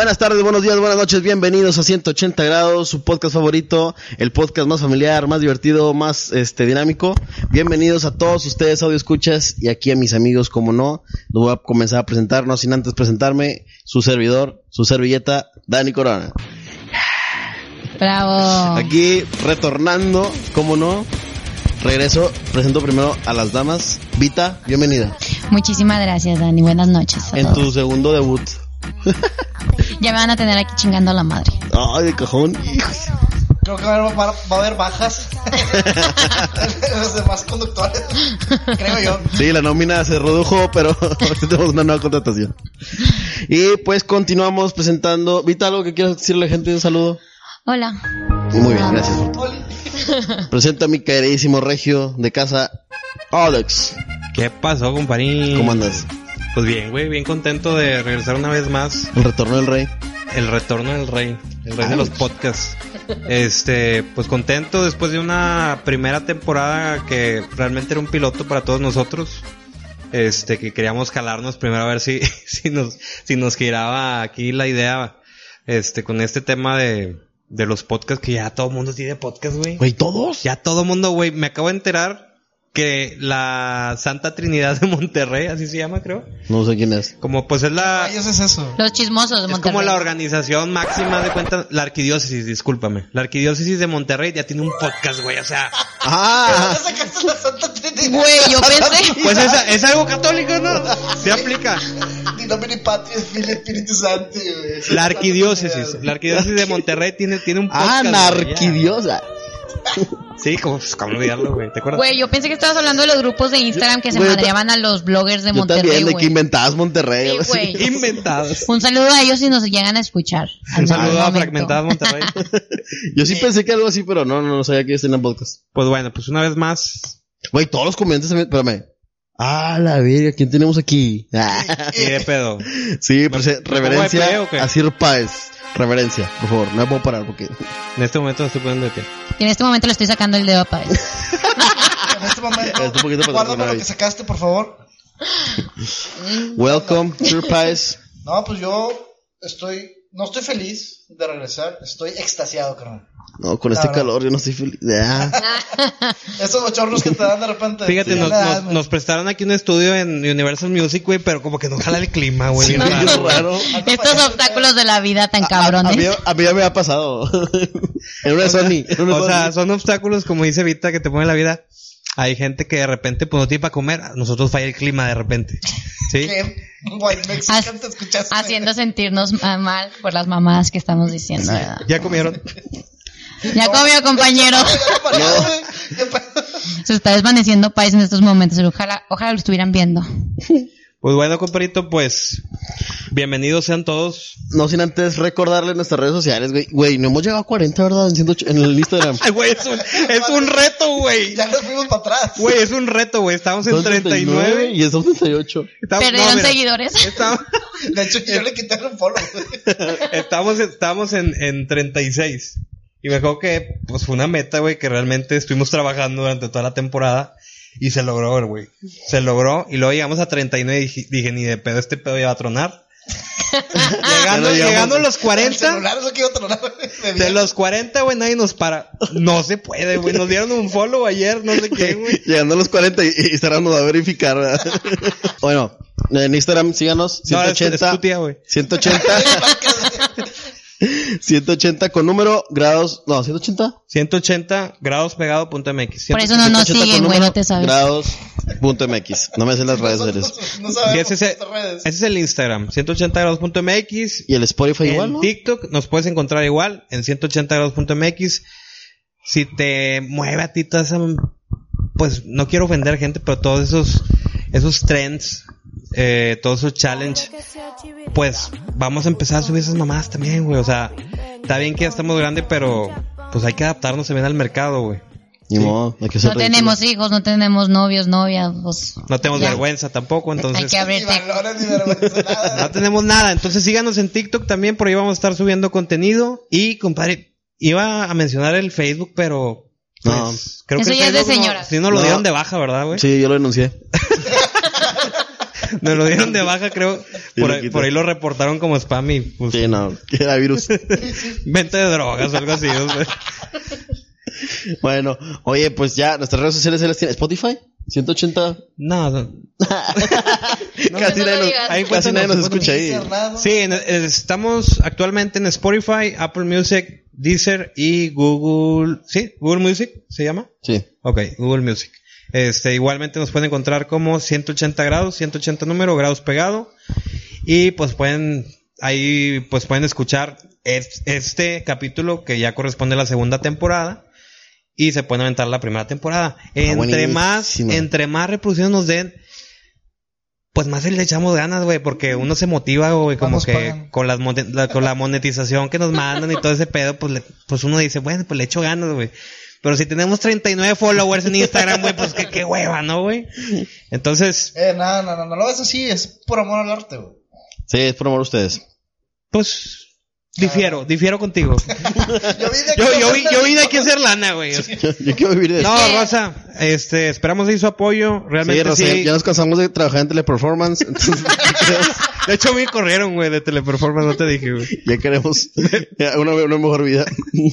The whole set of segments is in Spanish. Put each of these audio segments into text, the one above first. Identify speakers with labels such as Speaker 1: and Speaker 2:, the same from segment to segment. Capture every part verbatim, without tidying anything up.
Speaker 1: Buenas tardes, buenos días, buenas noches, bienvenidos a ciento ochenta grados, su podcast favorito, el podcast más familiar, más divertido, más este dinámico. Bienvenidos a todos ustedes, audio escuchas, y aquí a mis amigos, como no, los voy a comenzar a presentar, no sin antes presentarme, su servidor, su servilleta, Dani Corona.
Speaker 2: Bravo.
Speaker 1: Aquí retornando, como no, regreso, presento primero a las damas. Vita, bienvenida.
Speaker 2: Muchísimas gracias, Dani, buenas noches a
Speaker 1: En
Speaker 2: todos.
Speaker 1: tu segundo debut.
Speaker 2: Ya me van a tener aquí chingando a la madre.
Speaker 1: Ay, de cajón.
Speaker 3: Creo que va a haber, va a haber bajas. Los demás conductores, creo yo.
Speaker 1: Sí, la nómina se redujo, pero tenemos una nueva contratación. Y pues continuamos presentando. Vita, ¿algo que quieras decirle a la gente? Un saludo.
Speaker 2: Hola.
Speaker 1: Muy bien, gracias. Presento a mi queridísimo regio de casa, Alex.
Speaker 4: ¿Qué pasó, compañín?
Speaker 1: ¿Cómo andas?
Speaker 4: Pues bien, güey, bien contento de regresar una vez más.
Speaker 1: El retorno del rey.
Speaker 4: El retorno del rey, el rey
Speaker 1: Ay.
Speaker 4: de los podcasts. Este, pues contento después de una primera temporada que realmente era un piloto para todos nosotros. Este, que queríamos jalarnos primero a ver si, si nos, si nos giraba aquí la idea, este, con este tema de, de los podcasts, que ya todo el mundo tiene podcast, güey.
Speaker 1: Güey, ¿todos?
Speaker 4: Ya todo el mundo, güey, me acabo de enterar que la Santa Trinidad de Monterrey, así se llama, creo.
Speaker 1: No sé quién es.
Speaker 4: Como pues es la...
Speaker 3: Ay, eso es eso.
Speaker 2: Los chismosos de
Speaker 4: Es
Speaker 2: Monterrey.
Speaker 4: como la organización máxima de cuenta, la arquidiócesis, discúlpame. La arquidiócesis de Monterrey ya tiene un podcast, güey, o sea...
Speaker 1: Ah,
Speaker 3: ¿Dónde sacaste la Santa Trinidad?
Speaker 2: Güey, yo pensé.
Speaker 4: Pues es, es algo católico, ¿no? Se aplica.
Speaker 3: Dinomini Patria, Filio, Espíritu Santo, güey.
Speaker 4: La arquidiócesis, la arquidiócesis de Monterrey tiene, tiene un podcast.
Speaker 1: anarquidiosa.
Speaker 4: güey, sí, como, pues, ¿cómo olvidarlo, güey? ¿Te acuerdas?
Speaker 2: Güey, yo pensé que estabas hablando de los grupos de Instagram que se
Speaker 1: Güey, yo
Speaker 2: madreaban a los bloggers de
Speaker 1: Yo
Speaker 2: Monterrey,
Speaker 1: también, de que
Speaker 2: güey.
Speaker 1: inventabas Monterrey.
Speaker 2: Sí, güey.
Speaker 4: Inventados.
Speaker 2: Un saludo a ellos si nos llegan a escuchar.
Speaker 4: Un
Speaker 2: Al
Speaker 4: saludo a
Speaker 2: momento.
Speaker 4: Fragmentadas Monterrey.
Speaker 1: Yo sí pensé que algo así, pero no, no, no sabía que ellos tenían podcast.
Speaker 4: Pues bueno, pues una vez más,
Speaker 1: Güey, todos los comediantes también, espérame. Ah, la verga, ¿quién tenemos aquí?
Speaker 4: y de pedo.
Speaker 1: Sí, pues, eh,
Speaker 4: ¿Me pongo de
Speaker 1: reverencia
Speaker 4: pie o qué?
Speaker 1: a Sir Páez. Reverencia, por favor, no me puedo parar porque...
Speaker 4: En este momento me estoy poniendo de pie.
Speaker 2: Y en este momento le estoy sacando el dedo a Páez.
Speaker 3: En este momento,
Speaker 1: Es un poquito para
Speaker 3: guárdame
Speaker 1: terminar
Speaker 3: lo que
Speaker 1: ahí.
Speaker 3: sacaste, por favor.
Speaker 1: Welcome, Sir Páez.
Speaker 3: No, pues yo estoy, no estoy feliz de regresar, estoy extasiado, carnal.
Speaker 1: No, con
Speaker 3: La
Speaker 1: este
Speaker 3: verdad.
Speaker 1: calor yo no estoy feliz. Ah.
Speaker 3: Esos bochornos que te dan de repente.
Speaker 4: Fíjate,
Speaker 3: Sí,
Speaker 4: nos,
Speaker 3: la edad,
Speaker 4: nos,
Speaker 3: güey.
Speaker 4: nos prestaron aquí un estudio en Universal Music, güey, pero como que no jala el clima, güey.
Speaker 1: Sí,
Speaker 4: bien
Speaker 1: bien
Speaker 4: raro, güey.
Speaker 1: raro.
Speaker 2: Estos obstáculos de la vida tan
Speaker 1: A, a
Speaker 2: cabrones.
Speaker 1: mí, a mí ya me ha pasado. En una Sony. En una
Speaker 4: O sea,
Speaker 1: Sony.
Speaker 4: son obstáculos, como dice Vita, que te ponen la vida. Hay gente que de repente, pues no tiene para comer. A nosotros falla el clima de repente. ¿Sí?
Speaker 3: ¿Qué? White Mexican, te escuchaste.
Speaker 2: Haciendo sentirnos ah, mal por las mamadas que estamos diciendo, ¿verdad?
Speaker 4: ¿Ya comieron?
Speaker 2: Ya comió, compañero.
Speaker 3: No, ya no paré, güey. Ya pa-
Speaker 2: Se está desvaneciendo Páez en estos momentos. Ojalá, ojalá lo estuvieran viendo.
Speaker 4: Pues bueno, compadrito, pues bienvenidos sean todos.
Speaker 1: No sin antes recordarle nuestras redes sociales, güey. Güey, no hemos llegado a cuarenta, ¿verdad? En, ciento ocho en el Instagram.
Speaker 4: Ay, güey, es un, es un reto, güey.
Speaker 3: Ya nos fuimos para atrás.
Speaker 4: Güey, es un reto, güey. Estamos en
Speaker 1: Son
Speaker 4: treinta y nueve.
Speaker 1: y es treinta y ocho.
Speaker 4: Estamos,
Speaker 2: Perdieron
Speaker 4: mira,
Speaker 2: seguidores.
Speaker 4: Estamos,
Speaker 3: De hecho, yo le quité un follow, güey.
Speaker 4: estamos, estamos en, en treinta y seis. Y me acuerdo que, pues, fue una meta, güey, que realmente estuvimos trabajando durante toda la temporada. Y se logró, güey. Se logró. Y luego llegamos a treinta y nueve y dije, dije, ni de pedo, este pedo ya va a tronar. llegando,
Speaker 1: Ya lo
Speaker 4: llegando a los
Speaker 3: El
Speaker 4: cuarenta.
Speaker 3: celular es lo que iba a tronar, güey.
Speaker 4: De los cuarenta, güey, nadie nos para. No se puede, güey. Nos dieron un follow ayer, no sé qué, güey.
Speaker 1: Llegando a los cuarenta y, y Instagram nos va a verificar, ¿verdad? Bueno, en Instagram síganos.
Speaker 4: No, es,
Speaker 1: ciento ochenta.
Speaker 4: es tu tía, güey.
Speaker 1: ciento ochenta. ciento ochenta con número, grados, no, ciento ochenta.
Speaker 4: ciento ochenta grados pegado punto mx.
Speaker 2: Por eso no nos
Speaker 1: ciento ochenta
Speaker 2: siguen,
Speaker 1: con
Speaker 2: güey,
Speaker 1: número,
Speaker 2: no te sabes.
Speaker 1: Grados punto mx. No me hacen las redes sociales.
Speaker 3: No
Speaker 4: Y
Speaker 3: sabemos
Speaker 4: ese es, el,
Speaker 3: nuestras redes.
Speaker 4: ese es el Instagram, ciento ochenta grados punto mx.
Speaker 1: Y el Spotify
Speaker 4: En
Speaker 1: igual, ¿no?
Speaker 4: TikTok nos puedes encontrar igual, en ciento ochenta grados punto mx. Si te mueve a ti toda esa, pues no quiero ofender gente, pero todos esos, esos trends, eh, todos esos challenge, pues vamos a empezar a subir esas mamadas también, güey. O sea, está bien que ya estamos grandes, pero pues hay que adaptarnos también al mercado, güey.
Speaker 1: Ni
Speaker 4: Sí.
Speaker 1: modo, hay que ser
Speaker 2: No tenemos hijos, no tenemos novios, novias. Pues,
Speaker 4: No tenemos
Speaker 2: ya.
Speaker 4: vergüenza tampoco,
Speaker 2: Hay
Speaker 4: entonces
Speaker 2: que
Speaker 3: Ni
Speaker 2: abrirte.
Speaker 3: valores ni vergüenza, nada.
Speaker 4: no tenemos nada. Entonces síganos en TikTok también, por ahí vamos a estar subiendo contenido. Y, compadre, iba a mencionar el Facebook, pero pues,
Speaker 1: No.
Speaker 4: creo
Speaker 2: Eso
Speaker 4: que el
Speaker 2: ya es de
Speaker 4: Facebook no-
Speaker 2: señoras.
Speaker 4: sí nos lo
Speaker 1: No.
Speaker 4: dieron de baja, ¿verdad, güey?
Speaker 1: Sí, yo lo denuncié.
Speaker 4: Nos lo dieron de baja, creo. Por ahí, por ahí lo reportaron como spam y pues...
Speaker 1: Sí, no, que era virus.
Speaker 4: Venta de drogas o algo así. O sea.
Speaker 1: Bueno, oye, pues ya, nuestras redes sociales se las tiene. ¿Spotify? ¿ciento ochenta?
Speaker 4: No, no.
Speaker 1: Casi
Speaker 2: no
Speaker 1: nadie
Speaker 2: lo
Speaker 1: nos,
Speaker 2: digas.
Speaker 1: ahí casi nadie nos escucha ahí.
Speaker 4: Sí, en- estamos actualmente en Spotify, Apple Music, Deezer y Google... ¿Sí? ¿Google Music se llama?
Speaker 1: Sí.
Speaker 4: Ok, Google Music. Este, igualmente nos pueden encontrar como ciento ochenta grados, ciento ochenta número, grados pegado. Y pues pueden, ahí pues pueden escuchar es- este capítulo que ya corresponde a la segunda temporada. Y se pueden aventar la primera temporada. Entre más,
Speaker 1: buenísimo.
Speaker 4: entre más reproducciones nos den, pues más le echamos ganas, güey, porque uno se motiva, güey, como
Speaker 3: nos
Speaker 4: que
Speaker 3: pagan.
Speaker 4: con las mon- la, con la monetización que nos mandan y todo ese pedo, pues le, pues uno dice, bueno, pues le echo ganas, güey. Pero si tenemos treinta y nueve followers en Instagram, güey, pues qué, qué hueva, ¿no, güey? Entonces,
Speaker 3: Eh, no, no, no, no lo ves así, es por amor al arte, güey.
Speaker 1: Sí, es por amor a ustedes.
Speaker 4: pues difiero, difiero contigo.
Speaker 3: Yo vi de aquí
Speaker 4: Yo,
Speaker 3: a
Speaker 4: yo, vi-
Speaker 3: hacer
Speaker 4: yo vine
Speaker 3: la-
Speaker 4: aquí a hacer lana, güey.
Speaker 1: Yo, yo quiero vivir de eso.
Speaker 4: No, Rosa, este, esperamos ahí su apoyo.
Speaker 1: Sí,
Speaker 4: Realmente
Speaker 1: Rosa,
Speaker 4: sí.
Speaker 1: ya nos cansamos de trabajar en teleperformance, entonces
Speaker 4: De hecho, me corrieron, güey, de Teleperformance, no te dije, güey.
Speaker 1: ya queremos ya, una, una mejor vida.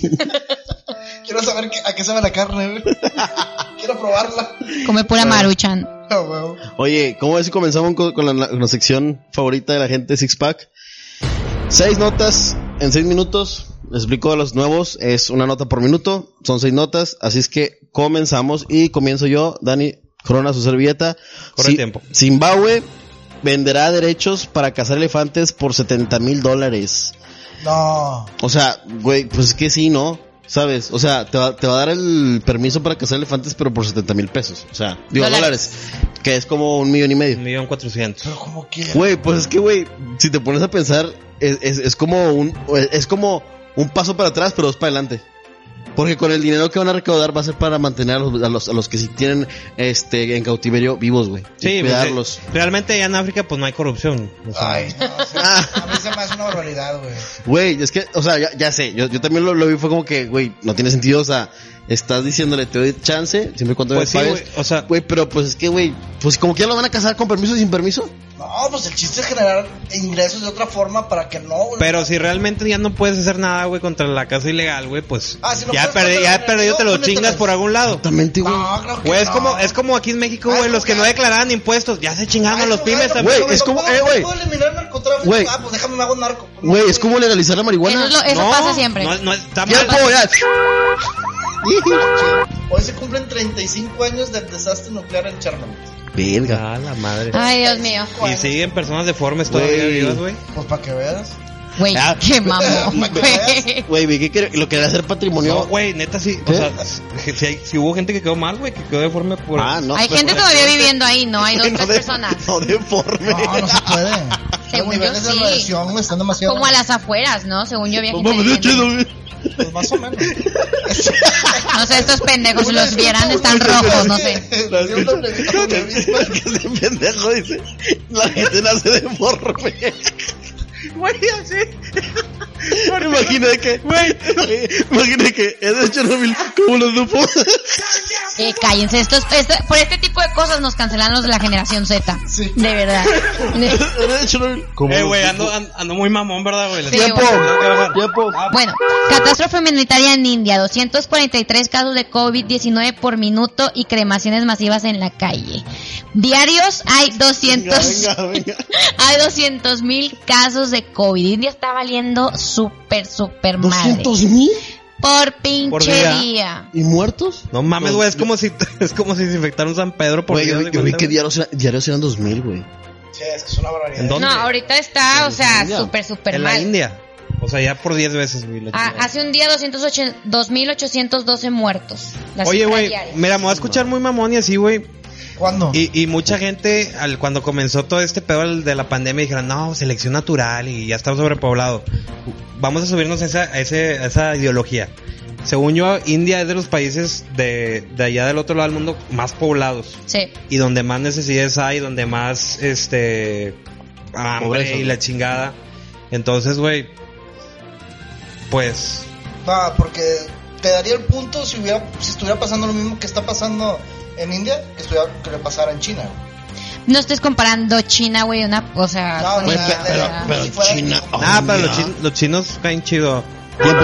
Speaker 3: Quiero saber qué- a qué sabe la carne, güey. Quiero probarla.
Speaker 2: Come pura maruchan.
Speaker 3: Ah, güey.
Speaker 1: Oye, ¿cómo ves si comenzamos con, con la, con la sección favorita de la gente, Six Pack? Seis notas en seis minutos. Les explico a los nuevos. Es una nota por minuto. Son seis notas. Así es que comenzamos. Y comienzo yo. Dani, corona su servilleta.
Speaker 4: Corre el tiempo.
Speaker 1: Zimbabue venderá derechos para cazar elefantes por setenta mil dólares.
Speaker 3: No.
Speaker 1: O sea, güey, pues es que sí, ¿no? ¿Sabes? O sea, te va, te va a dar el permiso para cazar elefantes, pero por setenta mil pesos. O sea, digo,
Speaker 2: Dólares.
Speaker 1: dólares. Que es como un millón y medio.
Speaker 4: Un millón cuatrocientos.
Speaker 3: Pero como quiera.
Speaker 1: Güey, pues es que, güey, si te pones a pensar, es, es, es como un es como un paso para atrás, pero dos para adelante. Porque con el dinero que van a recaudar va a ser para mantener a los, a los, a los que sí tienen este en cautiverio vivos, güey.
Speaker 4: Sí,
Speaker 1: Y
Speaker 4: pues,
Speaker 1: cuidarlos.
Speaker 4: eh, realmente allá en África pues no hay corrupción. O sea,
Speaker 3: Ay, no, o sea, a mí se me hace una barbaridad, güey.
Speaker 1: Güey, es que, o sea, ya, ya sé, yo, yo también lo, lo vi, fue como que, güey, no tiene sentido, o sea, estás diciéndole, te doy chance, siempre y cuando
Speaker 4: Pues
Speaker 1: me
Speaker 4: sí,
Speaker 1: pagues.
Speaker 4: güey, o sea-
Speaker 1: Güey, pero pues es que, güey, pues como que ya lo van a casar con permiso y sin permiso.
Speaker 3: No, pues el chiste es generar ingresos de otra forma para que no, güey.
Speaker 4: Pero si realmente ya no puedes hacer nada, güey, contra la casa ilegal, güey, pues
Speaker 3: Ah, si no
Speaker 4: ya,
Speaker 3: puedes
Speaker 4: perdi-
Speaker 3: contra
Speaker 4: ya
Speaker 3: la
Speaker 4: perdido, te lo
Speaker 3: religión,
Speaker 4: chingas
Speaker 3: mételes.
Speaker 4: por algún lado.
Speaker 1: Exactamente, güey.
Speaker 3: No, creo que
Speaker 4: Güey, es
Speaker 3: no.
Speaker 4: como, es como aquí en México,
Speaker 3: Ay,
Speaker 4: güey, los que no
Speaker 3: güey.
Speaker 4: declaraban impuestos, ya se chingaban a
Speaker 3: Ay,
Speaker 4: los
Speaker 3: no,
Speaker 4: pymes
Speaker 3: no,
Speaker 4: también.
Speaker 1: Güey, es
Speaker 3: no
Speaker 1: como-
Speaker 3: puedo-
Speaker 1: eh, güey.
Speaker 3: no puedo eliminar el narcotráfico.
Speaker 1: Güey.
Speaker 3: Ah, pues déjame me hago narco. No,
Speaker 1: Güey, es como legalizar la marihuana.
Speaker 2: Eso, es lo- eso
Speaker 4: No,
Speaker 2: pasa siempre.
Speaker 4: No, no, está
Speaker 1: Ya,
Speaker 4: mal.
Speaker 1: po, ya.
Speaker 3: Hoy se cumplen treinta y cinco años del desastre nuclear en Chernobyl.
Speaker 1: Verga.
Speaker 4: Ah, la madre.
Speaker 2: Ay, Dios mío.
Speaker 4: Y siguen personas deformes todavía
Speaker 1: Güey.
Speaker 4: vivas, güey.
Speaker 3: Pues para que veas.
Speaker 2: Güey,
Speaker 1: Ah.
Speaker 2: qué mamón, güey.
Speaker 1: Güey, vi que quer- lo quería hacer patrimonio.
Speaker 4: No, güey, neta sí. O
Speaker 1: ¿Qué?
Speaker 4: sea, si, si hay- si hubo gente que quedó mal, güey, que quedó deforme por...
Speaker 1: Ah, no.
Speaker 2: Hay
Speaker 1: pero-
Speaker 2: gente todavía viviendo ahí, ¿no? Hay dos,
Speaker 1: no
Speaker 2: tres
Speaker 1: de-
Speaker 2: personas.
Speaker 1: No deforme.
Speaker 3: No, no se puede.
Speaker 2: Según
Speaker 3: Los niveles
Speaker 2: yo,
Speaker 3: de
Speaker 2: sí.
Speaker 3: radiación güey, están demasiado.
Speaker 2: Como a las afueras, ¿no? Según yo había
Speaker 1: No
Speaker 2: gente
Speaker 1: mames, de
Speaker 2: viviendo
Speaker 1: hecho,
Speaker 2: ahí.
Speaker 1: no,
Speaker 3: Pues más o menos.
Speaker 2: No sé, estos pendejos, si los vieran, están rojos, no sé.
Speaker 1: La
Speaker 3: Dio una revista
Speaker 1: escucho.
Speaker 3: de avispa.
Speaker 1: Que ese pendejo dice, la gente nace deforme.
Speaker 4: Güey, así.
Speaker 1: Imagina que, güey, imagina que es de Chernobyl como los supo.
Speaker 2: Eh, cállense, estos, este- por este tipo de cosas nos cancelan los de la generación Z.
Speaker 3: Sí.
Speaker 2: De verdad.
Speaker 1: Es de Chernobyl como
Speaker 4: Eh,
Speaker 1: los
Speaker 4: güey,
Speaker 1: supo.
Speaker 4: ando, ando, ando muy mamón, ¿verdad, güey?
Speaker 2: Sí,
Speaker 1: Tiempo,
Speaker 2: güey.
Speaker 1: tiempo.
Speaker 2: Bueno, catástrofe humanitaria en India, doscientos cuarenta y tres casos de COVID diecinueve por minuto y cremaciones masivas en la calle. Diarios hay doscientos,
Speaker 1: Venga, venga, venga.
Speaker 2: hay doscientos mil casos de COVID. India está valiendo súper, súper madre.
Speaker 1: ¿doscientos mil?
Speaker 2: Por pinche
Speaker 4: Por día.
Speaker 2: día.
Speaker 1: ¿Y muertos?
Speaker 4: No mames, güey, es como si es como si desinfectaran San Pedro por
Speaker 1: Güey,
Speaker 4: día,
Speaker 1: yo,
Speaker 4: ¿de
Speaker 1: yo vi
Speaker 4: cuenta,
Speaker 1: que
Speaker 4: güey?
Speaker 1: diarios, eran- diarios eran dos mil, güey.
Speaker 3: Sí, es que es una barbaridad.
Speaker 4: ¿En dónde?
Speaker 2: No, ahorita está, o sea,
Speaker 1: India.
Speaker 2: súper, súper
Speaker 4: En la
Speaker 2: mal.
Speaker 4: India. O sea, ya por diez veces, güey. la
Speaker 2: Ah,
Speaker 4: chingada.
Speaker 2: hace un día dos mil ochocientos doce muertos. La
Speaker 4: Oye,
Speaker 2: cifra
Speaker 4: güey,
Speaker 2: diaria.
Speaker 4: mira, me voy a escuchar muy mamón y así, güey.
Speaker 3: ¿Cuándo?
Speaker 4: Y, y mucha gente, al, cuando comenzó todo este pedo del- de la pandemia, dijeron, no, selección natural y ya estamos sobrepoblado. Vamos a subirnos a esa, a ese, a esa ideología. Según yo, India es de los países de, de allá del otro lado del mundo más poblados.
Speaker 2: Sí.
Speaker 4: Y donde más necesidades hay, donde más, este, hambre
Speaker 1: Pobreza,
Speaker 4: y
Speaker 1: ¿no?
Speaker 4: la chingada. Entonces, güey, pues,
Speaker 3: Va, porque te daría el punto si hubiera, si estuviera pasando lo mismo que está pasando en India, que estuviera que le pasara en China.
Speaker 2: no estés comparando China, güey, una, o sea,
Speaker 3: No,
Speaker 2: con
Speaker 3: no,
Speaker 1: Güey,
Speaker 2: India,
Speaker 3: no,
Speaker 1: pero,
Speaker 2: o sea.
Speaker 1: pero
Speaker 3: si fuera-
Speaker 1: China. oh,
Speaker 4: Ah, pero los,
Speaker 1: mira.
Speaker 4: chin- los chinos caen chido.
Speaker 1: Tiempo.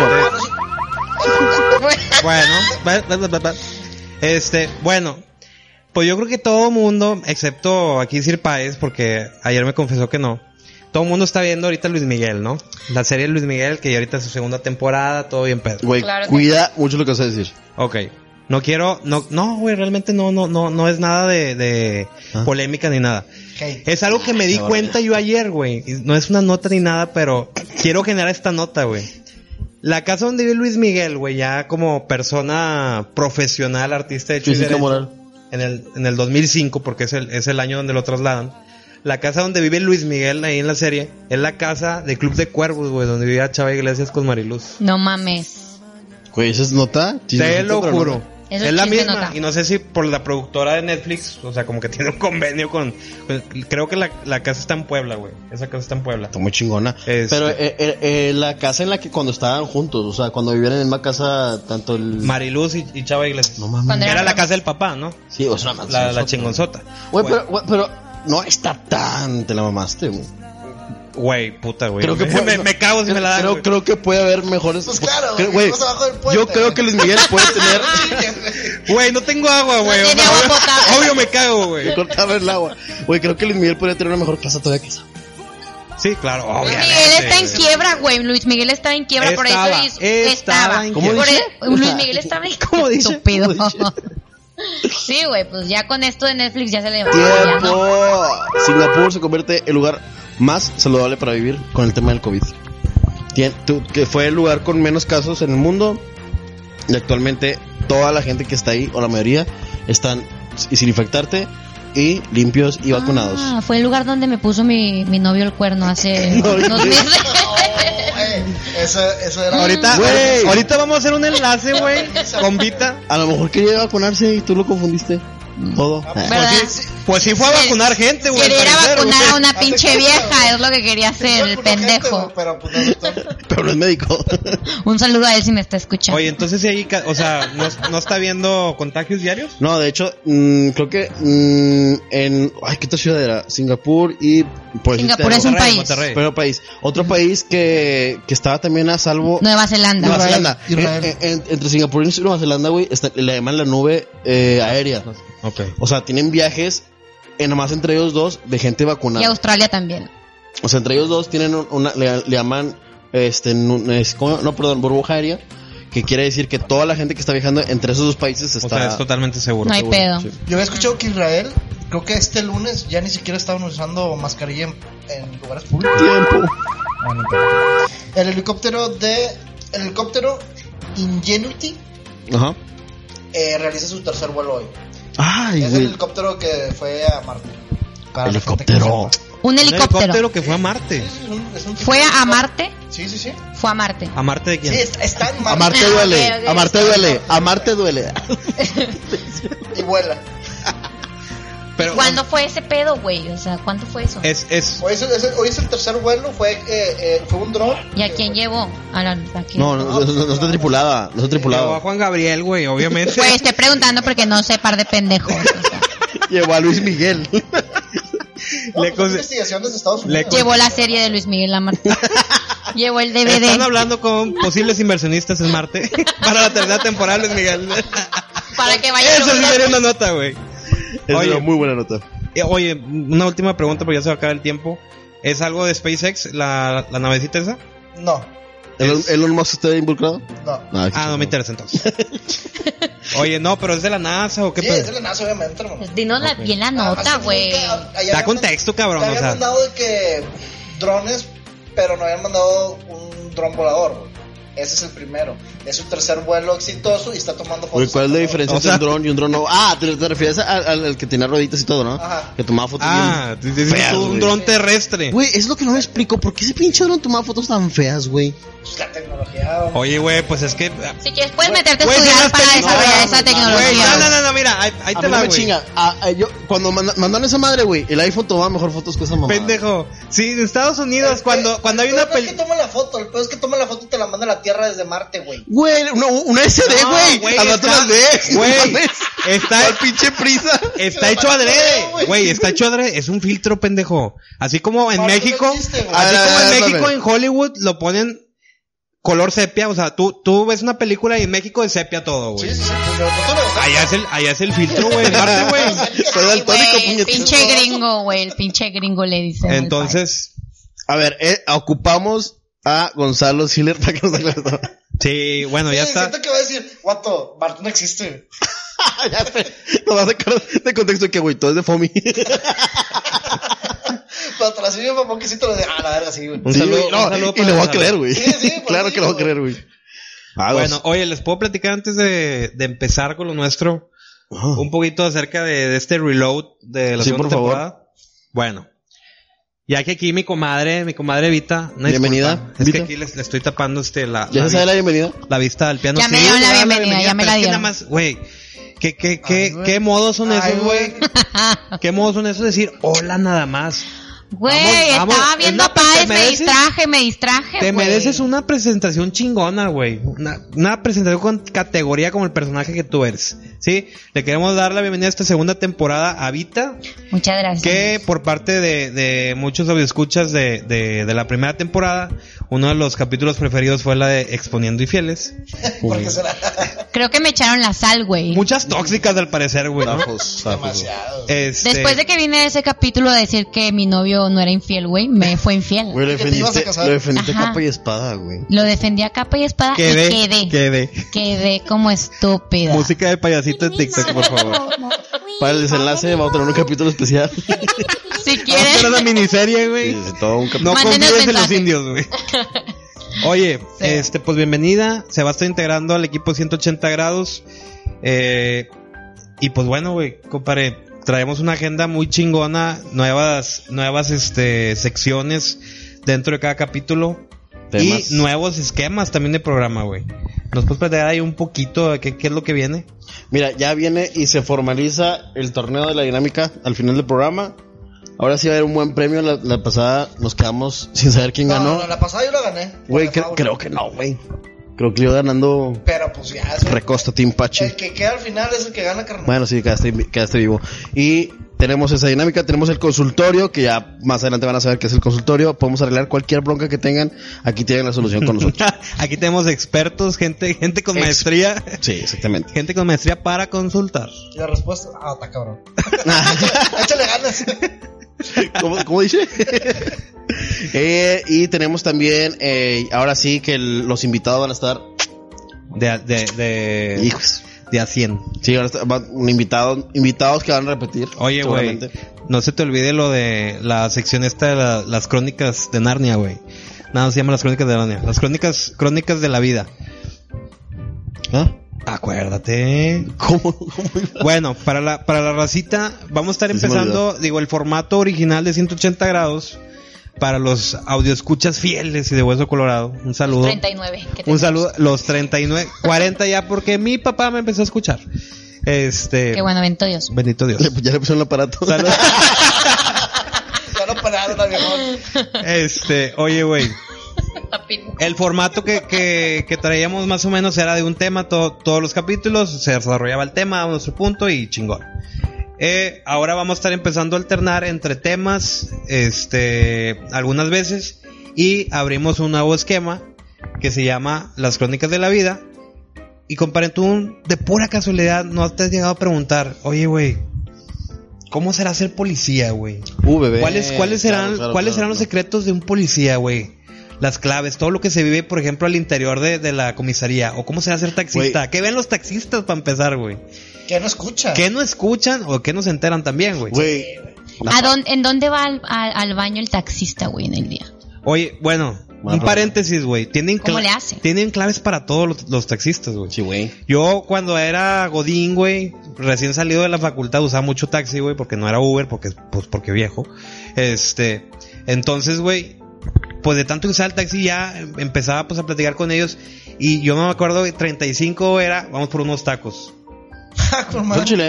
Speaker 4: Bueno, va- va- va- va- va. este, bueno, pues yo creo que todo mundo, excepto aquí Sir Páez, porque ayer me confesó que no. Todo el mundo está viendo ahorita Luis Miguel, ¿no? La serie de Luis Miguel, que ya ahorita es su segunda temporada, todo bien pedo.
Speaker 1: Güey,
Speaker 2: Claro que
Speaker 1: cuida mucho lo que vas a decir.
Speaker 4: Ok. No quiero, no, no, güey, realmente no, no, no, no es nada de, de
Speaker 1: Ah.
Speaker 4: polémica ni nada.
Speaker 3: Hate.
Speaker 4: Es algo que me di
Speaker 1: Qué
Speaker 4: cuenta yo ayer, güey. Y no es una nota ni nada, pero quiero generar esta nota, güey. La casa donde vive Luis Miguel, güey, ya como persona profesional, artista de hecho y
Speaker 1: Física
Speaker 4: derecho,
Speaker 1: moral.
Speaker 4: en el, en el dos mil cinco, porque es el, es el año donde lo trasladan. La casa donde vive Luis Miguel ahí en la serie es la casa de Club de Cuervos, güey, donde vivía Chava Iglesias con Mariluz.
Speaker 2: No mames.
Speaker 1: Güey, ¿esa es nota?
Speaker 4: Te
Speaker 1: Chismecito,
Speaker 4: lo
Speaker 1: pero no.
Speaker 4: juro.
Speaker 2: Eso
Speaker 4: Es
Speaker 2: es
Speaker 4: la
Speaker 2: chisme
Speaker 4: misma.
Speaker 2: nota.
Speaker 4: Y no sé si por la productora de Netflix, o sea, como que tiene un convenio con... con- creo que la, la casa está en Puebla, güey. Esa casa está en Puebla.
Speaker 1: Está muy chingona.
Speaker 4: Este-
Speaker 1: Pero eh, eh, eh, la casa en la que cuando estaban juntos, o sea, cuando vivían en la misma casa, tanto el...
Speaker 4: Mariluz y, y Chava Iglesias.
Speaker 1: No mames.
Speaker 2: Cuando
Speaker 4: Era
Speaker 2: eran
Speaker 4: la
Speaker 2: novios.
Speaker 4: casa del papá, ¿no?
Speaker 1: Sí, o sea, una
Speaker 4: La, la
Speaker 1: mansión.
Speaker 4: chingonzota.
Speaker 1: Güey,
Speaker 4: Güey,
Speaker 1: pero, güey, pero no está tan... Te la mamaste, güey.
Speaker 4: Güey, puta, güey.
Speaker 1: Creo que
Speaker 4: me,
Speaker 1: puede-
Speaker 4: me, me cago si
Speaker 1: creo,
Speaker 4: me la dan,
Speaker 1: creo,
Speaker 4: güey.
Speaker 1: creo que puede haber mejores...
Speaker 3: Pues claro,
Speaker 1: Creo-
Speaker 3: güey, estamos abajo del puente,
Speaker 1: yo creo
Speaker 3: güey.
Speaker 1: que Luis Miguel puede tener...
Speaker 4: Güey, no tengo agua, güey.
Speaker 2: tiene
Speaker 4: o sea,
Speaker 2: agua
Speaker 4: obvio-
Speaker 2: potable.
Speaker 4: Obvio me cago, güey.
Speaker 1: Me cortaba el agua. Güey, creo que Luis Miguel podría tener una mejor casa todavía que esa.
Speaker 4: Sí, claro,
Speaker 2: Luis
Speaker 4: obviamente.
Speaker 2: Miguel está en
Speaker 4: güey.
Speaker 2: quiebra, güey. Luis Miguel está en quiebra, por
Speaker 4: Estaba,
Speaker 2: eso hizo-
Speaker 4: estaba
Speaker 2: estaba.
Speaker 4: en
Speaker 1: ¿Cómo
Speaker 2: Por
Speaker 1: dice?
Speaker 2: e- Luis Miguel estaba en
Speaker 1: ¿Cómo dice?
Speaker 2: Estúpido.
Speaker 1: ¿Cómo dice?
Speaker 2: Sí, güey, pues ya con esto de Netflix ya se le ya no.
Speaker 1: ¡Tiempo! Singapur se convierte en el lugar más saludable para vivir con el tema del COVID. Tien- tu- que fue el lugar con menos casos en el mundo. Y actualmente toda la gente que está ahí, o la mayoría, están y sin infectarte y limpios y vacunados.
Speaker 2: Ah, fue el lugar donde me puso mi, mi novio el cuerno hace
Speaker 1: No,
Speaker 2: unos
Speaker 1: güey.
Speaker 2: meses.
Speaker 3: Eh, Eso, eso era...
Speaker 4: Ahorita,
Speaker 1: Güey.
Speaker 4: ahorita vamos a hacer un enlace, güey, con Vita.
Speaker 1: A lo mejor quería vacunarse y tú lo confundiste. Todo.
Speaker 2: ¿Verdad?
Speaker 4: Pues sí, pues sí fue a vacunar gente, güey. al
Speaker 2: Quería ir a
Speaker 4: parecer,
Speaker 2: vacunar
Speaker 4: güey.
Speaker 2: a una
Speaker 3: Hazte
Speaker 2: pinche
Speaker 3: caso,
Speaker 2: vieja,
Speaker 3: güey.
Speaker 2: es lo que quería hacer el
Speaker 3: Vacunó gente,
Speaker 2: pendejo.
Speaker 3: güey, pero pues no, doctor.
Speaker 1: Pero no es médico.
Speaker 2: Un saludo a él si me está escuchando.
Speaker 4: Oye, entonces sí ahí, ca- o sea, ¿no, no está viendo contagios diarios?
Speaker 1: No, de hecho, mm, creo que mm, en... Ay, ¿qué otra ciudad era? Singapur y... Por decirte
Speaker 2: Singapur es un
Speaker 1: algo.
Speaker 4: Monterrey,
Speaker 2: país.
Speaker 4: Monterrey.
Speaker 1: Pero país. Otro país que, que estaba también a salvo...
Speaker 2: Nueva Zelanda.
Speaker 1: Nueva
Speaker 3: Israel,
Speaker 1: Zelanda.
Speaker 3: Israel.
Speaker 1: En- en- entre Singapur y Nueva Zelanda, güey, está- le llaman la nube eh, aérea.
Speaker 4: Ok.
Speaker 1: O sea, tienen viajes, eh, nomás entre ellos dos, de gente
Speaker 2: Y
Speaker 1: vacunada.
Speaker 2: Australia también.
Speaker 1: O sea, entre ellos dos tienen un- una... Le, le llaman... Este, nu- es- ¿cómo? No, perdón, burbuja aérea. Que quiere decir que toda la gente que está viajando entre esos dos países
Speaker 4: O
Speaker 1: está...
Speaker 4: sea, es totalmente seguro.
Speaker 2: No hay
Speaker 1: seguro,
Speaker 2: pedo.
Speaker 1: sí.
Speaker 3: Yo había escuchado que Israel, creo que este lunes ya ni siquiera estaban usando mascarilla en, en lugares públicos.
Speaker 1: Tiempo.
Speaker 3: El helicóptero de... El helicóptero Ingenuity
Speaker 1: Ajá.
Speaker 3: eh, realiza su tercer vuelo hoy.
Speaker 1: Ay,
Speaker 3: Es el
Speaker 1: güey.
Speaker 3: helicóptero que fue a Marte. Para la gente que
Speaker 1: Helicóptero.
Speaker 3: no sepa.
Speaker 2: Un
Speaker 4: Un
Speaker 2: helicóptero.
Speaker 4: helicóptero que fue a Marte.
Speaker 3: Sí, sí, es un- es un-
Speaker 2: ¿Fue a Marte?
Speaker 3: Sí, sí, sí.
Speaker 2: Fue a Marte.
Speaker 4: ¿A Marte de quién?
Speaker 3: Sí, está, está en Marte.
Speaker 1: Amarte
Speaker 2: Ah,
Speaker 1: duele,
Speaker 2: ok, ok.
Speaker 1: amarte duele, amarte duele.
Speaker 3: Y vuela.
Speaker 4: Pero,
Speaker 2: ¿Cuándo fue ese pedo, güey? O sea, ¿cuánto fue eso?
Speaker 4: Es, es,
Speaker 3: Hoy es, el, es el- hoy es el tercer vuelo. Fue, eh, eh, fue un dron.
Speaker 2: ¿Y a quién llevó? A la, a quién?
Speaker 1: No, no, no, no está tripulada, no está
Speaker 4: Llegó a
Speaker 1: tripulada.
Speaker 4: Juan Gabriel, güey, obviamente.
Speaker 2: Pues estoy preguntando porque no sé par de pendejos. o sea.
Speaker 1: Llevó a Luis Miguel.
Speaker 3: No,
Speaker 4: Le
Speaker 3: pues,
Speaker 4: cons-
Speaker 3: investigación desde Estados
Speaker 4: le
Speaker 3: Unidos.
Speaker 2: Llevó la serie de Luis Miguel a Marte. Llevó el D V D.
Speaker 4: Están hablando con posibles inversionistas en Marte para la tercera temporada, Luis Miguel.
Speaker 2: Para que vaya
Speaker 4: Eso sí sería una nota, güey.
Speaker 1: Es
Speaker 4: Oye.
Speaker 1: una muy buena nota.
Speaker 4: Eh, Oye, una última pregunta porque ya se va a acabar el tiempo. ¿Es algo de SpaceX, la, la navecita esa?
Speaker 3: No,
Speaker 1: ¿Elon,
Speaker 4: Es-
Speaker 1: Elon Musk está involucrado?
Speaker 3: no.
Speaker 1: No,
Speaker 4: Ah, no me interesa entonces. Oye, no, pero es de la NASA o qué
Speaker 3: Sí, es de
Speaker 4: pedo.
Speaker 3: la NASA, obviamente, hermano.
Speaker 2: Pues dinos la- bien la
Speaker 3: Nada más
Speaker 2: nota,
Speaker 3: que
Speaker 2: güey.
Speaker 3: nunca- allá
Speaker 4: Da
Speaker 3: habían
Speaker 4: contexto, cabrón,
Speaker 3: mand-
Speaker 4: o
Speaker 3: Habían
Speaker 4: sea.
Speaker 3: mandado de que drones, pero no habían mandado un dron volador, güey. Ese es el primero. Es su tercer vuelo exitoso y está tomando fotos.
Speaker 1: Güey, ¿cuál es la diferencia
Speaker 4: O sea-
Speaker 1: entre un dron y un dron no? Ah, te, te refieres al, al- al que tenía rueditas y todo, ¿no?
Speaker 3: Ajá.
Speaker 1: Que tomaba fotos
Speaker 4: Ah,
Speaker 1: bien
Speaker 4: dices
Speaker 1: feas,
Speaker 4: un
Speaker 1: güey.
Speaker 4: dron terrestre.
Speaker 1: Güey, es lo que no me explico. ¿Por qué ese pinche dron tomaba fotos tan feas, güey?
Speaker 3: Pues la tecnología. güey.
Speaker 4: Oye, güey, pues es que...
Speaker 2: Si quieres, puedes meterte a
Speaker 4: Güey,
Speaker 2: estudiar
Speaker 4: son las
Speaker 2: para
Speaker 4: tecno-
Speaker 2: desarrollar
Speaker 1: no,
Speaker 2: esa
Speaker 1: no,
Speaker 2: tecnología.
Speaker 4: Güey, no, no, no, no, mira, ahí, ahí
Speaker 1: A
Speaker 4: te
Speaker 1: mí no
Speaker 4: va,
Speaker 1: me
Speaker 4: güey.
Speaker 1: chinga. Ah, ah, yo, cuando manda- mandan esa madre, güey, el iPhone tomaba mejor fotos que esa mamá.
Speaker 4: Pendejo. Sí, en Estados Unidos,
Speaker 3: Es que-
Speaker 4: cuando, cuando hay
Speaker 3: el
Speaker 4: una
Speaker 3: peor no es que
Speaker 4: película...
Speaker 3: toma la foto, el peor es que toma la foto y te la manda a la Tierra desde Marte, güey.
Speaker 1: Güey, no, una S D,
Speaker 4: No,
Speaker 1: güey.
Speaker 4: güey,
Speaker 1: Al rato
Speaker 4: está-
Speaker 1: las ves.
Speaker 4: güey,
Speaker 1: no mames.
Speaker 4: está-
Speaker 1: ¿Cuál pinche prisa?
Speaker 4: Está hecho adrede, güey, está hecho adrede, es un filtro, pendejo. Así como en
Speaker 3: Por eso
Speaker 4: México,
Speaker 3: no existe, güey.
Speaker 4: así
Speaker 1: A ver,
Speaker 4: como
Speaker 1: a ver,
Speaker 4: en
Speaker 1: a ver,
Speaker 4: México
Speaker 1: a ver.
Speaker 4: en Hollywood lo ponen color sepia, o sea, tú tú ves una película y en México es sepia todo, güey.
Speaker 3: Sí, sí, sí. Pues, yo- yo te lo-
Speaker 4: Allá es el allá es el filtro, güey, en Marte, güey.
Speaker 1: Soy daltónico,
Speaker 2: Güey, el
Speaker 1: puñetas.
Speaker 2: pinche gringo, güey, el pinche gringo le dice.
Speaker 4: Entonces,
Speaker 1: A ver, eh, ocupamos a Gonzalo Siller para que nos haga esto.
Speaker 4: sí, bueno, ya
Speaker 3: Sí,
Speaker 4: está.
Speaker 3: siento que va a decir, guato, Bart no existe.
Speaker 1: Ya sé. Nos va a sacar de contexto que, güey, todo es de Fomi.
Speaker 3: Pero atrás sí mi papá que sí te lo de, ah, la verga, sí, güey.
Speaker 4: Un
Speaker 1: Sí,
Speaker 4: saludo,
Speaker 1: güey, no,
Speaker 4: un saludo
Speaker 1: y
Speaker 4: para
Speaker 1: le voy a
Speaker 4: Gonzalo.
Speaker 1: creer, güey.
Speaker 3: Sí, sí, por
Speaker 1: Claro
Speaker 3: eso
Speaker 1: que le voy a
Speaker 3: digo,
Speaker 1: creer, güey. Ah,
Speaker 4: Bueno,
Speaker 1: dos.
Speaker 4: oye, les puedo platicar antes de, de empezar con lo nuestro
Speaker 1: Ajá.
Speaker 4: un poquito acerca de, de este reload de la
Speaker 1: Sí,
Speaker 4: segunda
Speaker 1: por favor.
Speaker 4: temporada. Bueno, ya que aquí mi comadre, mi comadre Vita, una
Speaker 1: Bienvenida,
Speaker 4: disculpa, es
Speaker 1: Vita.
Speaker 4: que aquí les, le estoy tapando este la,
Speaker 1: ¿Ya
Speaker 4: la,
Speaker 1: se sabe
Speaker 4: vi-
Speaker 1: la bienvenida?
Speaker 4: la vista al piano.
Speaker 2: Ya me
Speaker 4: Sí,
Speaker 2: dieron la
Speaker 4: ya
Speaker 2: bienvenida, ya me
Speaker 4: pero
Speaker 2: la
Speaker 4: es que
Speaker 2: dieron.
Speaker 4: nada más, güey, ¿qué, qué, qué,
Speaker 3: Ay, güey.
Speaker 4: qué modos son
Speaker 3: Ay,
Speaker 4: esos, güey?
Speaker 3: güey.
Speaker 4: ¿Qué modos son esos de decir hola nada más?
Speaker 2: Güey,
Speaker 4: Vamos, vamos,
Speaker 2: estaba
Speaker 4: es
Speaker 2: viendo
Speaker 4: una-
Speaker 2: Páez,
Speaker 4: te
Speaker 2: me
Speaker 4: mereces-
Speaker 2: distraje, me distraje,
Speaker 4: Te
Speaker 2: güey.
Speaker 4: mereces una presentación chingona, güey. Una, una presentación con categoría como el personaje que tú eres. ¿Sí? Le queremos dar la bienvenida a esta segunda temporada a Vita.
Speaker 2: Muchas gracias.
Speaker 4: Que por parte de, de muchos audioscuchas de, de, de la primera temporada, uno de los capítulos preferidos fue la de Exponiendo Infieles.
Speaker 3: Porque será
Speaker 2: Creo que me echaron la sal, güey.
Speaker 4: Muchas tóxicas al parecer, güey. ¿no?
Speaker 1: Zafos, zafos.
Speaker 3: demasiado.
Speaker 4: Este,
Speaker 2: Después de que vine de ese capítulo a decir que mi novio no era infiel, güey, me fue infiel.
Speaker 1: Güey, lo
Speaker 3: Que te ibas a
Speaker 1: defendiste,
Speaker 3: casar.
Speaker 1: lo defendiste
Speaker 2: Ajá.
Speaker 1: capa y espada, güey.
Speaker 2: Lo defendí a capa y espada
Speaker 4: Quedé,
Speaker 2: y quedé.
Speaker 4: quedé.
Speaker 2: Quedé como estúpida.
Speaker 4: Música de payasito en TikTok, por favor.
Speaker 1: Para el desenlace vamos a tener un capítulo especial.
Speaker 2: Si
Speaker 4: Vamos a hacer
Speaker 2: quieres.
Speaker 4: una miniserie, güey.
Speaker 1: Sí, sí, todo un capítulo.
Speaker 4: No
Speaker 2: Mándenos
Speaker 4: confíes en los
Speaker 2: mensaje.
Speaker 4: indios, güey. Oye,
Speaker 2: Sí.
Speaker 4: este, pues bienvenida. Se va a estar integrando al equipo ciento ochenta grados. Eh, y pues bueno, güey, compadre, traemos una agenda muy chingona, nuevas, nuevas, este, secciones dentro de cada capítulo.
Speaker 1: Temas.
Speaker 4: Y nuevos esquemas también de programa, güey. ¿Nos puedes platicar ahí un poquito de qué, qué es lo que viene?
Speaker 1: Mira, ya viene y se formaliza el torneo de la dinámica al final del programa. Ahora sí va a haber un buen premio. La, la pasada nos quedamos sin saber quién
Speaker 3: No,
Speaker 1: ganó.
Speaker 3: no, no, la pasada yo la gané.
Speaker 1: Güey,
Speaker 3: Por
Speaker 1: cre-
Speaker 3: default.
Speaker 1: creo que no, güey. Creo que le iba ganando
Speaker 3: Pero pues ya, es
Speaker 1: Recosta Team
Speaker 3: el
Speaker 1: Pache.
Speaker 3: que queda al final es el que gana, carnal.
Speaker 1: Bueno, sí, quedaste, quedaste vivo. Y tenemos esa dinámica, tenemos el consultorio, que ya más adelante van a saber qué es el consultorio. Podemos arreglar cualquier bronca que tengan. Aquí tienen la solución con nosotros.
Speaker 4: Aquí tenemos expertos, gente, gente con
Speaker 1: Ex-
Speaker 4: maestría.
Speaker 1: Sí, exactamente.
Speaker 4: Gente con maestría para consultar.
Speaker 3: Y la respuesta, ah, está cabrón. Échale ganas.
Speaker 1: ¿Cómo, cómo dice? eh, y tenemos también, eh, ahora sí que el- los invitados van a estar.
Speaker 4: De, de, de,
Speaker 1: Hijos.
Speaker 4: de a cien.
Speaker 1: Sí, van a estar van- un invitado, invitados que van a repetir.
Speaker 4: Oye, güey,
Speaker 1: seguramente.
Speaker 4: no se te olvide lo de la sección esta de la- las crónicas de Narnia, güey. Nada, se llama las crónicas de Narnia. Las crónicas, crónicas de la vida.
Speaker 1: ¿Ah?
Speaker 4: Acuérdate.
Speaker 1: ¿Cómo? ¿Cómo iba?
Speaker 4: Bueno, para la, para la racita, vamos a estar
Speaker 1: Sí, se me
Speaker 4: empezando, digo, el formato original de ciento ochenta grados para los audioescuchas fieles y de hueso colorado. Un saludo.
Speaker 2: treinta y nueve. que
Speaker 4: Un
Speaker 2: tenemos.
Speaker 4: saludo, los treinta y nueve, cuarenta ya, porque mi papá me empezó a escuchar. Este.
Speaker 2: Qué bueno, bendito Dios.
Speaker 4: Bendito Dios.
Speaker 1: Le- ya le pusieron el aparato.
Speaker 4: Salud.
Speaker 3: Ya no pararon al viejón.
Speaker 4: Este, oye, güey. El formato que, que, que traíamos más o menos era de un tema, to- todos los capítulos, se desarrollaba el tema a nuestro punto y chingón. Eh, ahora vamos a estar empezando a alternar entre temas, este, algunas veces, y abrimos un nuevo esquema que se llama Las Crónicas de la Vida. Y compadre, tú de pura casualidad no te has llegado a preguntar, oye, güey, ¿cómo será ser policía, güey?
Speaker 1: Uh, bebé.
Speaker 4: ¿Cuáles, cuáles serán,
Speaker 1: Claro, claro,
Speaker 4: ¿cuáles
Speaker 1: claro,
Speaker 4: serán los
Speaker 1: claro.
Speaker 4: secretos de un policía, güey? Las claves, todo lo que se vive, por ejemplo, al interior de, de la comisaría. O cómo será ser taxista.
Speaker 1: Güey.
Speaker 4: ¿Qué ven los taxistas para empezar, güey?
Speaker 3: Que no escucha.
Speaker 4: ¿Qué no escuchan o qué no se enteran también, güey?
Speaker 1: Güey.
Speaker 2: ¿A dónde, ¿En dónde va al, al, al baño el taxista, güey, en el día?
Speaker 4: Oye, bueno,
Speaker 1: Más
Speaker 4: un paréntesis, güey. Tienen,
Speaker 2: ¿Cómo
Speaker 4: cla-
Speaker 2: le hace?
Speaker 4: tienen claves para todos los, los taxistas, güey.
Speaker 1: Sí, güey.
Speaker 4: Yo cuando era godín, güey, recién salido de la facultad usaba mucho taxi, güey, porque no era Uber, porque pues porque viejo. Este, entonces, güey, pues de tanto que usaba el taxi ya em- empezaba pues a platicar con ellos y yo no me acuerdo, güey, treinta y cinco era, vamos por unos tacos.
Speaker 3: Ah, con
Speaker 1: Fue
Speaker 3: madre.
Speaker 1: el chile, ¿eh?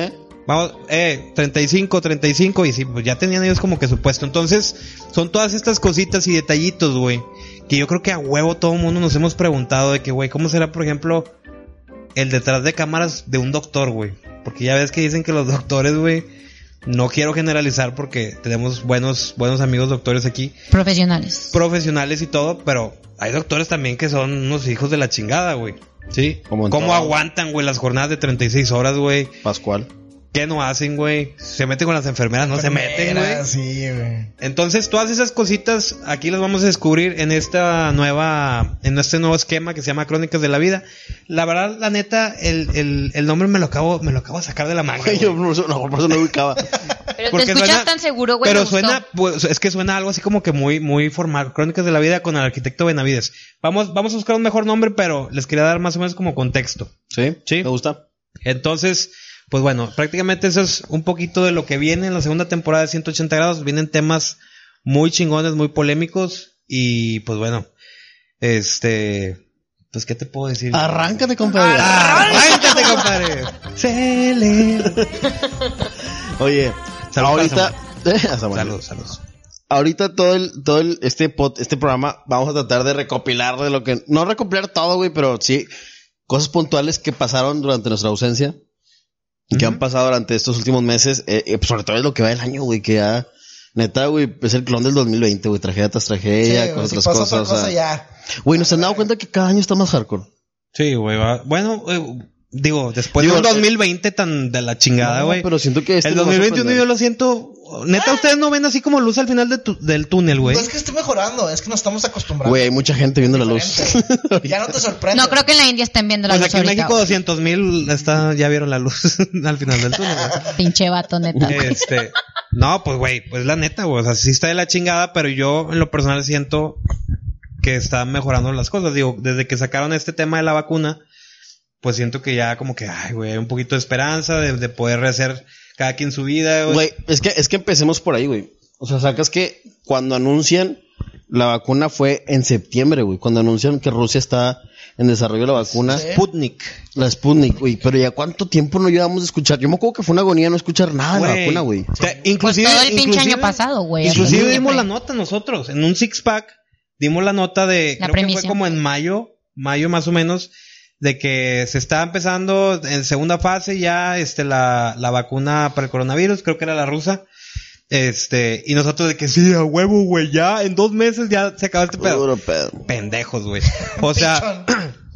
Speaker 4: Vamos, eh, treinta y cinco, treinta y cinco, y sí, pues ya tenían ellos como que su puesto. Entonces, son todas estas cositas y detallitos, güey, que yo creo que a huevo todo el mundo nos hemos preguntado de que, güey, ¿cómo será, por ejemplo, el detrás de cámaras de un doctor, güey? Porque ya ves que dicen que los doctores, güey, no quiero generalizar porque tenemos buenos, buenos amigos doctores aquí.
Speaker 2: Profesionales.
Speaker 4: Profesionales y todo, pero hay doctores también que son unos hijos de la chingada, güey. ¿Sí?
Speaker 1: Como en
Speaker 4: ¿Cómo
Speaker 1: todo.
Speaker 4: aguantan, güey, las jornadas de treinta y seis horas, güey?
Speaker 1: Pascual.
Speaker 4: ¿Qué no hacen, güey? Se meten con las enfermeras, no se meten, güey.
Speaker 5: Sí, güey.
Speaker 4: Entonces, todas esas cositas aquí las vamos a descubrir en esta nueva, en este nuevo esquema que se llama Crónicas de la Vida. La verdad, la neta, el, el, el nombre me lo acabo, me lo acabo de sacar de la manga.
Speaker 1: Güey, yo
Speaker 4: güey.
Speaker 1: por eso no, por eso no ubicaba.
Speaker 2: Pero
Speaker 4: Porque
Speaker 2: te escuchas
Speaker 4: suena-
Speaker 2: tan seguro, güey.
Speaker 4: Pero
Speaker 2: me gustó.
Speaker 4: suena, pues, es que suena algo así como que muy, muy formal. Crónicas de la Vida con el arquitecto Benavides. Vamos, vamos a buscar un mejor nombre, pero les quería dar más o menos como contexto.
Speaker 1: ¿Sí?
Speaker 4: Sí.
Speaker 1: ¿Me gusta?
Speaker 4: Entonces, pues bueno, prácticamente eso es un poquito de lo que viene en la segunda temporada de ciento ochenta grados. Vienen temas muy chingones, muy polémicos. Y pues bueno, este, pues ¿qué te puedo decir?
Speaker 1: Arráncate, compadre.
Speaker 4: ¡Arráncate, compadre! Cele.
Speaker 1: Oye,
Speaker 4: Saludos,
Speaker 1: ahorita... Eh, a Samuel.
Speaker 4: Saludos, saludos.
Speaker 1: Ahorita todo el, todo el, este pod, este programa vamos a tratar de recopilar de lo que, no recopilar todo, güey, pero sí cosas puntuales que pasaron durante nuestra ausencia y que
Speaker 4: Ujú.
Speaker 1: han pasado durante estos últimos meses, eh, eh, sobre todo es lo que va del año, güey, que ya, neta, güey, es el clon del dos mil veinte, güey, tragedia tras tragedia,
Speaker 5: Sí,
Speaker 1: con
Speaker 5: güey, si
Speaker 1: otras
Speaker 5: pasa
Speaker 1: cosas,
Speaker 5: otra cosa
Speaker 1: o sea,
Speaker 5: ya.
Speaker 1: güey, ¿nos han dado cuenta que cada año está más hardcore?
Speaker 4: Sí, güey, va- bueno, eh, digo, después
Speaker 1: Digo,
Speaker 4: de un
Speaker 1: eh,
Speaker 4: dos mil veinte tan de la chingada,
Speaker 1: No,
Speaker 4: güey.
Speaker 1: pero siento que este
Speaker 4: el
Speaker 1: nos va a
Speaker 4: dos mil veintiuno
Speaker 1: sorprender.
Speaker 4: yo lo siento, neta, ustedes no ven así como luz al final de tu- del túnel, güey.
Speaker 3: Pues
Speaker 5: No es que esté mejorando, es que nos estamos acostumbrando.
Speaker 1: Güey, hay mucha gente viendo la luz.
Speaker 5: Diferente. Ya no te sorprende.
Speaker 2: No, creo que en la India estén viendo la
Speaker 4: Pues
Speaker 2: luz
Speaker 4: aquí en
Speaker 2: ahorita,
Speaker 4: México
Speaker 2: güey.
Speaker 4: doscientos mil está, ya vieron la luz al final del túnel, güey.
Speaker 2: Pinche vato, neta.
Speaker 4: Este, no, pues güey, pues la neta, güey, o sea, sí está de la chingada, pero yo en lo personal siento que están mejorando las cosas. Digo, desde que sacaron este tema de la vacuna, pues siento que ya como que, ay, güey, hay un poquito de esperanza de, de poder rehacer cada quien su vida, güey.
Speaker 1: Güey, es que, es que empecemos por ahí, güey. O sea, sacas que cuando anuncian la vacuna fue en septiembre, güey. Cuando anuncian que Rusia está en desarrollo de la vacuna.
Speaker 5: Sí.
Speaker 4: Sputnik.
Speaker 1: La Sputnik, güey. Pero ya cuánto tiempo no llevamos de escuchar. Yo me acuerdo que fue una agonía no escuchar nada de la vacuna, güey.
Speaker 4: Te-
Speaker 2: Pues
Speaker 4: inclusive,
Speaker 2: todo el pinche
Speaker 4: inclusive-
Speaker 2: año pasado, güey.
Speaker 4: Inclusive
Speaker 2: Siempre.
Speaker 4: dimos la nota nosotros, en un six pack, dimos la nota de,
Speaker 2: La
Speaker 4: creo que
Speaker 2: premisa.
Speaker 4: fue como en mayo, mayo más o menos, de que se está empezando en segunda fase ya, este, la, la vacuna para el coronavirus, creo que era la rusa, este, y nosotros de que sí, a huevo, güey, ya, en dos meses ya se acaba este pedo.
Speaker 1: Puro pedo.
Speaker 4: Pendejos, güey. O sea,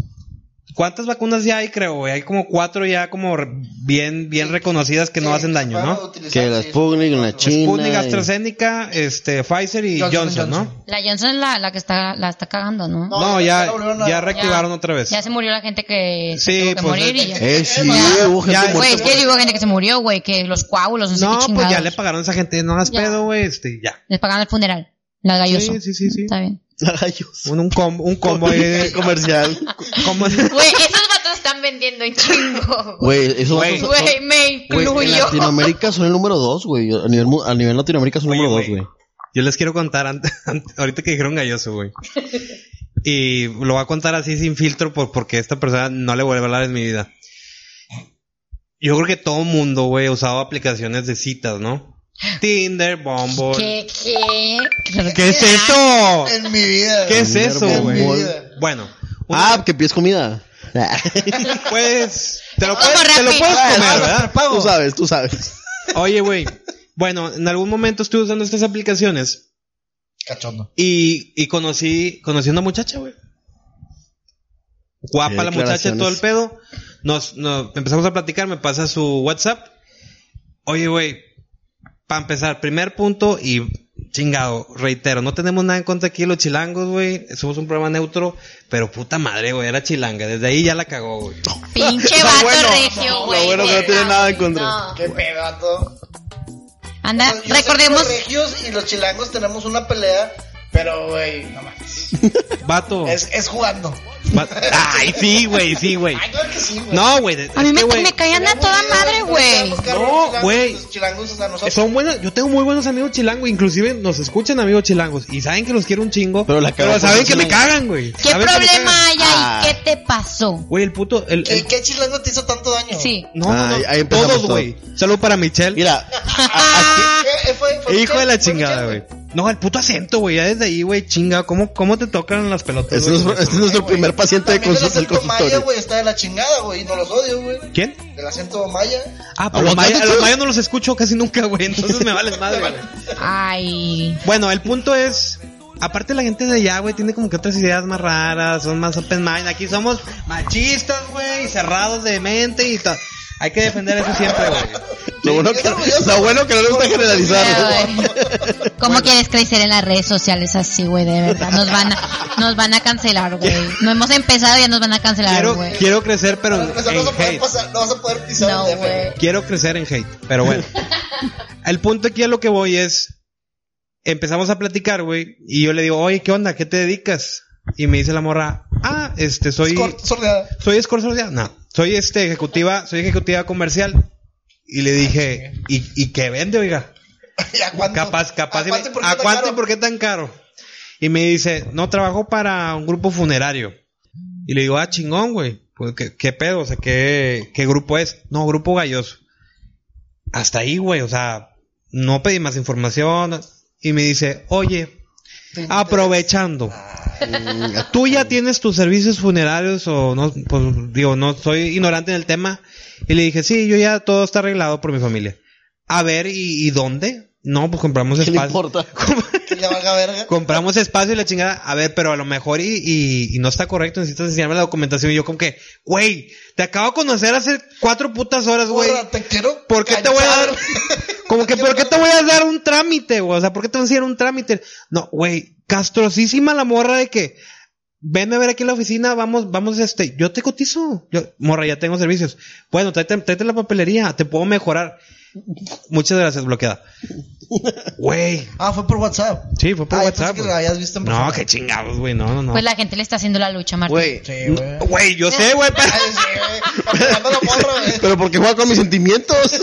Speaker 4: ¿cuántas vacunas ya hay, creo, güey? Hay como cuatro ya como re- bien, bien reconocidas que no hacen daño, ¿no?
Speaker 1: Que la Sputnik, la China.
Speaker 4: Sputnik,
Speaker 1: y-
Speaker 4: AstraZeneca, este, Pfizer y Johnson,
Speaker 5: Johnson,
Speaker 4: ¿no?
Speaker 5: Johnson.
Speaker 2: La Johnson es la, la que está, la está cagando, ¿no?
Speaker 3: No,
Speaker 4: No,
Speaker 3: ya
Speaker 4: ya,
Speaker 3: la volvieron a-
Speaker 4: ya reactivaron
Speaker 2: Ya-
Speaker 4: otra vez.
Speaker 2: Ya se murió la gente que se
Speaker 4: Sí,
Speaker 2: tuvo que
Speaker 4: pues,
Speaker 2: morir y
Speaker 4: es-
Speaker 2: ya.
Speaker 1: Eh, sí,
Speaker 4: Ya,
Speaker 1: hubo gente
Speaker 4: ya,
Speaker 1: muerta.
Speaker 2: Güey, es que digo gente que se murió, güey, que los coágulos, no sé
Speaker 4: No,
Speaker 2: qué
Speaker 4: pues
Speaker 2: chingados.
Speaker 4: ya le pagaron a esa gente, no hagas
Speaker 2: Ya.
Speaker 4: pedo, güey, este, ya.
Speaker 2: Les pagaron el funeral. La galloso.
Speaker 4: Sí, sí, sí, sí.
Speaker 2: Está bien.
Speaker 1: Rayos.
Speaker 4: Un, un combo, un combo ahí de-
Speaker 1: comercial.
Speaker 4: como-
Speaker 2: Güey, esos vatos están vendiendo un chingo.
Speaker 1: Güey, eso
Speaker 4: Güey.
Speaker 2: Güey, me
Speaker 1: Güey, en
Speaker 2: incluyo.
Speaker 1: Latinoamérica son el número dos, güey. A nivel, mu- a nivel Latinoamérica son el
Speaker 4: Oye,
Speaker 1: número dos,
Speaker 4: güey.
Speaker 1: güey.
Speaker 4: Yo les quiero contar antes, ahorita que dijeron galloso, güey. Y lo voy a contar así sin filtro por, porque esta persona no le vuelve a hablar en mi vida. Yo creo que todo mundo, güey, ha usado aplicaciones de citas, ¿no? Tinder, Bumble.
Speaker 2: ¿Qué? ¿Qué?
Speaker 4: ¿Qué es eso?
Speaker 5: En mi vida.
Speaker 4: ¿Qué es
Speaker 1: Tinder,
Speaker 4: eso,
Speaker 1: Bumble.
Speaker 4: güey?
Speaker 5: vida.
Speaker 4: Bueno. una-
Speaker 1: Ah, que pides comida.
Speaker 4: Pues, te lo
Speaker 2: Como
Speaker 4: puedes, te lo
Speaker 2: Rappi.
Speaker 4: puedes comer,
Speaker 5: Ah,
Speaker 4: ¿verdad?
Speaker 5: pago.
Speaker 1: Tú sabes, tú sabes.
Speaker 4: Oye, güey. Bueno, en algún momento estuve usando estas aplicaciones
Speaker 5: Cachondo.
Speaker 4: y, y conocí, conocí a una muchacha, güey. Guapa
Speaker 1: Qué
Speaker 4: la muchacha, todo el
Speaker 1: declaraciones.
Speaker 4: pedo. Nos, nos empezamos a platicar, me pasa su WhatsApp. Oye, güey, para empezar, primer punto y chingado, reitero, no tenemos nada en contra aquí de los chilangos, güey. Somos un programa neutro, pero puta madre, güey, era chilanga. Desde ahí ya la cagó, güey.
Speaker 2: Pinche
Speaker 1: Lo
Speaker 2: vato
Speaker 1: bueno,
Speaker 2: regio,
Speaker 1: lo
Speaker 2: güey.
Speaker 1: bueno que no tiene nada en contra.
Speaker 2: No.
Speaker 3: ¿Qué pedazo?
Speaker 2: Anda,
Speaker 3: Yo sé que
Speaker 2: recordemos.
Speaker 3: los regios y los chilangos tenemos una pelea, pero, güey, no mames.
Speaker 4: Vato.
Speaker 3: Es, es jugando.
Speaker 4: Va- Ay, sí, güey, sí, güey.
Speaker 3: Ay, claro que sí, güey.
Speaker 4: No, güey. es
Speaker 2: A mí me,
Speaker 4: que, güey,
Speaker 2: me caían a
Speaker 3: Tenemos
Speaker 2: toda
Speaker 3: videos
Speaker 2: madre,
Speaker 3: de
Speaker 2: güey.
Speaker 3: los carros
Speaker 4: No,
Speaker 3: chilangos,
Speaker 4: güey.
Speaker 3: los chilangos a nosotros.
Speaker 4: Son buenos, yo tengo muy buenos amigos chilangos, inclusive nos escuchan amigos chilangos y saben que los quiero un chingo,
Speaker 1: Pero
Speaker 4: pero,
Speaker 1: la cagó por
Speaker 4: saben
Speaker 1: ser
Speaker 4: que me
Speaker 1: chilango.
Speaker 4: cagan, güey.
Speaker 2: ¿Qué
Speaker 4: Saben que me
Speaker 2: problema
Speaker 4: cagan.
Speaker 2: hay ahí?
Speaker 1: Ah.
Speaker 2: ¿Qué te pasó?
Speaker 4: Güey, el puto, el,
Speaker 3: ¿Qué,
Speaker 4: el-
Speaker 3: ¿Qué chilango te hizo tanto daño?
Speaker 2: Sí.
Speaker 4: no, no, no,
Speaker 1: Ay, ahí empezamos
Speaker 4: todos,
Speaker 1: todo.
Speaker 4: güey. Saludo para Michelle.
Speaker 1: Mira,
Speaker 3: ¿Qué? ¿Fue, fue
Speaker 4: Hijo de la
Speaker 3: Michelle? ¿Fue
Speaker 4: chingada,
Speaker 3: Michelle,
Speaker 4: güey. No, el puto acento, güey, ya desde ahí, güey, chinga, ¿cómo, cómo te tocan las pelotas?
Speaker 1: este es
Speaker 4: güey?
Speaker 1: nuestro, este es nuestro
Speaker 3: güey.
Speaker 1: primer paciente de
Speaker 3: También el
Speaker 1: consulta del
Speaker 3: acento maya,
Speaker 1: consultorio.
Speaker 3: güey, está de la chingada, güey, y no los odio, güey.
Speaker 4: ¿Quién?
Speaker 3: El acento maya.
Speaker 4: Ah, pues los
Speaker 1: Aguacate,
Speaker 4: mayas, a los
Speaker 1: tú.
Speaker 4: mayas no los escucho casi nunca, güey, entonces me valen madre, güey.
Speaker 2: Ay.
Speaker 4: Bueno, el punto es, aparte la gente de allá, güey, tiene como que otras ideas más raras, son más open mind. Aquí somos machistas, güey, cerrados de mente y tal. Hay que defender eso siempre, güey.
Speaker 1: Lo bueno que, lo bueno que no le gusta generalizar.
Speaker 2: Ya, güey. ¿Cómo quieres crecer en las redes sociales así, güey? De verdad, nos van a, nos van a cancelar, güey. No hemos empezado y ya nos van a cancelar,
Speaker 4: Quiero,
Speaker 2: güey.
Speaker 4: quiero crecer, pero
Speaker 3: O sea,
Speaker 4: en
Speaker 3: no, vas a poder
Speaker 4: hate.
Speaker 3: pasar, no vas a poder pisar
Speaker 2: No,
Speaker 3: el D M,
Speaker 2: güey.
Speaker 4: Quiero crecer en hate, pero bueno. El punto aquí a lo que voy es, empezamos a platicar, güey, y yo le digo, oye, ¿qué onda? ¿Qué te dedicas? Y me dice la morra, ah, este, soy...
Speaker 3: Escort- sordeada.
Speaker 4: ¿Soy escort social? No. Soy este ejecutiva, soy ejecutiva comercial. Y le dije, ¿y, y qué vende, oiga?
Speaker 3: ¿Y a cuánto?
Speaker 4: Capaz, capaz.
Speaker 3: ¿A
Speaker 4: y me-
Speaker 3: cuánto y por qué
Speaker 4: ¿A
Speaker 3: tan
Speaker 4: cuánto
Speaker 3: caro?
Speaker 4: y por qué tan caro? Y me dice, no, trabajo para un grupo funerario. Y le digo, ah, chingón, güey. Pues, ¿qué, qué pedo? O sea, ¿qué, ¿qué grupo es? No, Grupo Galloso. Hasta ahí, güey. O sea, no pedí más información. Y me dice, oye, aprovechando. Tú ya tienes tus servicios funerarios o no, pues digo, no soy ignorante en el tema. Y le dije, sí, yo ya todo está arreglado por mi familia. A ver, ¿y, y dónde? No, pues compramos
Speaker 1: ¿Qué le
Speaker 4: espacio.
Speaker 1: importa?
Speaker 3: Que le valga verga.
Speaker 4: Compramos espacio y la chingada. A ver, pero a lo mejor y, y, y no está correcto, necesitas enseñarme la documentación. Y yo como que, güey, te acabo de conocer hace cuatro putas horas, güey.
Speaker 3: Porra, te quiero
Speaker 4: ¿Por qué te voy a dar?
Speaker 3: cachar.
Speaker 4: Como que, ¿por qué te voy a dar un trámite, güey? O sea, ¿por qué te voy a enseñar un trámite? No, güey, castrosísima la morra de que, venme a ver aquí en la oficina, vamos, vamos, este, yo te cotizo. Yo, morra, ya tengo servicios. Bueno, tráete, tráete la papelería, te puedo mejorar. Muchas gracias, bloqueada. Güey.
Speaker 3: Ah, fue por WhatsApp.
Speaker 4: Sí, fue por
Speaker 3: Ah, yo
Speaker 4: WhatsApp.
Speaker 3: pensé que
Speaker 4: güey.
Speaker 3: lo habías visto en persona.
Speaker 4: No, qué chingados, güey, no, no, no.
Speaker 2: Pues la gente le está haciendo la lucha, Martín.
Speaker 1: Güey,
Speaker 3: Sí, güey.
Speaker 4: Güey, yo sé, güey, pero...
Speaker 3: Ay, sí, güey. Apoyando la morra, güey.
Speaker 1: pero porque juega con mis sentimientos.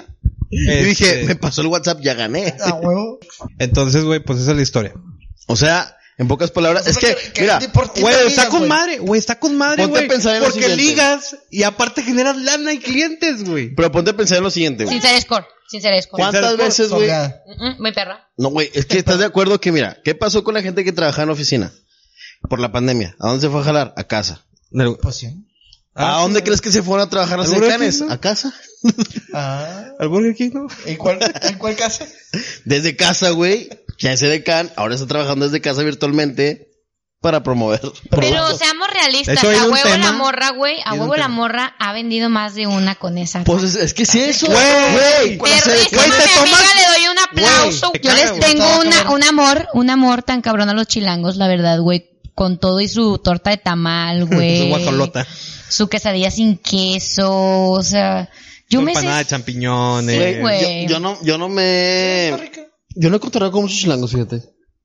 Speaker 1: Y
Speaker 4: Este,
Speaker 1: dije, me pasó el WhatsApp, ya gané.
Speaker 3: A huevo.
Speaker 4: Entonces, güey, pues esa es la historia.
Speaker 1: O sea, en pocas palabras,
Speaker 3: O
Speaker 1: es
Speaker 3: sea,
Speaker 1: que,
Speaker 3: que-
Speaker 1: mira,
Speaker 3: que por ti
Speaker 4: Güey,
Speaker 3: terminas,
Speaker 4: está con
Speaker 3: güey.
Speaker 4: madre, güey, está con madre,
Speaker 1: Ponte a
Speaker 4: güey.
Speaker 1: pensar en lo
Speaker 4: Porque
Speaker 1: siguiente.
Speaker 4: ligas y aparte generas lana y clientes, güey.
Speaker 1: pero ponte a pensar en lo siguiente, güey.
Speaker 2: Sin ser score. Sin ser score.
Speaker 1: ¿Cuántas
Speaker 4: Sincero,
Speaker 1: veces, güey?
Speaker 3: Sordeada.
Speaker 2: Mm, mm, Muy perra.
Speaker 1: No, güey, es que estás de acuerdo que, mira, ¿qué pasó con la gente que trabajaba en la oficina? Por la pandemia. ¿A dónde se fue a jalar? A casa.
Speaker 3: Pues sí.
Speaker 1: ¿A dónde crees que se fueron a trabajar los
Speaker 4: ¿Al Burger
Speaker 1: decanes?
Speaker 4: King, no?
Speaker 1: ¿A casa?
Speaker 3: Ah.
Speaker 4: ¿Al Burger King, no?
Speaker 3: ¿En cuál, en cuál casa?
Speaker 1: Desde casa, güey. Ya ese decán ahora está trabajando desde casa virtualmente para promover.
Speaker 2: Pero
Speaker 1: productos.
Speaker 2: seamos realistas.
Speaker 4: De hecho, hay
Speaker 2: A
Speaker 4: un
Speaker 2: huevo
Speaker 4: tema-
Speaker 2: la morra, güey. A
Speaker 4: hay un
Speaker 2: huevo la
Speaker 4: tema.
Speaker 2: morra ha vendido más de una con esa.
Speaker 1: Pues es, es que sí, eso.
Speaker 4: Güey,
Speaker 1: Con la sede-
Speaker 2: Perrísima,
Speaker 4: güey, te
Speaker 2: mi
Speaker 4: tomas-
Speaker 2: amiga, le doy un aplauso.
Speaker 4: Güey, te
Speaker 2: Yo
Speaker 4: caga,
Speaker 2: les
Speaker 4: güey.
Speaker 2: tengo
Speaker 3: Está
Speaker 2: una,
Speaker 3: cabrón.
Speaker 2: un amor, un amor tan cabrón a los chilangos, la verdad, güey. Con todo y su torta de tamal, güey.
Speaker 4: Su guajolota.
Speaker 2: Su quesadilla sin queso, o sea, yo
Speaker 4: Su
Speaker 2: me sé.
Speaker 4: empanada de champiñones.
Speaker 2: Sí, güey.
Speaker 1: Yo, yo no, yo no me.
Speaker 3: Está rica.
Speaker 1: Yo no he contratado con muchos chilangos, fíjate.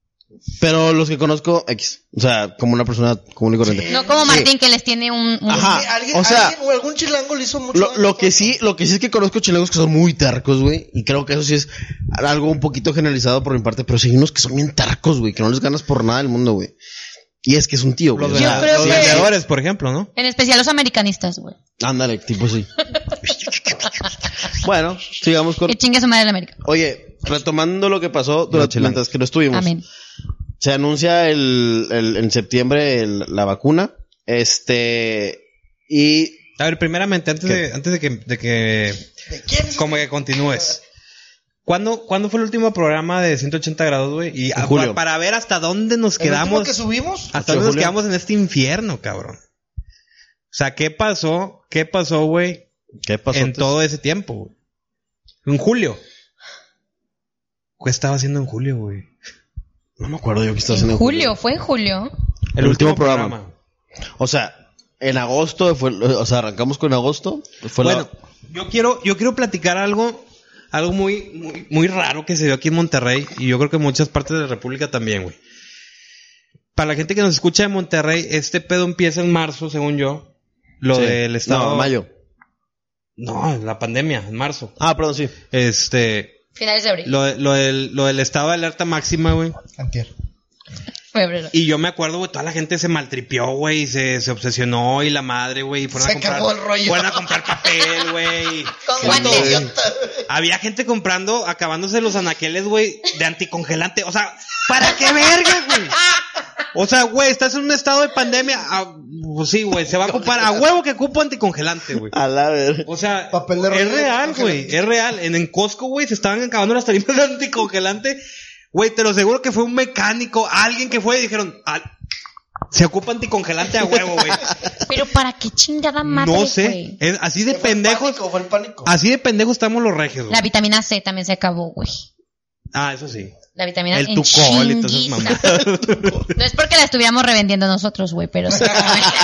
Speaker 1: Pero los que conozco, X. O sea, como una persona común y corriente.
Speaker 2: No como
Speaker 1: Sí.
Speaker 2: Martín que les tiene un, un-
Speaker 1: Ajá.
Speaker 3: Sí, alguien,
Speaker 1: o sea,
Speaker 3: alguien o algún chilango le hizo mucho
Speaker 1: Lo,
Speaker 3: daño.
Speaker 1: lo que sí, lo que sí es que conozco chilangos que son muy tercos, güey. Y creo que eso sí es algo un poquito generalizado por mi parte. Pero sí hay unos que son bien tercos, güey. Que no les ganas por nada del mundo, güey. Y es que es un tío, güey.
Speaker 4: Los,
Speaker 1: O
Speaker 2: Yo
Speaker 1: sea,
Speaker 2: creo
Speaker 4: los
Speaker 2: que-
Speaker 4: vendedores, por ejemplo, ¿no?
Speaker 2: en especial los americanistas, güey.
Speaker 1: ándale, tipo sí. Bueno, sigamos con...
Speaker 2: Que chingue su madre la América.
Speaker 1: Oye, retomando lo que pasó durante,
Speaker 4: chilangos.
Speaker 1: mientras que lo estuvimos.
Speaker 2: Amén.
Speaker 1: Se anuncia el, el- en septiembre el- la vacuna. Este... Y...
Speaker 4: A ver, primeramente, antes
Speaker 1: ¿Qué?
Speaker 4: de, antes de que, de que,
Speaker 3: ¿De quién es?
Speaker 4: como que continúes. ¿Cuándo, ¿Cuándo fue el último programa de ciento ochenta grados, güey? Y a-
Speaker 1: julio.
Speaker 4: para ver hasta dónde nos
Speaker 3: ¿El último
Speaker 4: quedamos,
Speaker 3: que subimos?
Speaker 4: hasta
Speaker 1: ocho de
Speaker 4: dónde nos
Speaker 1: julio.
Speaker 4: quedamos en este infierno, cabrón. O sea, ¿qué pasó? ¿Qué pasó, güey?
Speaker 1: ¿Qué pasó?
Speaker 4: En
Speaker 1: antes?
Speaker 4: todo ese tiempo, güey. En julio. ¿Qué estaba haciendo en julio, güey?
Speaker 1: No me acuerdo yo qué estaba
Speaker 2: En
Speaker 1: haciendo.
Speaker 2: julio, fue en julio.
Speaker 1: El último programa. O sea, en agosto fue... O sea, arrancamos con agosto. Fue la-
Speaker 4: Bueno, yo quiero, yo quiero platicar algo, algo muy, muy, muy raro que se dio aquí en Monterrey y yo creo que en muchas partes de la República también, güey. para la gente que nos escucha de Monterrey, este pedo empieza en marzo, según yo. Lo
Speaker 1: Sí.
Speaker 4: del estado...
Speaker 1: No, mayo.
Speaker 4: No, la pandemia, en marzo.
Speaker 1: Ah, perdón, sí.
Speaker 4: Este...
Speaker 2: Finales de abril.
Speaker 4: Lo, de- lo, del, lo del estado de alerta máxima, güey.
Speaker 5: Antier.
Speaker 2: Febrero.
Speaker 4: Y yo me acuerdo, güey, toda la gente se maltripió, güey, y se, se obsesionó y la madre, güey, y fueron
Speaker 5: Se
Speaker 4: a comprar,
Speaker 5: acabó el rollo.
Speaker 4: fueron a comprar papel, güey.
Speaker 2: Con
Speaker 1: Sí,
Speaker 2: guantes.
Speaker 1: güey.
Speaker 5: Idiota.
Speaker 4: Había gente comprando, acabándose los anaqueles, güey, de anticongelante. O sea, ¿para qué verga, güey? O sea, güey, estás en un estado de pandemia. Ah, pues sí, güey, se va a ocupar. A huevo que ocupo anticongelante, güey.
Speaker 1: A la ver.
Speaker 4: O sea,
Speaker 5: Papel de
Speaker 4: es
Speaker 5: rollo
Speaker 4: real,
Speaker 5: anticongelante.
Speaker 4: güey, es real. En, en Costco, güey, se estaban acabando las tarimas de anticongelante. Güey, te lo aseguro que fue un mecánico, alguien que fue y dijeron, ah, se ocupa anticongelante a huevo, güey.
Speaker 2: Pero ¿para qué chingada madre,
Speaker 4: No sé,
Speaker 2: güey?
Speaker 4: es así de
Speaker 3: Fue el
Speaker 4: pendejos,
Speaker 3: pánico, fue el pánico.
Speaker 4: así de pendejos estamos los regios, güey.
Speaker 2: La vitamina C también se acabó, güey.
Speaker 4: Ah, eso sí.
Speaker 2: La vitamina
Speaker 4: El
Speaker 2: en
Speaker 4: Tucol y todas esas
Speaker 2: chinguiza.
Speaker 4: mamadas.
Speaker 2: No es porque la estuviéramos revendiendo nosotros, güey, pero sí.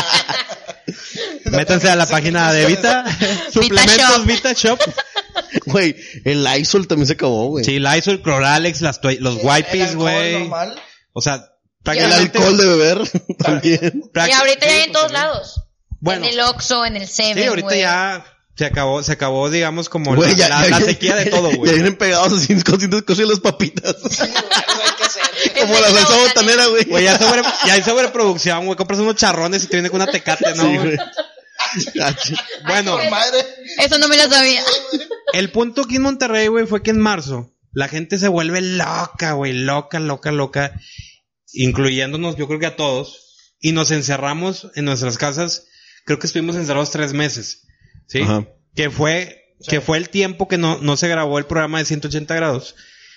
Speaker 4: Métanse a la página de Vita, suplementos
Speaker 2: Shop.
Speaker 4: Vita Shop.
Speaker 1: Güey, el Lysol también se acabó, güey.
Speaker 4: Sí, Lysol, Cloralex, las toi- los
Speaker 3: El- el
Speaker 4: wipes,
Speaker 3: alcohol
Speaker 4: güey.
Speaker 3: normal.
Speaker 4: O sea,
Speaker 1: El
Speaker 4: prácticamente...
Speaker 1: alcohol de beber también.
Speaker 2: Y
Speaker 4: prácti-
Speaker 2: ahorita ya hay en
Speaker 4: sí,
Speaker 2: todos
Speaker 4: pues,
Speaker 2: lados.
Speaker 4: Bueno.
Speaker 2: En el Oxxo, en el Seven,
Speaker 4: Sí, ahorita
Speaker 2: güey.
Speaker 4: ya se acabó, se acabó, digamos, como
Speaker 1: Güey,
Speaker 4: la,
Speaker 1: ya,
Speaker 4: la-
Speaker 1: ya-
Speaker 4: la
Speaker 1: ya-
Speaker 4: sequía de todo,
Speaker 1: Ya
Speaker 4: güey.
Speaker 1: vienen pegados así cositas cositas las papitas.
Speaker 3: Sí, güey, eso hay que hacer.
Speaker 1: Como
Speaker 2: Es
Speaker 1: la
Speaker 2: de
Speaker 1: salsa
Speaker 2: botanera.
Speaker 1: botanera, güey.
Speaker 4: Güey, ya, sobre, ya hay sobreproducción, güey. Compras unos charrones y te viene con una tecate, ¿no?
Speaker 1: Sí,
Speaker 4: güey?
Speaker 1: güey. Ah, ch-
Speaker 4: Bueno,
Speaker 3: Madre.
Speaker 2: Eso no me lo sabía.
Speaker 4: el punto aquí en Monterrey, güey, fue que en marzo la gente se vuelve loca, güey. Loca, loca, loca. Incluyéndonos, yo creo que a todos. Y nos encerramos en nuestras casas. Creo que estuvimos encerrados tres meses. ¿Sí?
Speaker 1: Ajá.
Speaker 4: Que fue, que fue el tiempo que no, no se grabó el programa de ciento ochenta grados.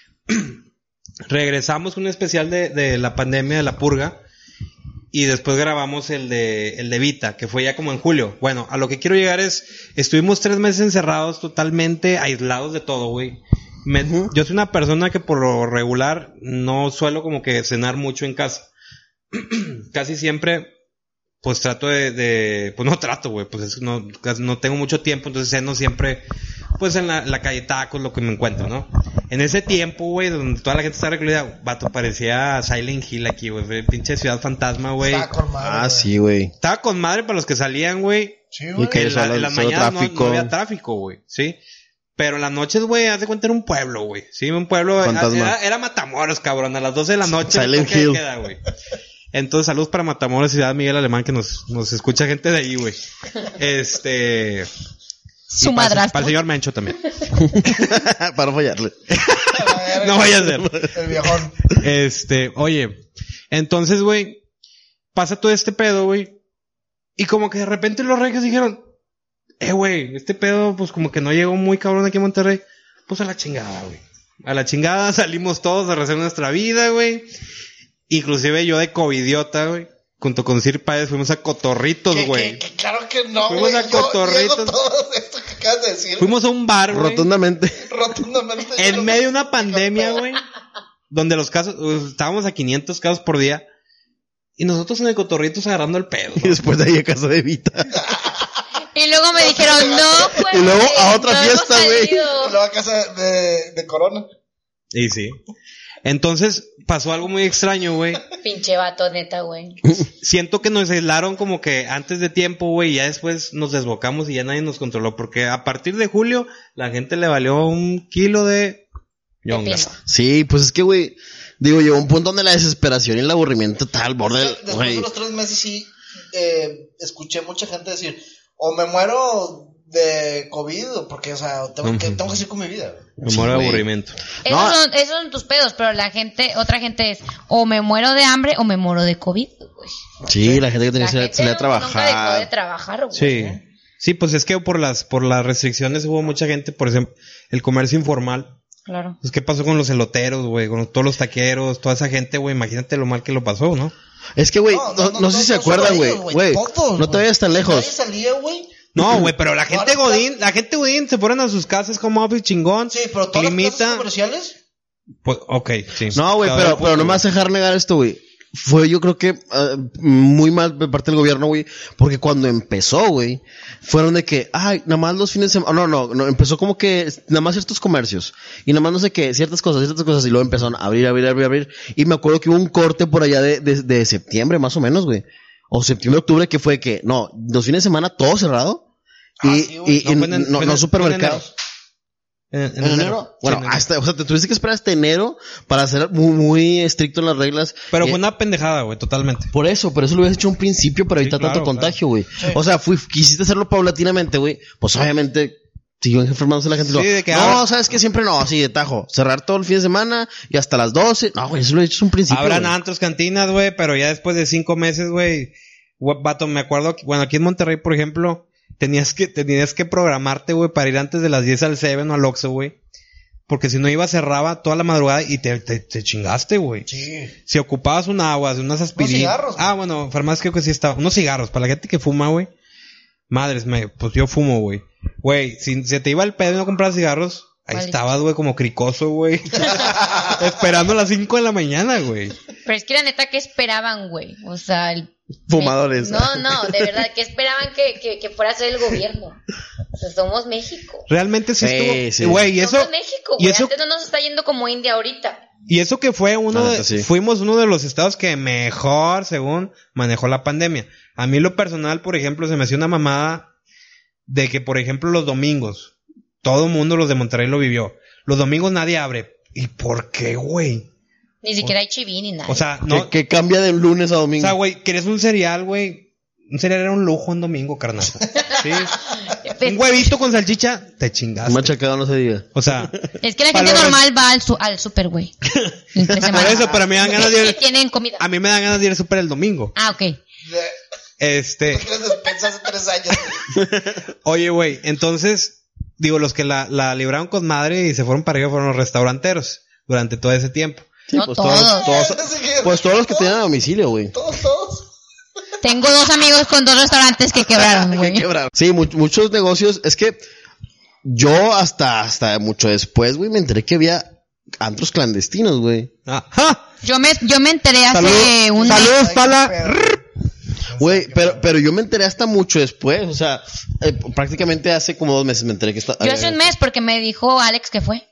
Speaker 4: Regresamos con un especial de, de la pandemia, de la purga. Y después grabamos el de, el de Vita, que fue ya como en julio. Bueno, a lo que quiero llegar es, estuvimos tres meses encerrados, totalmente aislados de todo, güey. Me-
Speaker 1: Ujú.
Speaker 4: Yo soy una persona que por lo regular no suelo como que cenar mucho en casa. Casi siempre, pues trato de, de pues no trato, güey, pues es- no, casi no tengo mucho tiempo, entonces ceno siempre, pues en la, la calle tacos, lo que me encuentro, ¿no? En ese tiempo, güey, donde toda la gente está recluida, vato, parecía Silent Hill aquí, güey, fue pinche ciudad fantasma, güey.
Speaker 5: Está con madre,
Speaker 1: Ah,
Speaker 5: güey.
Speaker 1: sí, güey.
Speaker 4: Estaba con madre para los que salían, güey.
Speaker 5: Sí,
Speaker 1: Y
Speaker 5: güey.
Speaker 1: que-
Speaker 4: En, la-
Speaker 1: solo-
Speaker 4: en las
Speaker 1: solo
Speaker 4: mañanas no,
Speaker 1: tráfico.
Speaker 4: no había tráfico, güey, ¿sí? Pero en las noches, güey, haz de cuenta era un pueblo, güey. Sí, un pueblo.
Speaker 1: Fantasma.
Speaker 4: Era, era Matamoros, cabrón. A las doce de la noche.
Speaker 1: Silent
Speaker 4: toque de
Speaker 1: Hill.
Speaker 4: queda, güey. Entonces, saludos para Matamoros, Ciudad Miguel Alemán, que nos, nos escucha gente de ahí, güey. Este.
Speaker 2: Su
Speaker 4: y para,
Speaker 2: madrastra.
Speaker 4: para el señor Mencho también.
Speaker 1: Para fallarle.
Speaker 4: No vaya a ser.
Speaker 5: El viejón.
Speaker 4: Este, oye. Entonces, güey, pasa todo este pedo, güey. Y como que de repente los regios dijeron, eh, güey, este pedo, pues como que no llegó muy cabrón aquí en Monterrey. Pues a la chingada, güey. A la chingada salimos todos a rehacer nuestra vida, güey. Inclusive yo de covidiota, güey. Junto con Sir Páez fuimos a Cotorritos,
Speaker 3: Que-
Speaker 4: güey.
Speaker 3: que- que claro que no,
Speaker 4: Fuimos
Speaker 3: güey.
Speaker 4: a
Speaker 3: Yo
Speaker 4: Cotorritos.
Speaker 3: niego todo esto que acabas de decir.
Speaker 4: Fuimos a un bar, güey.
Speaker 1: Rotundamente.
Speaker 3: Rotundamente. yo
Speaker 4: En
Speaker 3: no-
Speaker 4: medio de una pandemia, güey. Donde los casos, uh, estábamos a quinientos casos por día. Y nosotros en el Cotorritos agarrando el pedo,
Speaker 1: Y
Speaker 4: ¿no?
Speaker 1: después de ahí a casa de Vita.
Speaker 2: Y luego me dijeron, no, güey.
Speaker 1: Y luego a otra
Speaker 2: no hemos
Speaker 1: fiesta, güey.
Speaker 2: salido".
Speaker 3: Y luego a casa de, de Corona.
Speaker 4: Y sí. Entonces, pasó algo muy extraño, güey.
Speaker 2: Pinche vato, neta, güey.
Speaker 4: Siento que nos aislaron como que antes de tiempo, güey, y ya después nos desbocamos y ya nadie nos controló, porque a partir de julio la gente le valió un kilo de yonga.
Speaker 2: pino.
Speaker 1: Sí, pues es que, güey, digo, llegó un punto donde la desesperación y el aburrimiento está al borde del,
Speaker 3: Después
Speaker 1: güey.
Speaker 3: de los tres meses sí eh, escuché mucha gente decir, o me muero de COVID, o porque, o sea, tengo que,
Speaker 4: Ujú.
Speaker 3: tengo que seguir con mi vida. güey.
Speaker 4: Me muero de
Speaker 1: güey.
Speaker 4: aburrimiento.
Speaker 2: Esos,
Speaker 1: No.
Speaker 2: son, esos son tus pedos, pero la gente, otra gente es, o me muero de hambre o me muero de COVID, güey.
Speaker 1: Sí, la gente que tenía
Speaker 2: La
Speaker 1: que
Speaker 2: gente
Speaker 1: salir a
Speaker 2: no- nunca dejó de
Speaker 1: trabajar.
Speaker 2: trabajar, güey.
Speaker 4: Sí. Sí, pues es que por las por las restricciones hubo mucha gente, por ejemplo, el comercio informal.
Speaker 2: Claro.
Speaker 4: Pues, ¿qué pasó con los eloteros, güey? Con todos los taqueros, toda esa gente, güey. Imagínate lo mal que lo pasó, ¿no?
Speaker 1: Es que, güey,
Speaker 3: No,
Speaker 1: no,
Speaker 3: no,
Speaker 1: no,
Speaker 3: no,
Speaker 1: sé si
Speaker 3: no,
Speaker 1: se
Speaker 3: no
Speaker 1: acuerdan,
Speaker 3: solo
Speaker 1: güey.
Speaker 3: ellos,
Speaker 1: Güey,
Speaker 3: todos,
Speaker 1: no te
Speaker 3: güey.
Speaker 1: vayas tan lejos.
Speaker 3: Nadie salía, güey.
Speaker 4: No, güey, pero la
Speaker 3: No,
Speaker 4: gente
Speaker 3: no,
Speaker 4: godín, la gente godín se fueron a sus casas como office chingón.
Speaker 3: Sí, pero todas las
Speaker 4: climita.
Speaker 3: plazas comerciales.
Speaker 4: Pues, ok, sí.
Speaker 1: No, güey,
Speaker 4: Todavía
Speaker 1: pero,
Speaker 4: puedo,
Speaker 1: pero no me
Speaker 4: güey.
Speaker 1: vas a dejar negar esto, güey. fue yo creo que uh, muy mal de parte del gobierno, güey, porque cuando empezó, güey, fueron de que, ay, nada más los fines de semana, no, no, no, empezó como que nada más ciertos comercios, y nada más no sé qué, ciertas cosas, ciertas cosas, y luego empezaron a abrir, abrir, abrir, abrir, y me acuerdo que hubo un corte por allá de, de, de septiembre, más o menos, güey, o septiembre, octubre, que fue que, no, los fines de semana todo cerrado, y,
Speaker 5: Ah, sí, güey.
Speaker 1: y,
Speaker 4: No,
Speaker 1: y
Speaker 4: fue en-
Speaker 1: no,
Speaker 4: fue en-
Speaker 1: no
Speaker 4: fue
Speaker 1: supermercados.
Speaker 4: En, en
Speaker 1: ¿En enero?
Speaker 4: enero.
Speaker 1: Bueno,
Speaker 4: Sí, en enero.
Speaker 1: hasta, o sea, te tuviste que esperar hasta enero para ser muy, muy estricto en las reglas.
Speaker 4: Pero
Speaker 1: Eh,
Speaker 4: fue una pendejada, güey, totalmente.
Speaker 1: Por eso, por eso lo hubieras hecho un principio para
Speaker 4: Sí,
Speaker 1: evitar
Speaker 4: claro,
Speaker 1: tanto
Speaker 4: claro.
Speaker 1: contagio, güey. O sea, fui, quisiste hacerlo paulatinamente, güey. Pues obviamente siguió enfermándose la gente. y
Speaker 4: Sí,
Speaker 1: luego,
Speaker 4: de que
Speaker 1: no,
Speaker 4: ahora-
Speaker 1: sabes que siempre no, así de tajo. Cerrar todo el fin de semana y hasta las doce. No, güey, eso lo he hecho desde un principio.
Speaker 4: Habrán
Speaker 1: güey.
Speaker 4: antros, cantinas, güey, pero ya después de cinco meses, güey, güey, vato, me acuerdo, que- bueno, aquí en Monterrey, por ejemplo, tenías que, tenías que programarte, güey, para ir antes de las diez al Seven o al Oxxo, güey. Porque si no iba, cerraba toda la madrugada y te, te, te chingaste, güey.
Speaker 5: Sí.
Speaker 4: Si ocupabas un agua, unas aspirinas.
Speaker 5: cigarros, güey.
Speaker 4: Ah, bueno, farmacia creo que sí estaba. Unos cigarros, para la gente que fuma, güey. Madres, me, pues yo fumo, güey. Güey, si se te iba el pedo y no comprabas cigarros, ahí
Speaker 2: Vale.
Speaker 4: estabas, güey, como cricoso, güey. Esperando a las cinco de la mañana, güey.
Speaker 2: Pero es que la neta, ¿qué esperaban, güey? O sea, el...
Speaker 1: Fumadores.
Speaker 2: No, no, de verdad, ¿qué esperaban que, que, que fuera a ser el gobierno? O sea, somos México.
Speaker 4: Realmente sí
Speaker 1: Sí,
Speaker 4: estuvo.
Speaker 1: sí.
Speaker 4: Güey, y eso.
Speaker 2: Somos México,
Speaker 4: y
Speaker 2: güey.
Speaker 4: eso-
Speaker 2: Antes no nos está yendo como India ahorita.
Speaker 4: Y eso que fue uno
Speaker 1: La
Speaker 4: de,
Speaker 1: neta, sí.
Speaker 4: fuimos uno de los estados que mejor, según, manejó la pandemia. A mí lo personal, por ejemplo, se me hacía una mamada de que, por ejemplo, los domingos, todo el mundo, los de Monterrey lo vivió. Los domingos nadie abre. ¿Y por qué, güey?
Speaker 2: Ni siquiera hay chiví ni nada.
Speaker 4: O sea,
Speaker 1: Que,
Speaker 4: no,
Speaker 1: que cambia de lunes a
Speaker 4: o
Speaker 1: domingo.
Speaker 4: sea, güey, querías un cereal, güey. Un cereal era un lujo en domingo, carnal. Sí. Un huevito con salchicha, te chingaste.
Speaker 1: Machacado no se diga.
Speaker 4: O sea,
Speaker 2: Es que la gente
Speaker 4: Valores.
Speaker 2: normal va al, su al super, güey. Entre
Speaker 4: por
Speaker 2: semana.
Speaker 4: eso, pero a mí me dan ganas de
Speaker 2: Y
Speaker 4: ir,
Speaker 2: tienen comida.
Speaker 4: a mí me dan ganas de ir al súper el domingo.
Speaker 2: Ah, ok.
Speaker 4: Este,
Speaker 5: ¿Qué les despensas hace tres años?
Speaker 4: oye, güey, entonces, digo, los que la, la libraron con madre y se fueron para arriba fueron los restauranteros durante todo ese tiempo.
Speaker 1: Sí,
Speaker 2: No
Speaker 1: pues
Speaker 2: todos.
Speaker 1: todos, todos- pues todos los que tenían a domicilio, güey.
Speaker 5: Todos, todos.
Speaker 2: Tengo dos amigos con dos restaurantes que quebraron, güey.
Speaker 1: Quebraron. Sí, mu- muchos negocios. Es que yo hasta, hasta mucho después, güey, me enteré que había antros clandestinos, güey.
Speaker 4: Ajá.
Speaker 2: Yo me, yo me enteré hace
Speaker 4: Salud,
Speaker 2: un
Speaker 4: salud,
Speaker 2: mes.
Speaker 4: pala.
Speaker 1: Güey, pero, pero yo me enteré hasta mucho después, o sea, eh, prácticamente hace como dos meses me enteré que está.
Speaker 2: Yo hace un mes porque me dijo Alex que fue.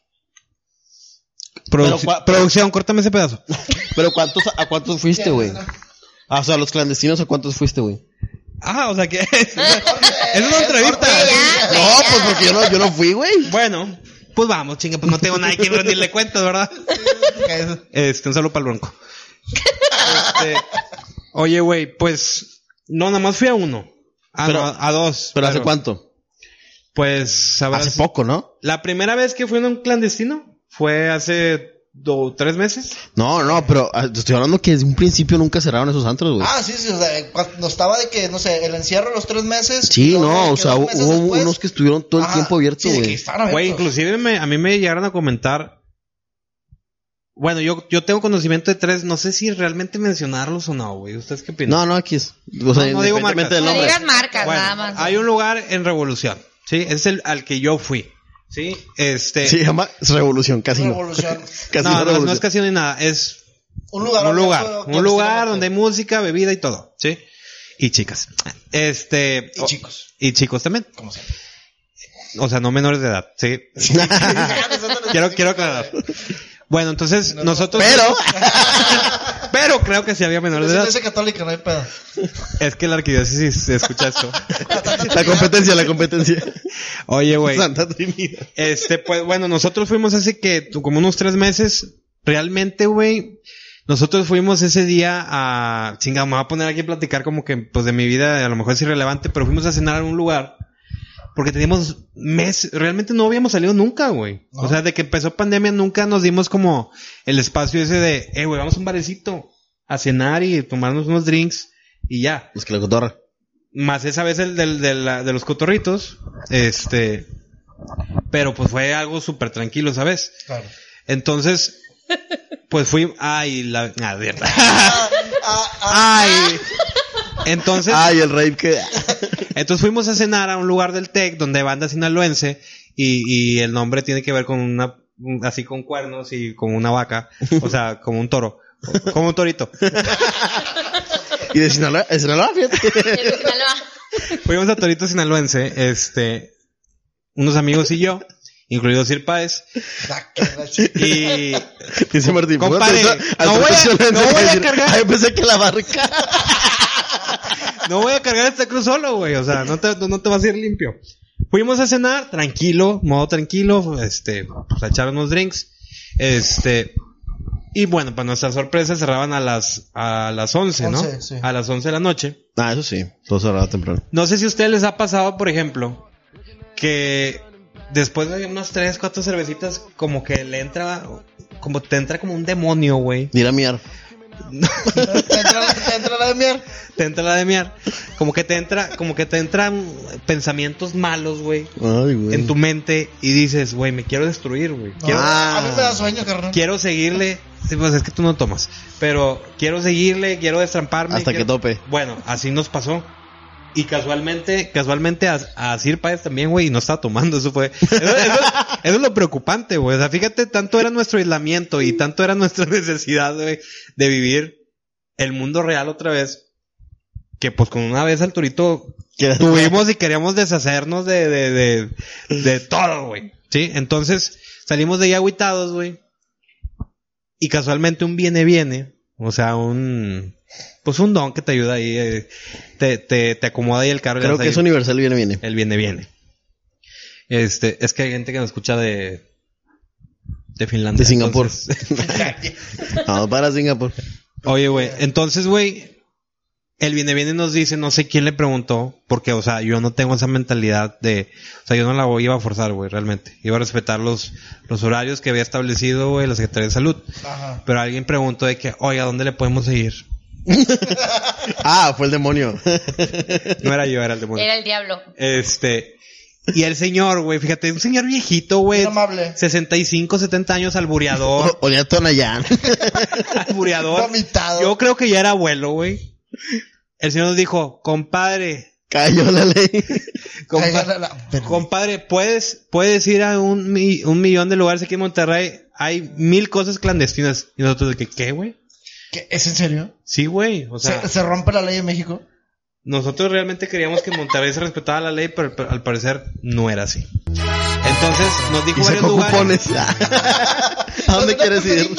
Speaker 4: Produ-
Speaker 1: Pero cua-
Speaker 4: producción, córtame ese pedazo.
Speaker 1: Pero ¿cuántos, a cuántos fuiste, güey? Ah, o sea, los clandestinos, ¿a cuántos fuiste, güey?
Speaker 4: Ah, o sea que. Eso es una entrevista.
Speaker 2: Ya, güey,
Speaker 1: No,
Speaker 2: ya.
Speaker 1: pues porque yo no, yo no fui, güey.
Speaker 4: Bueno, pues vamos, chinga, pues no tengo nadie que rendirle cuentas, ¿verdad? Este, un saludo para el bronco. Este, oye, güey, pues. No, nada más fui a uno. Ah,
Speaker 1: Pero-
Speaker 4: no, a dos.
Speaker 1: ¿Pero hace cuánto?
Speaker 4: Pues, sabrás.
Speaker 1: Hace poco, ¿no?
Speaker 4: La primera vez que fui a un clandestino fue hace do, tres meses.
Speaker 1: No, no, pero ah, te estoy hablando que desde un principio nunca cerraron esos antros, güey.
Speaker 5: Ah, sí, sí, o sea, cuando estaba de que, no sé, el encierro los tres meses. y
Speaker 1: Sí,
Speaker 5: luego de
Speaker 1: no,
Speaker 5: que
Speaker 1: o sea,
Speaker 5: dos
Speaker 1: hubo
Speaker 5: meses después-
Speaker 1: unos que estuvieron todo el
Speaker 5: Ajá,
Speaker 1: tiempo abiertos,
Speaker 5: sí, de que
Speaker 1: güey.
Speaker 5: estaban
Speaker 4: Güey,
Speaker 5: abiertos.
Speaker 4: inclusive me, a mí me llegaron a comentar. Bueno, yo, yo tengo conocimiento de tres, no sé si realmente mencionarlos o no, güey. ¿Ustedes qué opinan?
Speaker 1: No, no, aquí es. O sea,
Speaker 4: No, no digo
Speaker 1: independientemente
Speaker 4: marcas.
Speaker 1: del
Speaker 2: No
Speaker 1: nombre.
Speaker 2: digas marcas,
Speaker 4: Bueno,
Speaker 2: nada más.
Speaker 4: hay un lugar en Revolución, ¿sí? Es el al que yo fui, ¿sí? Este...
Speaker 1: Se llama Revolución, casi no.
Speaker 5: Revolución.
Speaker 1: Casi
Speaker 4: no, no, no
Speaker 1: Revolución.
Speaker 4: es casino ni nada, es
Speaker 5: Un lugar.
Speaker 4: un lugar,
Speaker 5: abierto,
Speaker 4: un lugar
Speaker 5: clandestinamente.
Speaker 4: donde hay música, bebida y todo, ¿sí? Y chicas. Este...
Speaker 5: Y
Speaker 4: o-
Speaker 5: chicos.
Speaker 4: Y chicos también.
Speaker 5: Como sea.
Speaker 4: O sea, no menores de edad, ¿sí? quiero, quiero aclarar. Bueno, entonces, nosotros...
Speaker 1: Pero,
Speaker 4: Pero creo que sí había menores
Speaker 5: Es
Speaker 4: de edad.
Speaker 5: iglesia católica, no hay pedo.
Speaker 4: Es que la arquidiócesis escucha esto.
Speaker 1: la competencia, la competencia.
Speaker 4: Oye, güey.
Speaker 1: Santa Trinidad.
Speaker 4: Este, pues, bueno, nosotros fuimos hace que, como unos tres meses. Realmente, güey, nosotros fuimos ese día a... Chinga, me voy a poner aquí a platicar como que, pues, de mi vida, a lo mejor es irrelevante, pero fuimos a cenar a un lugar. Porque teníamos meses, realmente no habíamos salido nunca, güey.
Speaker 5: ¿No?
Speaker 4: O sea, de que empezó pandemia nunca nos dimos como el espacio ese de, eh, güey, vamos a un barecito a cenar y tomarnos unos drinks y ya.
Speaker 1: Pues que la cotorra.
Speaker 4: Más esa vez el del, de, la- de los cotorritos, este, pero pues fue algo súper tranquilo, ¿sabes?
Speaker 5: Claro.
Speaker 4: Entonces, pues fui, ay, la, ah, mierda.
Speaker 5: Ah, ah, ah.
Speaker 4: Ay, entonces,
Speaker 1: Ay, el rey que...
Speaker 4: entonces fuimos a cenar a un lugar del Tec donde hay banda sinaloense y, y el nombre tiene que ver con una, un- así con cuernos y con una vaca, o sea, como un toro. Como un torito.
Speaker 1: Y de Sinaloa, de Sinaloa, fíjate.
Speaker 2: De Sinaloa.
Speaker 4: Fuimos a Torito Sinaloense, este, unos amigos y yo, incluido Sir Páez, y...
Speaker 1: Dice Martín,
Speaker 4: compadre,
Speaker 1: bueno,
Speaker 4: no voy a, no voy a cargar...
Speaker 1: Ay, pensé que la barca.
Speaker 4: No voy a cargar este cruz solo, güey, o sea, no te, no te vas a ir limpio. Fuimos a cenar, tranquilo, modo tranquilo, este, pues a echar unos drinks, este... Y bueno, para nuestra sorpresa cerraban a las a las once, ¿no?
Speaker 5: once, sí.
Speaker 4: A las once de la noche.
Speaker 1: Ah, eso sí, todo cerrado temprano.
Speaker 4: No sé si a ustedes les ha pasado, por ejemplo, que después de unas tres, cuatro cervecitas, como que le entra, como te entra como un demonio, güey.
Speaker 1: Ir a miar.
Speaker 5: ¿Te entra, la- te entra la de mier?
Speaker 4: Te entra la de miar. Como que te entra, como que te entran pensamientos malos, güey,
Speaker 1: Ay, güey.
Speaker 4: en tu mente y dices, güey, me quiero destruir, güey.
Speaker 5: No,
Speaker 4: Quiero,
Speaker 1: Ah.
Speaker 5: A mí me da sueño, carnal.
Speaker 4: quiero seguirle. Sí, pues es que tú no tomas. Pero quiero seguirle, quiero destramparme.
Speaker 1: Hasta
Speaker 4: quiero-
Speaker 1: que tope.
Speaker 4: Bueno, así nos pasó. Y casualmente, casualmente a, a Sir Páez también, güey, y no estaba tomando, eso fue. Eso, eso- eso es lo preocupante, güey. O sea, fíjate, tanto era nuestro aislamiento y tanto era nuestra necesidad, güey, de vivir el mundo real otra vez. Que pues con una vez al Turito
Speaker 1: Que-
Speaker 4: tuvimos y queríamos deshacernos de, de, de, de todo, güey. ¿Sí? Entonces, salimos de ahí agüitados, güey. Y casualmente un viene viene, o sea, un pues un don que te ayuda ahí, eh, te, te, te acomoda ahí el carro. y
Speaker 1: Creo
Speaker 4: le das
Speaker 1: que
Speaker 4: ahí
Speaker 1: es universal, viene, viene.
Speaker 4: el viene viene. Este, es que hay gente que nos escucha de de Finlandia.
Speaker 1: De Singapur.
Speaker 4: entonces-
Speaker 1: No, para Singapur.
Speaker 4: Oye, güey, entonces, güey, el viene viene nos dice, no sé quién le preguntó, porque, o sea, yo no tengo esa mentalidad de, o sea, yo no la voy, iba a forzar, güey, realmente. Iba a respetar los, los horarios que había establecido, güey, la Secretaría de Salud.
Speaker 5: Ajá.
Speaker 4: Pero alguien preguntó de que, oye, ¿a dónde le podemos seguir?
Speaker 1: Ah, fue el demonio.
Speaker 4: No era yo, era el demonio.
Speaker 2: Era el diablo.
Speaker 4: Este, y el señor, güey, fíjate, un señor viejito, güey.
Speaker 5: Bien amable.
Speaker 4: sesenta y cinco, setenta años, albureador.
Speaker 1: O- Olía a Tonayán.
Speaker 4: albureador.
Speaker 5: Vomitado.
Speaker 4: Yo creo que ya era abuelo, güey. El señor nos dijo, compadre,
Speaker 1: Cayó la ley.
Speaker 4: compa-
Speaker 5: Caiga la- la-
Speaker 4: compadre, puedes, puedes ir a un, mi- un millón de lugares aquí en Monterrey. Hay mil cosas clandestinas. Y nosotros de que, ¿qué, güey?
Speaker 5: ¿Qué? ¿Es en serio?
Speaker 4: Sí, güey. O sea,
Speaker 5: ¿Se, se rompe la ley en México?
Speaker 4: nosotros realmente queríamos que en Monterrey se respetaba la ley, pero, pero al parecer no era así. Entonces nos dijo
Speaker 1: Y
Speaker 4: varios
Speaker 1: sacó
Speaker 4: lugares.
Speaker 1: cupones. ¿A dónde quieres ir?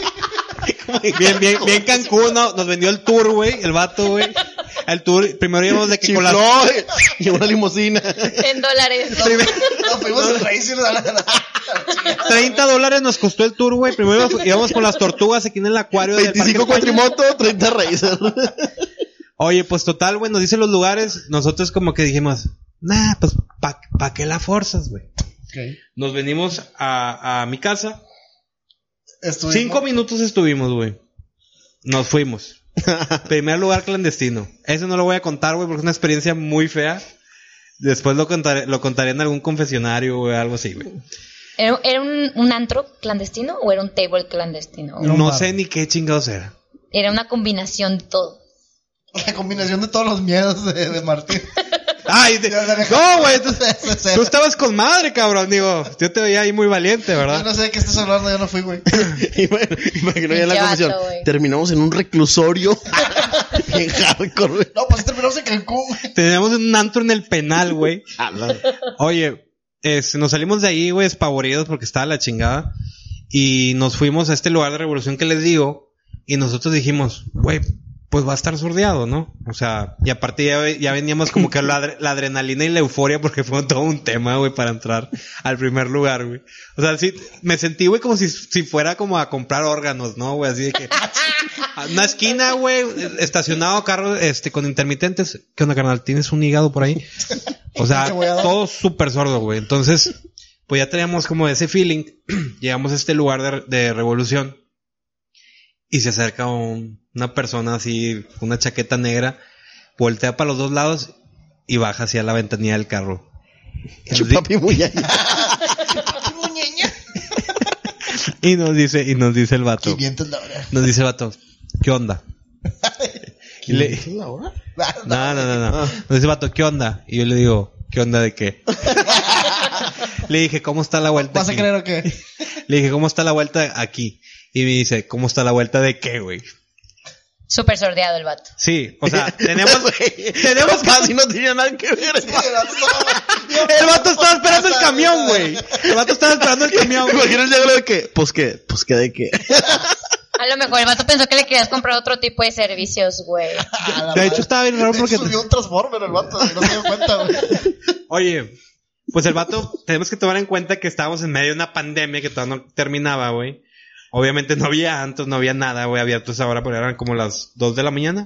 Speaker 4: Bien, bien, bien Cancún, ¿no? Nos vendió el tour, güey, el vato, güey. El tour, primero íbamos de que con las...
Speaker 1: Chifló. Llevó una limusina.
Speaker 2: En dólares.
Speaker 5: Nos fuimos en Racing a la, a la-
Speaker 4: treinta dólares nos costó el tour, güey. Primero íbamos, íbamos con las tortugas aquí en el acuario del
Speaker 1: veinticinco
Speaker 4: Parque España.
Speaker 1: cuatrimoto, treinta raíces.
Speaker 4: Oye, pues total, güey, nos dice los lugares. Nosotros como que dijimos, nah, pues, ¿pa, pa qué la forzas, güey?
Speaker 5: Ok.
Speaker 4: Nos venimos a, a mi casa.
Speaker 5: Estuvimos-
Speaker 4: Cinco minutos estuvimos, güey. Nos fuimos. Primer lugar clandestino. Eso no lo voy a contar, güey, porque es una experiencia muy fea. Después lo contaré, lo contaré en algún confesionario, güey, algo así, güey.
Speaker 2: ¿Era, era un, un antro clandestino o era un table clandestino?
Speaker 5: Era un
Speaker 4: No
Speaker 5: bar.
Speaker 4: sé ni qué chingados era.
Speaker 2: Era una combinación de todo.
Speaker 5: La combinación de todos los miedos de, de Martín.
Speaker 4: Ay, de-
Speaker 5: Ya, dale,
Speaker 4: no, güey, tú,
Speaker 5: ese- ese-
Speaker 4: tú estabas con madre, cabrón, digo, yo te veía ahí muy valiente,
Speaker 5: Yo
Speaker 4: ¿verdad?
Speaker 5: no sé de qué estás hablando, yo no fui, güey.
Speaker 1: Y bueno, imagino ya en la
Speaker 2: Qué
Speaker 1: confesión.
Speaker 2: vato, güey.
Speaker 1: Terminamos en un reclusorio. Bien hardcore, güey.
Speaker 5: No, pues terminamos en Cancún, güey.
Speaker 4: Teníamos un antro en el penal, güey.
Speaker 1: Ah, no.
Speaker 4: Oye, este, nos salimos de ahí, güey, espavoridos porque estaba la chingada. Y nos fuimos a este lugar de revolución que les digo. Y nosotros dijimos, güey, pues va a estar sordeado, ¿no? O sea, y aparte ya, ve- ya veníamos como que la, adre- la adrenalina y la euforia porque fue todo un tema, güey, para entrar al primer lugar, güey. O sea, sí, me sentí, güey, como si, si fuera como a comprar órganos, ¿no, güey? Así de que... a una esquina, güey, estacionado carro, este, con intermitentes. ¿Qué onda, carnal? ¿Tienes un hígado por ahí? O sea,
Speaker 5: Encebollado.
Speaker 4: todo súper sordo, güey. Entonces, pues ya teníamos como ese feeling. Llegamos a este lugar de, de revolución. Y se acerca un- una persona así, con una chaqueta negra, voltea para los dos lados y baja hacia la ventanilla del carro. Y nos, di-
Speaker 1: Papi muy allá.
Speaker 4: y nos dice, y nos dice el vato,
Speaker 5: quinientos la hora.
Speaker 4: nos dice el vato, ¿qué onda? Y le-
Speaker 1: ¿Es la hora?
Speaker 4: No, no, no, no. Nos dice el vato, ¿qué onda? Y yo le digo, ¿qué onda de qué? Le dije, ¿cómo está la vuelta
Speaker 5: ¿Vas a
Speaker 4: aquí?
Speaker 5: creer o qué?
Speaker 4: Le dije, ¿cómo está la vuelta aquí? Y me dice, ¿cómo está la vuelta de qué, güey?
Speaker 2: Súper sordeado el vato.
Speaker 4: Sí, o sea, tenemos... tenemos que...
Speaker 1: Casi no tenía nada que ver.
Speaker 4: El vato estaba esperando el camión, güey. El vato estaba esperando el camión, güey.
Speaker 1: Imagina el diálogo de que, pues qué, pues qué de qué.
Speaker 2: A lo mejor el vato pensó que le querías comprar otro tipo de servicios, güey.
Speaker 4: De hecho, estaba bien raro porque...
Speaker 5: Subió un Transformer el vato, y no se dio cuenta, güey.
Speaker 4: Oye, pues el vato, tenemos que tomar en cuenta que estábamos en medio de una pandemia que todavía no terminaba, güey. Obviamente no había antros, no había nada, güey, abiertos ahora, pero eran como las dos de la mañana.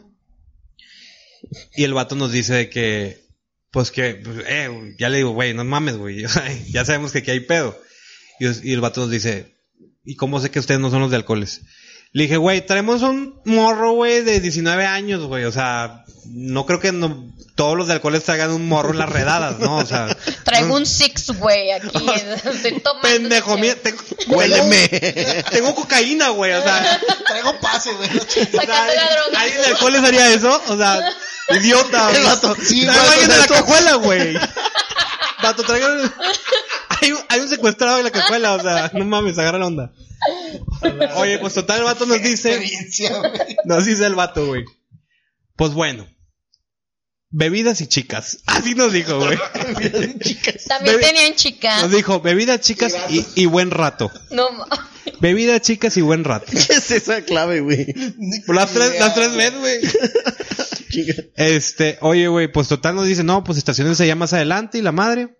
Speaker 4: Y el vato nos dice de que, pues que, pues, eh, ya le digo, güey, no mames, güey, ya sabemos que aquí hay pedo. Y, y el vato nos dice, ¿y cómo sé que ustedes no son los de alcoholes? Le dije, güey, traemos un morro, güey, de diecinueve años, güey, o sea, no creo que no, todos los de alcoholes traigan un morro en las redadas, ¿no? O sea...
Speaker 2: Traigo
Speaker 4: no,
Speaker 2: un six, güey, aquí. Estoy tomando.
Speaker 4: pendejo, mira, tengo,
Speaker 1: Huéleme.
Speaker 4: tengo cocaína, güey, o sea...
Speaker 5: Traigo pase, güey.
Speaker 4: O sea,
Speaker 2: Sacando la droga.
Speaker 4: ¿alguien de alcoholes haría eso? O sea, idiota,
Speaker 1: El
Speaker 4: güey.
Speaker 1: vato, sí,
Speaker 4: Traigo a
Speaker 1: vato,
Speaker 4: alguien de la
Speaker 1: esto.
Speaker 4: cajuela, güey. Vato, traigan... Hay un, hay un secuestrado en la cajuela, o sea, no mames, agarra la onda. Oye, pues total, el vato nos dice...
Speaker 5: Experiencia, güey.
Speaker 4: Nos dice el vato, güey. Pues bueno. Bebidas y chicas. Así nos dijo, güey.
Speaker 2: También
Speaker 4: Bebe-
Speaker 2: tenían chicas.
Speaker 4: Nos dijo, bebidas, chicas y, y buen rato.
Speaker 2: No ma-
Speaker 4: Bebidas, chicas y buen rato.
Speaker 1: ¿Qué es esa clave, güey?
Speaker 4: Por las tres, las tres veces, güey.
Speaker 1: Chinga.
Speaker 4: Este, oye, güey, pues total nos dice, no, pues estacionense ya más adelante y la madre.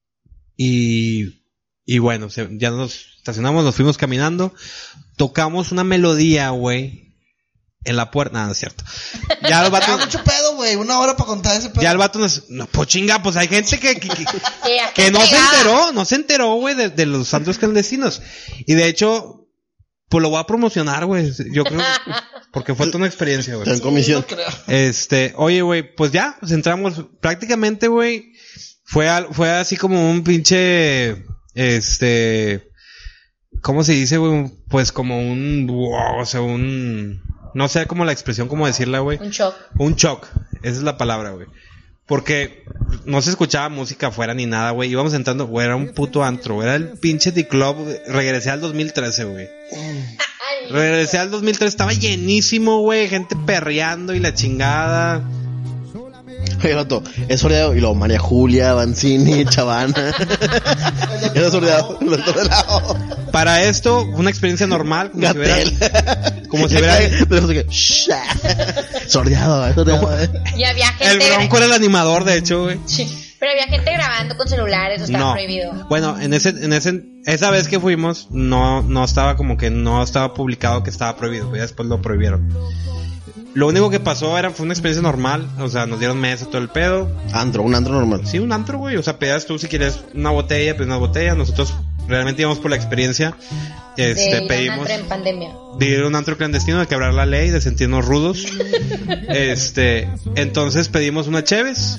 Speaker 4: Y, y bueno, se- ya nos estacionamos, nos fuimos caminando. Tocamos una melodía, güey, en la puerta. Nada, no es cierto. Ya el
Speaker 5: Ah,
Speaker 4: vato,
Speaker 5: mucho pedo, güey. Una hora para contar ese pedo.
Speaker 4: ya el vato nos, no, pues chinga, pues hay gente que, que, que,
Speaker 2: Sí,
Speaker 4: que no se
Speaker 2: pegada.
Speaker 4: enteró, no se enteró, güey, de, de los santos clandestinos. Y de hecho, pues lo voy a promocionar, güey. Yo creo, porque fue toda una experiencia, güey.
Speaker 1: En comisión.
Speaker 5: No creo.
Speaker 4: Este, oye, güey, pues ya, pues entramos, prácticamente, güey, fue, al- fue así como un pinche, este, ¿cómo se dice, güey? Pues como un, wow, o sea, un, no sé cómo la expresión, cómo decirla, güey.
Speaker 2: Un shock.
Speaker 4: Un shock, esa es la palabra, güey. Porque no se escuchaba música afuera ni nada, güey. Íbamos entrando, güey, era un puto antro, güey. Era el pinche D-Club, güey. Regresé al dos mil trece, güey.
Speaker 2: Ay,
Speaker 4: Regresé al dos mil tres, estaba llenísimo, güey, gente perreando y la chingada.
Speaker 1: Oye, vato, es sordeado. Y luego María Julia, Banzini, Chavana. Era sordeado. Los dos de lado.
Speaker 4: Para esto, una experiencia normal, como si
Speaker 1: Gatel.
Speaker 4: hubiera, como si hubiera,
Speaker 1: Pero que, shh, sordeado, eh, sordeado. eh.
Speaker 2: Y había
Speaker 4: el
Speaker 2: gente.
Speaker 4: Bronco era el animador, de hecho, güey.
Speaker 2: Sí, pero había gente grabando con celulares, eso estaba
Speaker 4: No.
Speaker 2: prohibido.
Speaker 4: Bueno, en ese, en ese, esa vez que fuimos, no, no estaba como que no estaba publicado que estaba prohibido, pues ya después lo prohibieron. Lo único que pasó era, fue una experiencia normal, o sea, nos dieron mesa, todo el pedo.
Speaker 1: Antro, un antro normal.
Speaker 4: Sí, un antro, güey, o sea, pedías tú si quieres una botella, pues una botella, nosotros realmente íbamos por la experiencia,
Speaker 2: De
Speaker 4: este,
Speaker 2: ir a un
Speaker 4: pedimos
Speaker 2: antro en pandemia.
Speaker 4: de ir a un antro clandestino, de quebrar la ley, de sentirnos rudos. Este, entonces pedimos una Cheves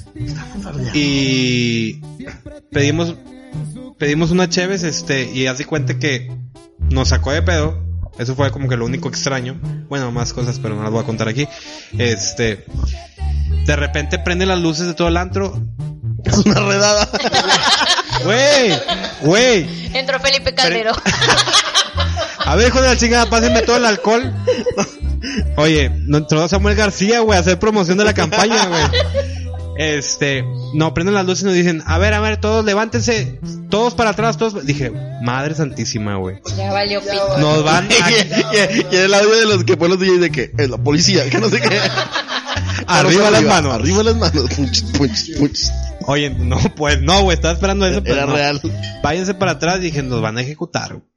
Speaker 4: y pedimos pedimos una Cheves, este, y haz de cuenta que nos sacó de pedo. Eso fue como que lo único extraño. Bueno, más cosas, pero no las voy a contar aquí. Este, de repente prende las luces de todo el antro.
Speaker 1: Es una redada.
Speaker 4: Güey, güey.
Speaker 2: Entró Felipe Calderón.
Speaker 4: A ver, hijo de la chingada, pásenme todo el alcohol. Oye, no entró Samuel García, güey, a hacer promoción de la campaña, güey. Este, no, prenden las luces y nos dicen, a ver, a ver, todos levántense, todos para atrás, todos. Dije, madre santísima, güey.
Speaker 2: Ya valió pito.
Speaker 4: Nos van
Speaker 1: y, y- y el audio de los que ponen los D Js de que es la policía, que no sé qué.
Speaker 4: Arriba las manos.
Speaker 1: Arriba las manos. Punch, punch, punch.
Speaker 4: Oye, no, pues no, güey, estaba esperando eso, pero
Speaker 1: Era
Speaker 4: no.
Speaker 1: real.
Speaker 4: Váyanse para atrás, dije, nos van a ejecutar, güey.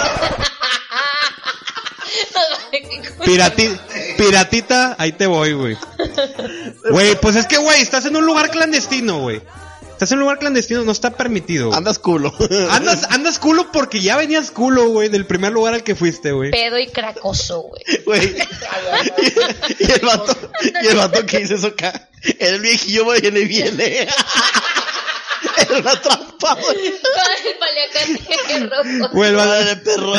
Speaker 4: Pirati, piratita, ahí te voy, güey. Güey, pues es que, güey, estás en un lugar clandestino, güey. Estás en un lugar clandestino, no está permitido, güey.
Speaker 1: Andas culo.
Speaker 4: Andas, andas culo porque ya venías culo, güey, del primer lugar al que fuiste, güey.
Speaker 2: Pedo y cracoso, güey.
Speaker 1: Güey. Y, y el vato, y el vato que dice eso acá. El viejillo va, viene y viene. Era una trampa, güey.
Speaker 2: Con el paliacate rojo.
Speaker 4: Güey, el vato-
Speaker 1: Madre de perro.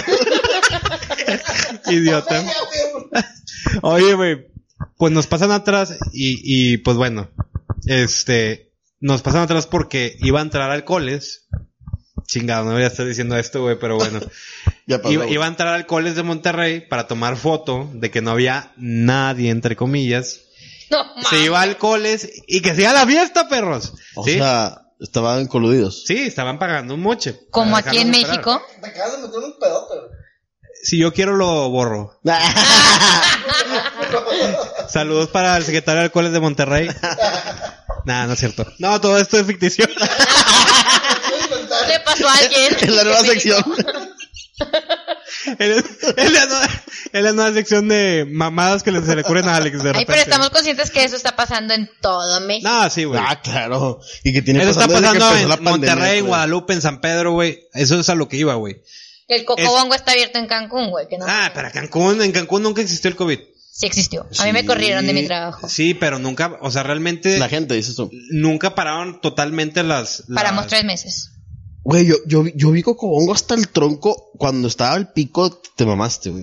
Speaker 4: idiota. Oye, güey, pues nos pasan atrás y, y pues bueno, este, nos pasan atrás porque iba a entrar alcoholes. Chingado, no debería estar diciendo esto, güey, pero bueno.
Speaker 1: Ya pasó,
Speaker 4: iba,
Speaker 1: güey.
Speaker 4: iba a entrar al Coles de Monterrey para tomar foto de que no había nadie, entre comillas.
Speaker 2: No,
Speaker 4: Se iba al Coles y que siga la fiesta, perros.
Speaker 1: O
Speaker 4: ¿Sí?
Speaker 1: sea, estaban coludidos.
Speaker 4: Sí, estaban pagando un moche.
Speaker 2: como
Speaker 4: para
Speaker 2: aquí en
Speaker 4: dejarnos esperar.
Speaker 2: México.
Speaker 3: Me acabas de meter un pedote, güey.
Speaker 4: Si yo quiero lo borro. Saludos para el secretario de Alcoholes de Monterrey. Nah, no es cierto. No, todo esto es ficticio.
Speaker 2: Le pasó a alguien.
Speaker 1: En la nueva
Speaker 2: en México.
Speaker 1: sección.
Speaker 4: En, en la nueva, en la nueva sección de mamadas que le- se le ocurren a Alex de
Speaker 2: Ay,
Speaker 4: repente.
Speaker 2: pero estamos conscientes que eso está pasando en todo México.
Speaker 4: No, sí, güey.
Speaker 1: Ah, claro. Y que tiene
Speaker 4: Eso está
Speaker 1: desde que
Speaker 4: pasando
Speaker 1: empezó
Speaker 4: en
Speaker 1: la pandemia,
Speaker 4: Monterrey,
Speaker 1: güey.
Speaker 4: Guadalupe, en San Pedro, güey. Eso es a lo que iba, güey.
Speaker 2: El cocobongo está abierto en Cancún, güey. Que no
Speaker 4: Ah, pero Cancún, en Cancún nunca existió el COVID.
Speaker 2: Sí existió. A mí me
Speaker 1: Sí.
Speaker 2: corrieron de mi trabajo.
Speaker 4: Sí, pero nunca, o sea, realmente
Speaker 1: La gente, dices tú.
Speaker 4: nunca pararon totalmente las... las-
Speaker 2: Paramos tres meses.
Speaker 1: Güey, yo, yo, vi- yo vi Cocobongo hasta el tronco. Cuando estaba al pico, te mamaste, güey.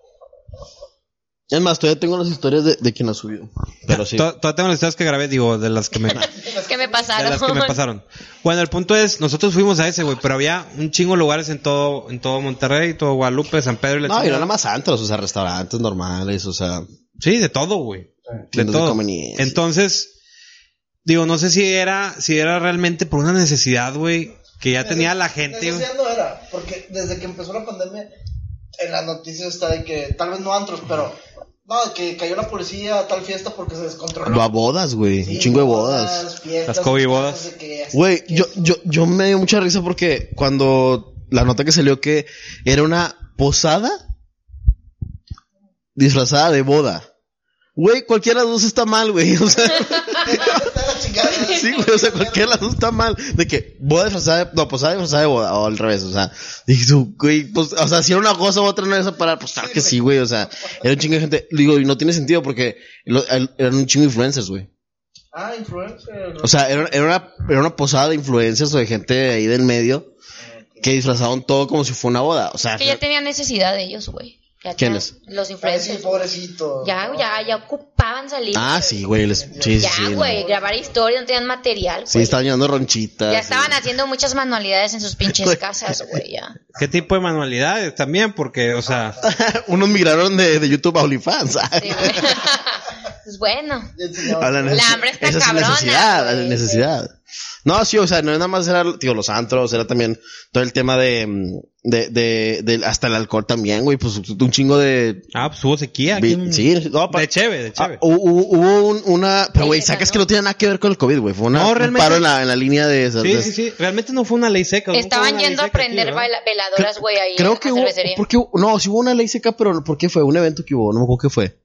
Speaker 1: Es más, todavía tengo las historias de, de quien la subió. Pero sí.
Speaker 4: To- Todavía tengo las historias que grabé, digo, de las que me...
Speaker 2: ¿Qué me
Speaker 4: De
Speaker 2: pasaron?
Speaker 4: las que me pasaron. Bueno, el punto es, nosotros fuimos a ese, güey, pero había un chingo de lugares en todo, en todo Monterrey, todo Guadalupe, San Pedro y la
Speaker 1: No, y no
Speaker 4: chingada.
Speaker 1: nada más antros, o sea, restaurantes normales, o sea.
Speaker 4: Sí, de todo, güey. De
Speaker 1: tiendas de
Speaker 4: todo.
Speaker 1: conveniencia.
Speaker 4: Entonces, digo, no sé si era, si era realmente por una necesidad, güey, que ya tenía la gente, güey.
Speaker 3: Necesidad no era, porque desde que empezó la pandemia, en las noticias está de que, tal vez no antros, pero, no, de que cayó la policía a tal fiesta porque se descontroló.
Speaker 1: Va a bodas, güey.
Speaker 3: Sí,
Speaker 1: Un chingo de bodas.
Speaker 3: fiestas,
Speaker 4: Las COVID bodas.
Speaker 3: cosas de que-
Speaker 1: Güey,
Speaker 3: que-
Speaker 1: yo, yo, yo me dio mucha risa porque cuando la nota que salió que era una posada disfrazada de boda. Güey, cualquiera de las dos está mal, güey. O sea,
Speaker 3: Está la chingada.
Speaker 1: sí, güey, o sea, cualquiera de las dos está mal. De que boda disfrazada de, no, posada disfrazada de boda, o al revés, o sea. Dije tú, güey, pues, o sea, si era una cosa u otra no ibas a parar, pues claro que sí, güey, o sea, era un chingo de gente. Digo, y no tiene sentido porque lo- el- eran un chingo de influencers, güey.
Speaker 3: Ah, influencer.
Speaker 1: O sea, era, era una, era una posada de influencers o de gente ahí del medio que disfrazaban todo como si fuera una boda. O sea,
Speaker 2: Que ya tenían necesidad de ellos, güey. Ya
Speaker 1: ¿Quiénes?
Speaker 2: tenían- Los
Speaker 3: Ay, sí,
Speaker 2: influencers.
Speaker 3: pobrecito.
Speaker 2: Ya, ya, ya ocupaban salir.
Speaker 1: ah, sí, güey, les, sí, sí,
Speaker 2: Ya,
Speaker 1: sí.
Speaker 2: güey,
Speaker 1: no.
Speaker 2: grabar historias, no tenían material,
Speaker 1: Sí,
Speaker 2: güey.
Speaker 1: estaban llenando ronchitas.
Speaker 2: Ya
Speaker 1: sí.
Speaker 2: estaban haciendo muchas manualidades en sus pinches casas, güey, ya.
Speaker 4: ¿Qué tipo de manualidades también? Porque, o sea,
Speaker 1: Unos migraron de, de YouTube a OnlyFans.
Speaker 2: Sí, güey. Pues bueno.
Speaker 3: Ya enseñaba.
Speaker 1: A la nece-
Speaker 2: La hambre está
Speaker 1: esa es
Speaker 2: cabrona,
Speaker 1: necesidad,
Speaker 2: güey.
Speaker 1: la necesidad. No, sí, o sea, no nada más era, tío, los antros, era también todo el tema de, mm, de, de, de hasta el alcohol también, güey, pues un chingo de,
Speaker 4: ah, pues hubo sequía. aquí
Speaker 1: vi-
Speaker 4: en-
Speaker 1: sí, no, pa-
Speaker 4: de cheve, de
Speaker 1: ah,
Speaker 4: cheve.
Speaker 1: hubo, hubo- hubo un- una, pero güey,
Speaker 2: Ley
Speaker 1: sacas
Speaker 2: seca,
Speaker 1: que
Speaker 2: ¿no?
Speaker 1: no tiene nada que ver con el COVID, güey, fue una,
Speaker 4: No,
Speaker 1: un
Speaker 4: realmente-
Speaker 1: paro en la, en la línea de esas.
Speaker 4: Sí,
Speaker 1: de-
Speaker 4: sí, sí. Realmente no fue una ley seca. nunca hubo
Speaker 2: Estaban
Speaker 4: una ley
Speaker 2: yendo a
Speaker 4: seca aquí,
Speaker 2: prender
Speaker 4: ¿verdad?
Speaker 2: vela- veladoras, güey, ahí
Speaker 1: Creo
Speaker 2: en
Speaker 1: que
Speaker 2: la
Speaker 1: hubo,
Speaker 2: cervecería.
Speaker 1: porque, hubo- no, sí hubo una ley seca, pero ¿por qué fue? Un evento que hubo, no me acuerdo qué fue.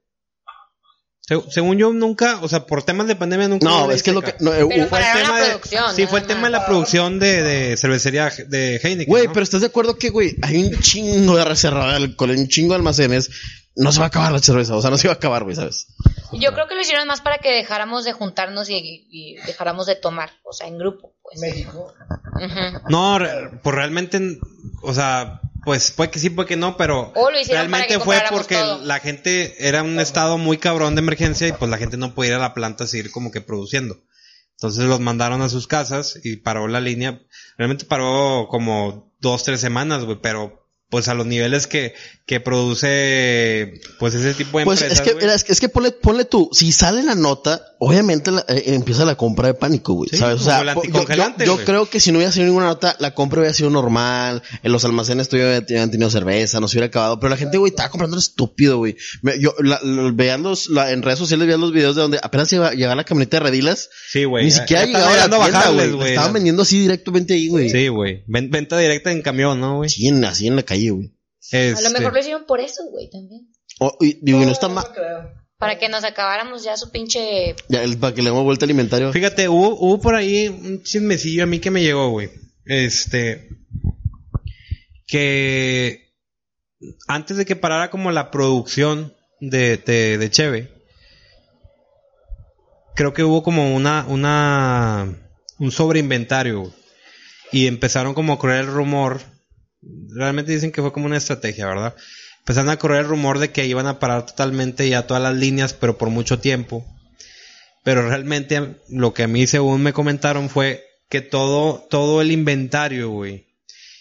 Speaker 4: Se- según yo, nunca, o sea, por temas de pandemia nunca hubo
Speaker 1: No,
Speaker 4: ley
Speaker 1: es que es lo que,
Speaker 4: seca.
Speaker 1: no, eh,
Speaker 2: Pero
Speaker 1: hubo-
Speaker 2: para-
Speaker 4: el
Speaker 2: era
Speaker 4: tema
Speaker 2: la
Speaker 4: de-
Speaker 2: producción,
Speaker 4: Sí, fue el
Speaker 2: nada
Speaker 4: tema de
Speaker 2: más.
Speaker 4: la producción de, de cervecería de Heineken.
Speaker 1: güey,
Speaker 4: ¿no?
Speaker 1: pero ¿estás de acuerdo que, güey, hay un chingo de reserva de alcohol, un chingo de almacenes, no se va a acabar la cerveza, o sea, no se va a acabar, güey, ¿sabes?
Speaker 2: Yo creo que lo hicieron más para que dejáramos de juntarnos y, y dejáramos de tomar, o sea, en grupo, pues.
Speaker 3: México.
Speaker 2: Ujú.
Speaker 4: No, re- pues realmente, o sea, pues puede que sí, puede que no, pero
Speaker 2: O lo hicieron
Speaker 4: realmente
Speaker 2: para que
Speaker 4: fue
Speaker 2: compráramos
Speaker 4: porque
Speaker 2: todo.
Speaker 4: la gente era un estado muy cabrón de emergencia y pues la gente no podía ir a la planta a seguir como que produciendo. Entonces los mandaron a sus casas y paró la línea. Realmente paró como dos, tres semanas, güey, pero pues a los niveles que, que produce pues ese tipo de
Speaker 1: Pues
Speaker 4: empresas,
Speaker 1: es que,
Speaker 4: güey.
Speaker 1: mira, es que, es que ponle, ponle tú, si sale la nota, obviamente la- eh, empieza la compra de pánico, güey,
Speaker 4: Sí,
Speaker 1: ¿sabes? O
Speaker 4: como
Speaker 1: sea,
Speaker 4: el
Speaker 1: po- yo,
Speaker 4: anticongelante,
Speaker 1: yo- yo
Speaker 4: güey.
Speaker 1: creo que si no hubiera sido ninguna nota, la compra hubiera sido normal, en los almacenes todavía hubieran tenido cerveza, no se hubiera acabado, pero la gente, güey, estaba comprando lo estúpido, güey. Me- Yo, la, la- vean los, la- en redes sociales vean los videos de donde apenas iba, llegaba la camioneta de Redilas,
Speaker 4: Sí, güey.
Speaker 1: ni
Speaker 4: ya-
Speaker 1: siquiera
Speaker 4: ya están
Speaker 1: llegaba a la
Speaker 4: llegando a
Speaker 1: tienda,
Speaker 4: bajarles,
Speaker 1: güey,
Speaker 4: güey.
Speaker 1: estaban vendiendo así directamente ahí, güey.
Speaker 4: Sí, güey. Ven- venta directa en camión, ¿no, güey?
Speaker 1: Sí, en- así en la calle, güey.
Speaker 2: A lo
Speaker 4: Este,
Speaker 2: mejor lo hicieron por eso, güey, también.
Speaker 1: O- y, digo, y no está mal,
Speaker 3: No creo.
Speaker 2: Para que nos acabáramos ya su pinche...
Speaker 1: ya, el- para que le demos vuelta alimentario.
Speaker 4: Fíjate, hubo, hubo por ahí un chismecillo a mí que me llegó, güey. Este, que antes de que parara como la producción de, de, de Cheve, creo que hubo como una, una, un sobreinventario, güey. Y empezaron como a correr el rumor, realmente dicen que fue como una estrategia, ¿verdad? Empezaron a correr el rumor de que iban a parar totalmente ya todas las líneas, pero por mucho tiempo. Pero realmente lo que a mí según me comentaron fue que todo, todo el inventario, güey,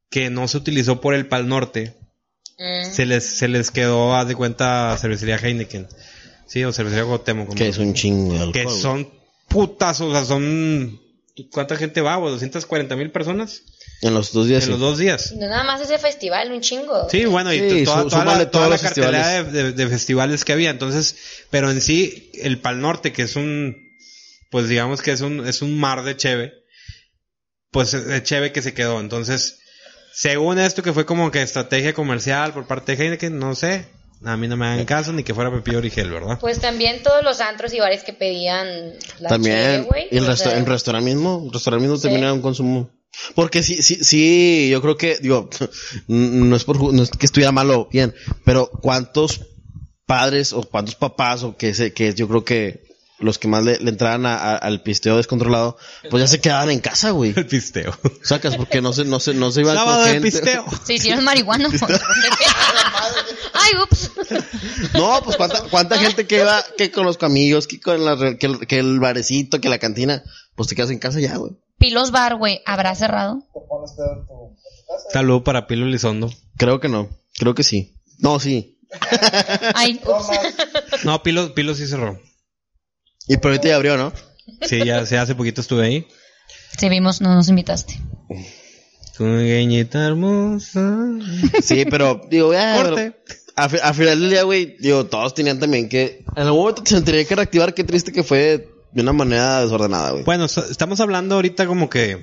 Speaker 4: que no se utilizó por el Pal Norte, mm. se les se les quedó, haz de cuenta, cervecería Heineken. Sí, o cervecería Cuauhtémoc. Como
Speaker 1: que es un chingo de alcohol.
Speaker 4: Que son putas, o sea, son... ¿Cuánta gente va, güey? ¿doscientas cuarenta mil personas?
Speaker 1: En los dos días.
Speaker 4: En
Speaker 1: sí.
Speaker 4: los dos días.
Speaker 2: No nada más ese festival, un chingo.
Speaker 4: Sí, bueno, y
Speaker 1: sí,
Speaker 4: toda,
Speaker 1: su,
Speaker 4: toda la, toda la cartelera de, de, de festivales que había. Entonces, pero en sí, el Pal Norte, que es un... Pues digamos que es un, es un mar de cheve. Pues de cheve que se quedó. Entonces, según esto que fue como que estrategia comercial por parte de Heineken, no sé... A mí no me hagan caso ni que fuera Pepillo Origel, ¿verdad?
Speaker 2: Pues también todos los antros y bares que pedían la
Speaker 1: también,
Speaker 2: cheve, güey.
Speaker 1: Y el, resto,
Speaker 2: sea...
Speaker 1: el restaurante mismo, el restaurante mismo
Speaker 2: sí.
Speaker 1: terminaron un consumo. Porque sí, sí, sí, yo creo que, digo, no es por, no es que estuviera mal o bien, pero cuántos padres o cuántos papás o que se, que yo creo que los que más le, le entraban a, a, al pisteo descontrolado, pues ya se quedaban en casa, güey.
Speaker 4: El pisteo.
Speaker 1: Sacas, porque no se, no se, no se iban
Speaker 4: Sábado
Speaker 1: con
Speaker 4: de
Speaker 1: gente.
Speaker 4: pisteo.
Speaker 2: Se hicieron marihuanos. Ay, ups.
Speaker 1: No, pues cuánta, cuánta gente que iba, que con los amigos, que con la, que, el, que el barecito, que la cantina, pues te quedas en casa ya, güey.
Speaker 2: Pilos Bar, güey, ¿habrá cerrado?
Speaker 4: Saludo para Pilo Elizondo.
Speaker 1: Creo que no, creo que sí. No, sí.
Speaker 2: Ay, ups.
Speaker 4: No, Pilo, Pilo sí cerró.
Speaker 1: Y pero ahorita ya abrió, ¿no?
Speaker 4: Sí, ya, ya hace poquito estuve ahí.
Speaker 2: Sí, vimos, no nos invitaste.
Speaker 4: Cugueñita hermosa.
Speaker 1: Sí, pero, digo, ya,
Speaker 4: Corte.
Speaker 1: pero, a, a final del día, güey, digo, todos tenían también que, en algún momento te tendría que reactivar, qué triste que fue de una manera desordenada, güey.
Speaker 4: Bueno, so, estamos hablando ahorita como que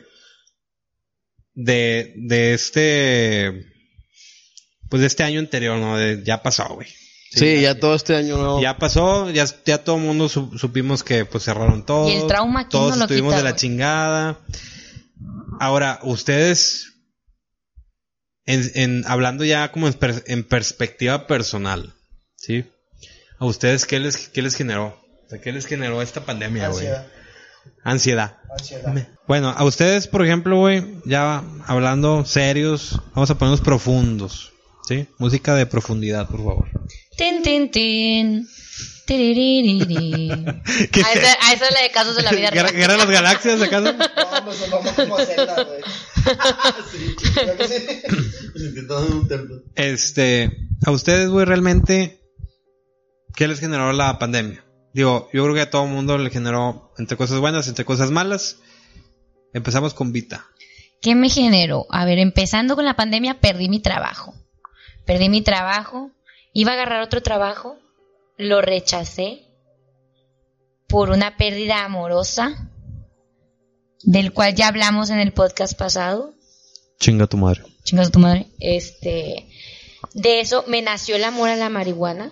Speaker 4: de, de este, pues de este año anterior, ¿no? De, ya pasó, güey.
Speaker 1: Sí, sí, ya todo este año no.
Speaker 4: Ya pasó, ya, ya todo el mundo su, supimos que pues cerraron todo.
Speaker 2: Y el trauma aquí
Speaker 4: todos
Speaker 2: no lo
Speaker 4: estuvimos
Speaker 2: quita,
Speaker 4: de la
Speaker 2: güey.
Speaker 4: chingada. Ahora, ustedes, en, en hablando ya como en, per, en perspectiva personal, ¿sí? ¿A ustedes qué les, qué les generó? O sea, ¿qué les generó esta pandemia, güey?
Speaker 3: Ansiedad.
Speaker 4: Ansiedad.
Speaker 3: Ansiedad.
Speaker 4: Bueno, a ustedes, por ejemplo, güey, ya hablando serios, vamos a ponernos profundos, ¿sí? Música de profundidad, por favor.
Speaker 2: Tin, tin, tin. Tiririri.
Speaker 4: ¿Qué
Speaker 2: A esa, a esa es la de casos de la vida
Speaker 4: ¿Guerra,
Speaker 2: real.
Speaker 4: ¿Guerra de las Galaxias acaso?
Speaker 3: No, me sonó como Zelda, güey. Sí, creo que sí.
Speaker 4: Este, a ustedes, güey, realmente, ¿qué les generó la pandemia? Digo, yo creo que a todo mundo le generó entre cosas buenas, entre cosas malas. Empezamos con Vita.
Speaker 2: ¿Qué me generó? A ver, empezando con la pandemia, perdí mi trabajo. Perdí mi trabajo. Iba a agarrar otro trabajo. Lo rechacé por una pérdida amorosa, del cual ya hablamos en el podcast pasado.
Speaker 4: Chinga tu madre.
Speaker 2: Chingas a tu madre. Este, de eso me nació el amor a la marihuana.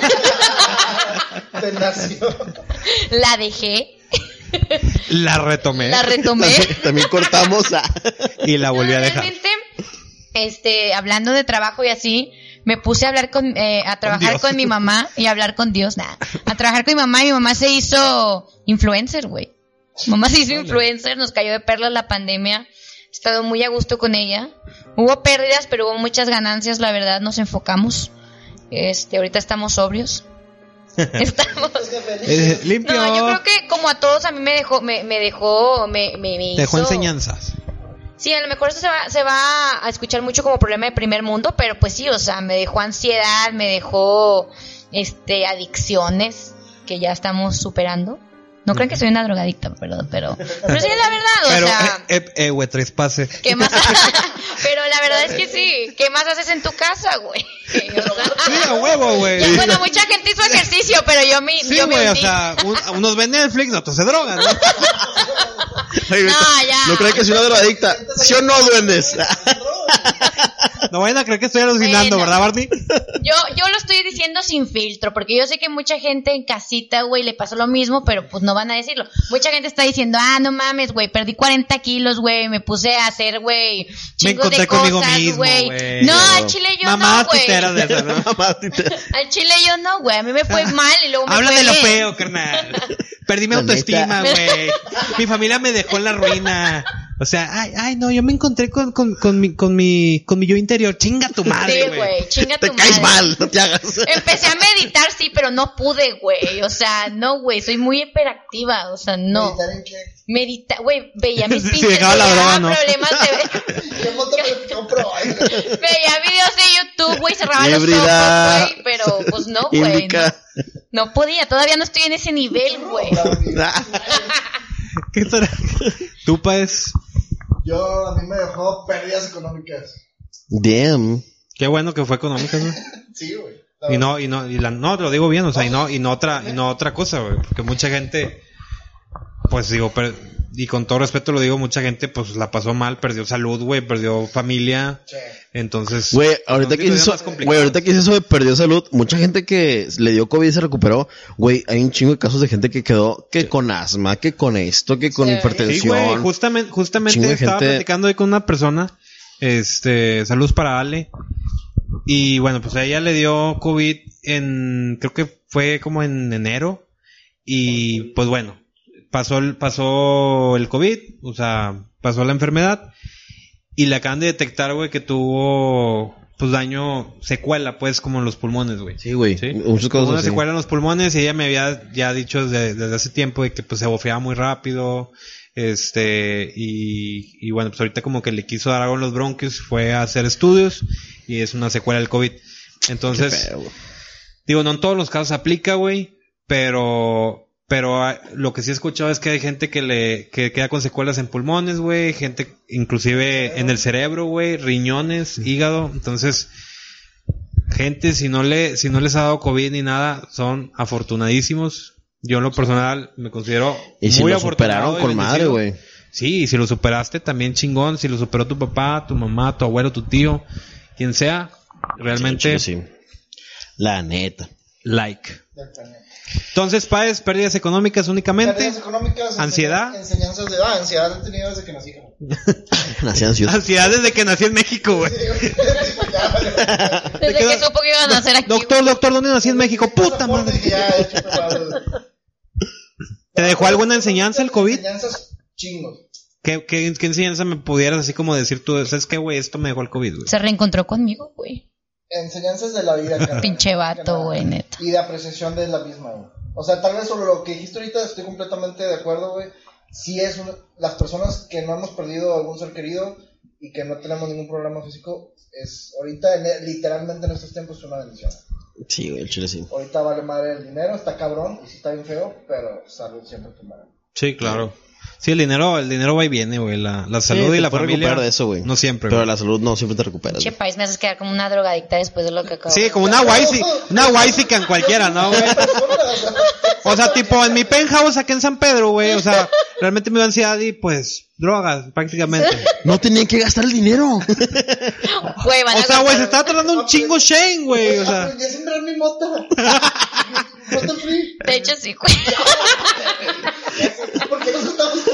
Speaker 3: Te nació.
Speaker 2: La dejé.
Speaker 4: La retomé.
Speaker 2: La retomé.
Speaker 1: También, también cortamos a...
Speaker 4: Y la volví a dejar.
Speaker 2: Realmente, este, hablando de trabajo y así, me puse a hablar con, eh, a trabajar con, con mi mamá y a hablar con Dios, nada. A trabajar con mi mamá y mi mamá se hizo influencer, güey. Mi mamá se hizo influencer, nos cayó de perlas la pandemia. He estado muy a gusto con ella. Hubo pérdidas, pero hubo muchas ganancias, la verdad, nos enfocamos. Este, ahorita estamos sobrios. Estamos.
Speaker 4: Eh, limpio.
Speaker 2: No, yo creo que como a todos a mí me dejó, me, me dejó, me, me, me
Speaker 4: Dejó
Speaker 2: hizo...
Speaker 4: enseñanzas.
Speaker 2: Sí, a lo mejor esto se va, se va a escuchar mucho como problema de primer mundo, pero pues sí, o sea, me dejó ansiedad, me dejó, este, adicciones que ya estamos superando. No creen que soy una drogadicta, perdón, pero, pero sí es la verdad, o
Speaker 4: Pero,
Speaker 2: sea,
Speaker 4: eh, eh, eh, güey, tres pases.
Speaker 2: ¿qué más? Pero la verdad es que sí, ¿qué más haces en tu casa, güey? O sea,
Speaker 4: Sí, a huevo, güey.
Speaker 2: ya, bueno, mucha gente hizo ejercicio, pero yo me,
Speaker 4: Sí,
Speaker 2: yo me
Speaker 4: güey, o
Speaker 2: hundí.
Speaker 4: sea, un- unos ven Netflix, otros se drogan, ¿no?
Speaker 1: Ay,
Speaker 2: No, ya.
Speaker 1: ¿No creen que soy una drogadicta? ¿Sí o no, duendes?
Speaker 4: No vayan a creer que estoy alucinando,
Speaker 2: Bueno.
Speaker 4: ¿verdad, Barney?
Speaker 2: Yo, yo lo estoy diciendo sin filtro, porque yo sé que mucha gente en casita, güey, le pasó lo mismo, pero pues no van a decirlo. Mucha gente está diciendo, ah, no mames, güey, perdí cuarenta kilos, güey, me puse a hacer, güey, chingos
Speaker 4: encontré
Speaker 2: de
Speaker 4: conmigo
Speaker 2: cosas,
Speaker 4: mismo,
Speaker 2: güey.
Speaker 4: güey.
Speaker 2: No, al chile yo
Speaker 4: Mamás
Speaker 2: no, güey.
Speaker 4: titeras de esas, ¿no?
Speaker 1: Mamá, tita.
Speaker 2: Al chile yo no, güey, a mí me fue mal y luego me
Speaker 4: Habla
Speaker 2: fue
Speaker 4: de lo
Speaker 2: bien.
Speaker 4: feo, carnal. Perdí mi
Speaker 1: La
Speaker 4: autoestima,
Speaker 2: neta.
Speaker 4: güey. Mi familia me dejó en la ruina. O sea, ay, ay, no, yo me encontré con, con, con mi, con mi, con mi yo interior. Chinga tu madre,
Speaker 2: Sí,
Speaker 4: güey.
Speaker 2: güey, chinga tu
Speaker 1: Te caes
Speaker 2: madre.
Speaker 1: mal, no te hagas.
Speaker 2: Empecé a meditar, sí, pero no pude, güey. O sea, no, güey, soy muy hiperactiva. O sea, no.
Speaker 3: ¿Meditar en qué?
Speaker 2: Medita, güey, veía mis
Speaker 4: Sí,
Speaker 2: pinches,
Speaker 4: dejaba la
Speaker 2: me
Speaker 4: droga,
Speaker 2: daba
Speaker 4: ¿no?
Speaker 2: problemas de...
Speaker 3: ¿Qué moto me compró?
Speaker 2: Veía videos de YouTube, güey, cerraba los
Speaker 1: Híbrida.
Speaker 2: ojos, güey, pero pues no, güey. No,
Speaker 1: Indica.
Speaker 2: no podía, todavía no estoy en ese nivel, güey.
Speaker 4: ¿Qué tal? ¿Tú, Paez?
Speaker 5: Yo, a mí me dejó pérdidas económicas.
Speaker 1: Damn.
Speaker 4: Qué bueno que fue económica, ¿no?
Speaker 5: Sí, güey.
Speaker 4: Y no, y no, y la, no, te lo digo bien, o sea, y no, y no otra, y no otra cosa, güey, porque mucha gente, pues digo, per, y con todo respeto lo digo, mucha gente, pues la pasó mal, perdió salud, güey, perdió familia,
Speaker 5: Sí.
Speaker 4: entonces,
Speaker 1: Güey, ahorita que
Speaker 4: son
Speaker 1: hice eso,
Speaker 4: situaciones más complicadas.
Speaker 1: güey, ahorita que hice eso de perdió salud, mucha gente que le dio COVID y se recuperó, güey, hay un chingo de casos de gente que quedó que con asma, que con esto, que con
Speaker 2: Sí.
Speaker 4: Sí,
Speaker 1: hipertensión.
Speaker 4: güey, justamente, justamente
Speaker 1: Chingo de
Speaker 4: estaba
Speaker 1: gente-
Speaker 4: platicando ahí con una persona, este, saludos para Ale, y bueno, pues a ella le dio COVID en, creo que fue como en enero, y pues bueno, pasó el, pasó el COVID, o sea, pasó la enfermedad, y le acaban de detectar, güey, que tuvo, pues daño, secuela, pues, como en los pulmones, güey.
Speaker 1: Sí, güey,
Speaker 4: Sí.
Speaker 1: muchas
Speaker 4: Tuvo
Speaker 1: cosas
Speaker 4: una
Speaker 1: así.
Speaker 4: secuela en los pulmones y ella me había ya dicho desde, desde hace tiempo de que pues se bofeaba muy rápido, este, y, y bueno, pues ahorita como que le quiso dar algo en los bronquios, fue a hacer estudios y es una secuela del COVID. Entonces,
Speaker 1: Qué feo, güey.
Speaker 4: digo, no en todos los casos aplica, güey, pero, pero ah, lo que sí he escuchado es que hay gente que le, que queda con secuelas en pulmones, güey, gente inclusive en el cerebro, güey, riñones, hígado, entonces, gente, si no le, si no les ha dado COVID ni nada, son afortunadísimos. Yo en lo personal me considero
Speaker 1: Y si
Speaker 4: muy
Speaker 1: lo
Speaker 4: afortunado
Speaker 1: superaron
Speaker 4: y
Speaker 1: con madre,
Speaker 4: bendecido.
Speaker 1: güey.
Speaker 4: Sí, y si lo superaste también chingón, si lo superó tu papá, tu mamá, tu abuelo, tu tío, quien sea, realmente
Speaker 1: Sí, sí. La neta.
Speaker 4: like.
Speaker 5: Del planeta.
Speaker 4: Entonces, Páez, pérdidas económicas únicamente.
Speaker 5: Pérdidas económicas.
Speaker 4: ¿Ansiedad?
Speaker 5: Enseñanzas de... Ah, ansiedad he tenido desde que nací. cabrón.
Speaker 1: Nací ansioso.
Speaker 4: Ansiedad desde que nací en México, güey.
Speaker 2: Desde
Speaker 4: queda-
Speaker 2: que supo que iban a nacer aquí.
Speaker 4: Doctor, doctor, ¿dónde nací en México? Puta madre.
Speaker 5: Ya, he hecho preparado.
Speaker 4: ¿Te dejó alguna enseñanza el COVID?
Speaker 5: Enseñanzas chingos.
Speaker 4: ¿Qué, qué, qué enseñanza me pudieras así como decir tú? ¿Sabes qué, güey? Esto me dejó el COVID, güey.
Speaker 2: Se reencontró conmigo, güey.
Speaker 5: Enseñanzas de la vida, carnal.
Speaker 2: Pinche vato, güey, neta.
Speaker 5: Y de apreciación de la misma, güey. O sea, tal vez sobre lo que dijiste ahorita estoy completamente de acuerdo, güey. Sí es una... Las personas que no hemos perdido algún ser querido y que no tenemos ningún problema físico, es ahorita, en- literalmente en estos tiempos, es una bendición.
Speaker 1: Sí, güey, el chile sí.
Speaker 5: Ahorita vale madre el dinero, está cabrón y sí está bien feo, pero salud siempre primero.
Speaker 4: Sí, claro. Sí, el dinero, el dinero va y viene, güey. La, la salud
Speaker 1: Sí,
Speaker 4: y
Speaker 1: te
Speaker 4: la
Speaker 1: puedes
Speaker 4: familia.
Speaker 1: recuperar de eso, güey.
Speaker 4: No siempre,
Speaker 1: Pero
Speaker 4: güey.
Speaker 1: la salud no siempre te recuperas.
Speaker 2: Che,
Speaker 1: güey.
Speaker 2: país, me haces quedar como una drogadicta después de lo que acabo
Speaker 4: Sí,
Speaker 2: de
Speaker 4: como una Wisey, una Wisey cualquiera, ¿no, güey? O sea, tipo, en mi penthouse aquí en San Pedro, güey. O sea, realmente me dio ansiedad y pues, drogas, prácticamente.
Speaker 1: No tenían que gastar el dinero.
Speaker 2: Güey, van a
Speaker 4: O sea, güey,
Speaker 2: gastar-
Speaker 4: se estaba tardando un chingo Shane, güey. O sea,
Speaker 5: Aprendí a sembrar mi mota. Mota free.
Speaker 2: De hecho, sí, güey.
Speaker 5: ¿Por qué nos estamos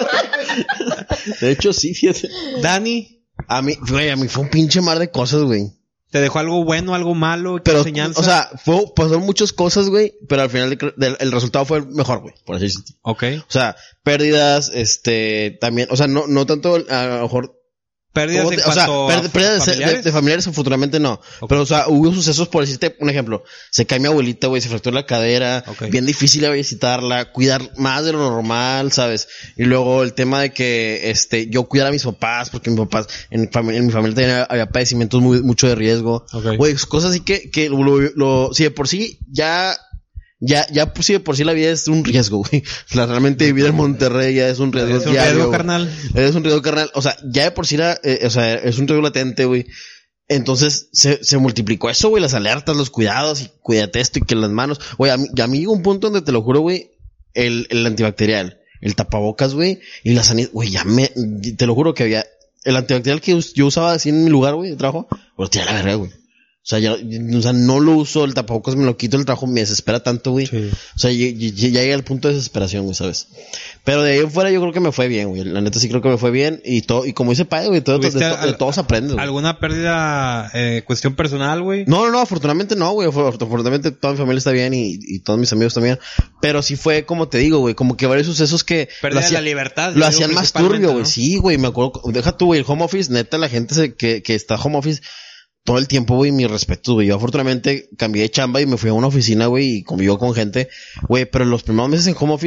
Speaker 1: De hecho, sí, fíjate.
Speaker 4: Dani,
Speaker 1: A mí, güey, a mí fue un pinche mar de cosas, güey.
Speaker 4: ¿te dejó algo bueno, algo malo? ¿Qué
Speaker 1: Pero,
Speaker 4: enseñanza?
Speaker 1: o sea, fue, pasaron muchas cosas, güey, pero al final de- del- el resultado fue el mejor, güey, por así decirlo.
Speaker 4: Ok.
Speaker 1: O sea, pérdidas, este, también, o sea, no, no tanto, a lo mejor,
Speaker 4: Pérdidas
Speaker 1: ¿cómo
Speaker 4: en
Speaker 1: te- o sea,
Speaker 4: cuanto
Speaker 1: per-
Speaker 4: a
Speaker 1: pérdidas de-
Speaker 4: familiares.
Speaker 1: De, de familiares, afortunadamente no.
Speaker 4: Ok.
Speaker 1: Pero, o sea, hubo sucesos, por decirte, un ejemplo, se cae mi abuelita, güey, se fracturó la cadera,
Speaker 4: Ok.
Speaker 1: bien difícil a visitarla, cuidar más de lo normal, ¿sabes? Y luego el tema de que, este, yo cuidara a mis papás, porque mis papás, en, fami- en mi familia también había padecimientos muy, mucho de riesgo.
Speaker 4: Ok.
Speaker 1: Güey, cosas así que, que lo, lo, si de por sí ya, ya, ya, pues, si de por sí la vida es un riesgo, güey. O sea, realmente vivir en Monterrey ya es un riesgo
Speaker 4: Es un
Speaker 1: diario,
Speaker 4: riesgo,
Speaker 1: güey.
Speaker 4: carnal.
Speaker 1: Es un riesgo carnal. O sea, ya de por sí era, eh, o sea, es un riesgo latente, güey. Entonces, se, se multiplicó eso, güey, las alertas, los cuidados, y cuídate esto, y que las manos. Güey, a mí, a mí llegó un punto donde te lo juro, güey, el, el antibacterial, el tapabocas, güey, y la sanidad, güey, ya me, te lo juro que había, el antibacterial que us- yo usaba así en mi lugar, güey, de trabajo, pues tira la verga, güey. O sea, ya, o sea, no lo uso, el tapabocas me lo quito, el trabajo me desespera tanto, güey.
Speaker 4: Sí.
Speaker 1: O sea, ya, ya, ya llegué al punto de desesperación, güey, ¿sabes? Pero de ahí en fuera yo creo que me fue bien, güey. La neta sí creo que me fue bien. Y todo, y como dice Padre, güey, todo, de,
Speaker 4: ¿Tuviste
Speaker 1: de, de
Speaker 4: al-
Speaker 1: todo se aprende, güey.
Speaker 4: ¿Alguna pérdida, eh, cuestión personal, güey?
Speaker 1: No, no, no, afortunadamente no, güey. Afor- Afortunadamente toda mi familia está bien y, y todos mis amigos también. Pero sí fue, como te digo, güey, como que varios sucesos que
Speaker 4: Pérdida
Speaker 1: lo
Speaker 4: de la
Speaker 1: hacían-
Speaker 4: libertad.
Speaker 1: lo
Speaker 4: yo
Speaker 1: hacían
Speaker 4: digo,
Speaker 1: más
Speaker 4: principalmente,
Speaker 1: turbio, güey.
Speaker 4: ¿no?
Speaker 1: Sí, güey, me acuerdo. Deja tú, güey, el home office, neta, la gente se, que, que está home office todo el tiempo, güey, mi respeto, güey. Yo afortunadamente cambié de chamba y me fui a una oficina, güey, y convivo con gente, güey, pero los primeros meses en home office,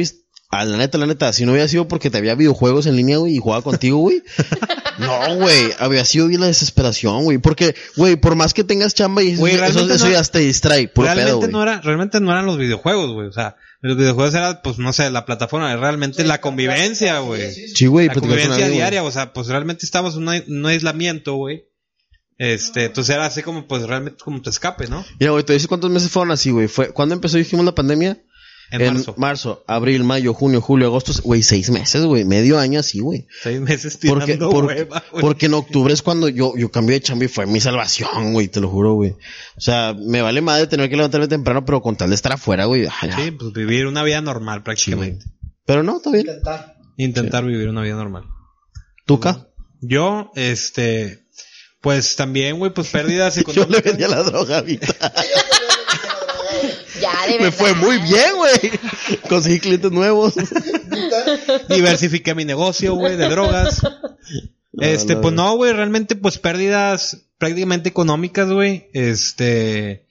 Speaker 1: A la neta, la neta, si no hubiera sido porque te había videojuegos en línea, güey, y jugaba contigo, güey. No, güey, había sido bien la desesperación, güey. Porque, güey, por más que tengas chamba y eso,
Speaker 4: Güey,
Speaker 1: eso,
Speaker 4: realmente
Speaker 1: eso
Speaker 4: no-
Speaker 1: ya te distrae, puro
Speaker 4: realmente
Speaker 1: pedo, güey.
Speaker 4: no era, realmente no eran los videojuegos, güey. O sea, los videojuegos era, pues, no sé, la plataforma, realmente la convivencia, güey.
Speaker 3: Sí, sí, sí.
Speaker 1: Sí, güey,
Speaker 4: La
Speaker 1: platicar con
Speaker 4: convivencia
Speaker 1: alguien,
Speaker 4: diaria,
Speaker 1: güey.
Speaker 4: o sea, pues realmente estábamos en un, ai- un aislamiento, güey. Este, entonces era así como, pues realmente como tu escape, ¿no?
Speaker 1: Mira, güey, te dices cuántos meses fueron así, güey. Fue, ¿cuándo empezó, dijimos, la pandemia?
Speaker 4: En, marzo.
Speaker 1: abril, mayo, junio, julio, agosto, güey, seis meses, güey, medio año así, güey.
Speaker 4: Seis meses
Speaker 1: Porque,
Speaker 4: tirando
Speaker 1: por-
Speaker 4: hueva, güey.
Speaker 1: porque en octubre es cuando yo, yo cambié de chamba y fue mi salvación, güey, te lo juro, güey. O sea, me vale madre tener que levantarme temprano, pero con tal de estar afuera, güey. ay, ya.
Speaker 4: Sí, pues vivir una vida normal prácticamente.
Speaker 1: Pero no, está bien.
Speaker 3: Intentar.
Speaker 4: Intentar vivir una vida normal.
Speaker 1: ¿Tuca?
Speaker 4: Yo, este, pues también, güey, pues pérdidas
Speaker 1: Yo le
Speaker 4: económicas.
Speaker 1: vendía la droga ahorita.
Speaker 2: Ya, de
Speaker 1: Me
Speaker 2: verdad.
Speaker 1: fue muy bien, güey. Conseguí clientes nuevos.
Speaker 4: Diversifiqué mi negocio, güey, de drogas. Este,
Speaker 1: no,
Speaker 4: pues
Speaker 1: no.
Speaker 4: no, güey, realmente, pues pérdidas prácticamente económicas, güey. Este,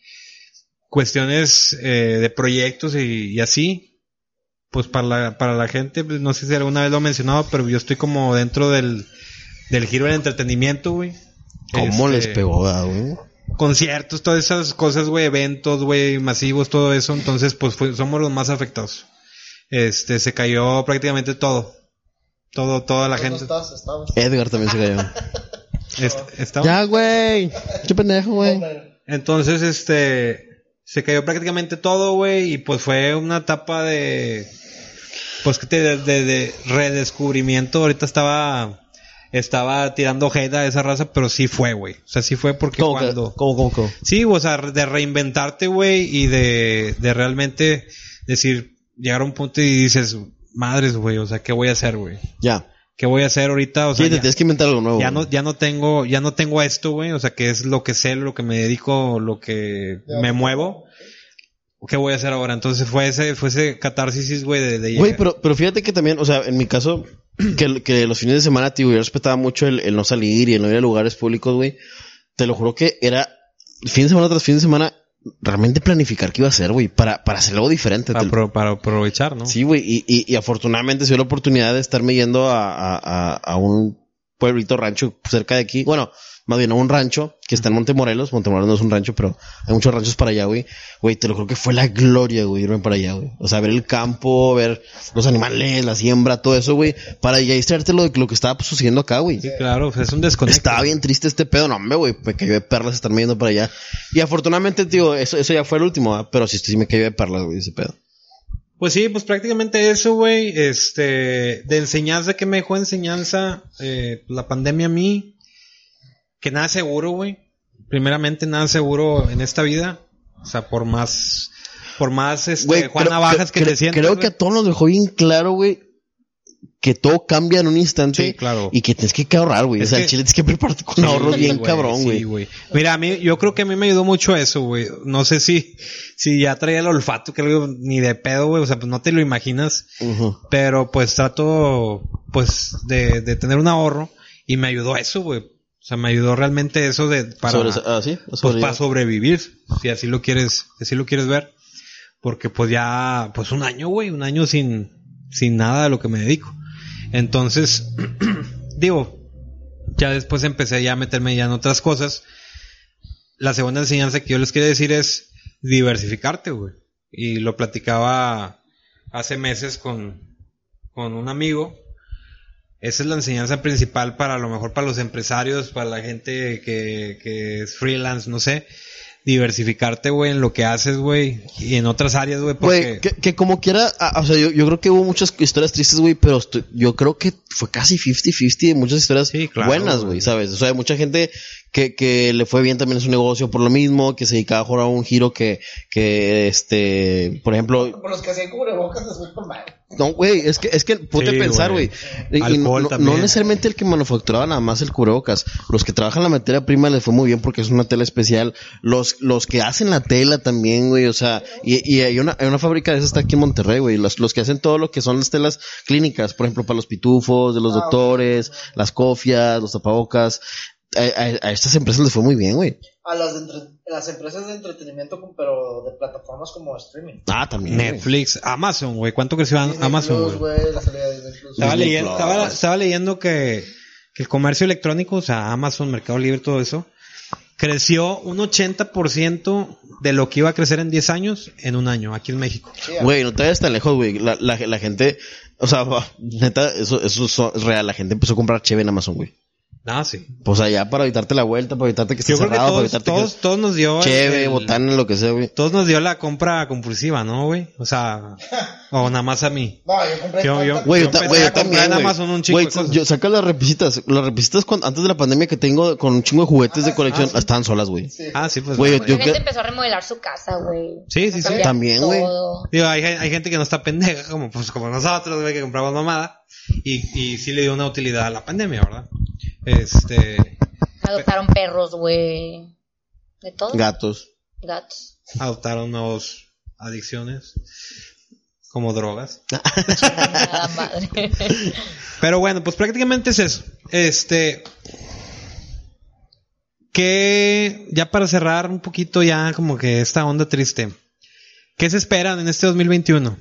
Speaker 4: cuestiones eh, de proyectos y, y así. Pues para la, para la gente, pues, no sé si alguna vez lo he mencionado, pero yo estoy como dentro del, del giro del entretenimiento, güey.
Speaker 1: ¿Cómo
Speaker 4: Este,
Speaker 1: les pegó, ah, güey?
Speaker 4: Conciertos, todas esas cosas, güey, eventos, güey, masivos, todo eso. Entonces, pues fue- somos los más afectados. Este, se cayó prácticamente todo. Todo, toda la
Speaker 3: ¿Tú
Speaker 4: gente.
Speaker 3: no estás? Estabas.
Speaker 1: Edgar también se cayó.
Speaker 4: Est- estaba-
Speaker 1: Ya, güey. Qué pendejo, güey.
Speaker 4: Entonces, este, se cayó prácticamente todo, güey, y pues fue una etapa de, pues que te, de, de, de redescubrimiento. Ahorita estaba, estaba tirando hate a esa raza, pero sí fue, güey. O sea, sí fue porque
Speaker 1: ¿Cómo, que-
Speaker 4: cuando...
Speaker 1: cómo, cómo, cómo?
Speaker 4: Sí, o sea, de reinventarte, güey, y de, de realmente decir, llegar a un punto y dices, madres, güey, o sea, ¿qué voy a hacer, güey?
Speaker 1: Ya.
Speaker 4: ¿Qué voy a hacer ahorita? O sea,
Speaker 1: Sí, te
Speaker 4: ya,
Speaker 1: tienes que inventar algo nuevo.
Speaker 4: ya
Speaker 1: güey.
Speaker 4: no, ya no tengo, ya no tengo esto, güey, o sea, que es lo que sé, lo que me dedico, lo que me muevo. ¿Qué voy a hacer ahora? Entonces fue ese, fue ese catarsis, güey, de, de
Speaker 1: Güey,
Speaker 4: llegar.
Speaker 1: pero, pero fíjate que también, o sea, en mi caso, que, que los fines de semana, tío, yo respetaba mucho el, el no salir y el no ir a lugares públicos, güey. Te lo juro que era fin de semana tras fin de semana, realmente planificar qué iba a hacer, güey, para, para hacer algo diferente.
Speaker 4: para,
Speaker 1: Te-
Speaker 4: pro- para aprovechar, ¿no?
Speaker 1: Sí, güey, y, y, y afortunadamente se dio la oportunidad de estarme yendo a, a, a, a un pueblito rancho cerca de aquí. Bueno, más bien a un rancho que está en Montemorelos. Montemorelos no es un rancho, pero hay muchos ranchos para allá, güey. Güey, te lo creo que fue la gloria, güey, irme para allá, güey. O sea, ver el campo, ver los animales, la siembra, todo eso, güey, para ya distraerte lo de lo que estaba pues, sucediendo acá, güey.
Speaker 4: Sí, claro, pues es un desconecto.
Speaker 1: Estaba bien triste este pedo, no, hombre, güey, me cayó de perlas estarme yendo para allá. Y afortunadamente, tío, eso, eso ya fue el último, ¿ah? Pero sí, sí me cayó de perlas, güey, ese pedo.
Speaker 4: Pues sí, pues prácticamente eso, güey. Este, de enseñanza, que me dejó enseñanza eh, la pandemia a mí. Que nada seguro, güey. Primeramente, nada seguro en esta vida. O sea, por más, por más, este,
Speaker 1: Güey,
Speaker 4: Juan
Speaker 1: creo-
Speaker 4: Navajas que
Speaker 1: creo-
Speaker 4: te sientas.
Speaker 1: Creo que
Speaker 4: güey.
Speaker 1: a todos nos dejó bien claro, güey, que todo cambia en un instante.
Speaker 4: Sí, claro.
Speaker 1: Y que tienes que ahorrar, güey. O
Speaker 4: Es
Speaker 1: sea,
Speaker 4: que-
Speaker 1: el chile tienes que prepararte con
Speaker 4: Sí,
Speaker 1: ahorros bien
Speaker 4: güey,
Speaker 1: cabrón, güey.
Speaker 4: Sí, güey. Mira, a mí, yo creo que a mí me ayudó mucho eso, güey. No sé si, si ya traía el olfato, que algo ni de pedo, güey. O sea, pues no te lo imaginas.
Speaker 1: Ujú.
Speaker 4: Pero pues trato, pues, de, de tener un ahorro. Y me ayudó eso, güey. O sea, me ayudó realmente eso de, para,
Speaker 1: Sobre- ah, ¿sí?
Speaker 4: pues,
Speaker 1: Sobre-
Speaker 4: para sobrevivir. Si así lo quieres, si así lo quieres ver. Porque pues ya, pues un año, güey. Un año sin, sin nada de lo que me dedico. Entonces, digo, ya después empecé ya a meterme ya en otras cosas. La segunda enseñanza que yo les quiero decir es diversificarte, güey. Y lo platicaba hace meses con, con un amigo. Esa es la enseñanza principal para, a lo mejor para los empresarios, para la gente que, que es freelance, no sé. Diversificarte, güey, en lo que haces, güey. Y en otras áreas, güey, porque...
Speaker 1: Güey, que, que como quiera, ah, o sea, yo, yo creo que hubo muchas historias tristes, güey, pero estoy- yo creo que fue casi cincuenta cincuenta de muchas historias
Speaker 4: Sí, claro,
Speaker 1: buenas,
Speaker 4: güey.
Speaker 1: güey, ¿sabes? O sea, hay mucha gente que, que le fue bien también en su negocio por lo mismo, que se dedicaba a jugar a un giro que, que, este, por ejemplo,
Speaker 3: Por los que hacían cubrebocas les fue por mal.
Speaker 1: no, güey, es que, es que, ponte
Speaker 4: Sí,
Speaker 1: a pensar,
Speaker 4: güey.
Speaker 1: güey. Y- y no,
Speaker 4: Alcohol
Speaker 1: no-
Speaker 4: también.
Speaker 1: no necesariamente el que manufacturaba nada más el cubrebocas. Los que trabajan la materia prima les fue muy bien porque es una tela especial. Los, los que hacen la tela también, güey. O sea, y, y hay una, hay una fábrica de esas está aquí en Monterrey, güey. Los, los que hacen todo lo que son las telas clínicas, por ejemplo, para los pitufos, de los
Speaker 3: Ah,
Speaker 1: doctores, las cofias, los tapabocas. A, a- a estas empresas les fue muy bien, güey.
Speaker 3: a las, de entre- las empresas de entretenimiento, pero de plataformas como streaming.
Speaker 1: Ah, también.
Speaker 4: Netflix, Amazon, güey. ¿Cuánto creció
Speaker 3: Disney
Speaker 4: Amazon,
Speaker 3: Plus,
Speaker 4: güey?
Speaker 3: güey, la salida de Disney Plus.
Speaker 4: Estaba,
Speaker 1: Disney
Speaker 4: leyendo,
Speaker 1: Plus.
Speaker 4: estaba, estaba leyendo que, que el comercio electrónico, o sea, Amazon, Mercado Libre, todo eso, creció un ochenta por ciento de lo que iba a crecer en diez años en un año, aquí en México.
Speaker 3: Sí,
Speaker 1: Güey, no te vayas tan lejos, güey. La, la, la gente, o sea, va, neta, eso, eso es real. La gente empezó a comprar cheve en Amazon, güey.
Speaker 4: Ah, sí.
Speaker 1: Pues allá para evitarte la vuelta, para evitarte que esté
Speaker 4: Yo creo que
Speaker 1: cerrado, para
Speaker 4: todos,
Speaker 1: evitarte
Speaker 4: todos,
Speaker 1: que
Speaker 4: todos nos dio... el-
Speaker 1: cheve,
Speaker 4: el-
Speaker 1: botana, lo que sea, güey.
Speaker 4: Todos nos dio la compra compulsiva, ¿no, güey? O sea, o nada más a mí.
Speaker 3: No, yo compré
Speaker 4: Yo- yo-
Speaker 3: tanta-
Speaker 1: Güey, yo,
Speaker 4: Yo
Speaker 1: ta-
Speaker 4: empecé
Speaker 1: güey,
Speaker 4: a
Speaker 1: yo
Speaker 4: comprar
Speaker 1: también,
Speaker 4: en
Speaker 1: güey.
Speaker 4: Amazon un chingo
Speaker 1: Güey,
Speaker 4: de cosas.
Speaker 1: yo saco las repisitas, las repisitas cuando, antes de la pandemia que tengo con un chingo de juguetes de colección,
Speaker 4: ah, sí.
Speaker 1: estaban solas, güey.
Speaker 3: Sí.
Speaker 4: Ah, sí, pues.
Speaker 1: Güey,
Speaker 4: no,
Speaker 1: yo-
Speaker 2: Mucha gente
Speaker 1: que-
Speaker 2: empezó a remodelar su casa, güey.
Speaker 4: Sí, sí,
Speaker 2: A
Speaker 4: sí.
Speaker 2: cambiar
Speaker 1: También, güey.
Speaker 2: todo.
Speaker 4: Digo, hay, hay gente que no está pendeja, como, pues, como nosotros, güey, que compramos mamada. Y, y sí le dio una utilidad a la pandemia, ¿verdad? Este,
Speaker 2: Adoptaron perros, güey. De todo.
Speaker 1: Gatos.
Speaker 2: Gatos.
Speaker 4: adoptaron nuevas adicciones, como drogas.
Speaker 2: Nada madre.
Speaker 4: Pero bueno, pues prácticamente es eso. Este, que ya para cerrar un poquito ya como que esta onda triste, ¿qué se esperan en este dos mil veintiuno?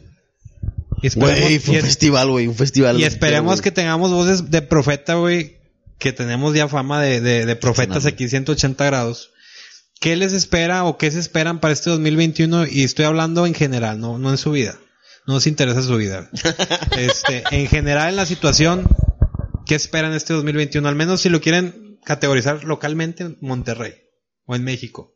Speaker 4: Y esperemos,
Speaker 1: Güey, fue
Speaker 4: y
Speaker 1: un
Speaker 4: es-
Speaker 1: festival, güey, un festival.
Speaker 4: y esperemos
Speaker 1: güey.
Speaker 4: que tengamos voces de profeta, güey, que tenemos ya fama de, de, de profetas aquí ciento ochenta grados. ¿Qué les espera o qué se esperan para este dos mil veintiuno? Y estoy hablando en general, no, no en su vida. No nos interesa su vida. Este, en general en la situación, ¿qué esperan este dos mil veintiuno? Al menos si lo quieren categorizar localmente en Monterrey o en México.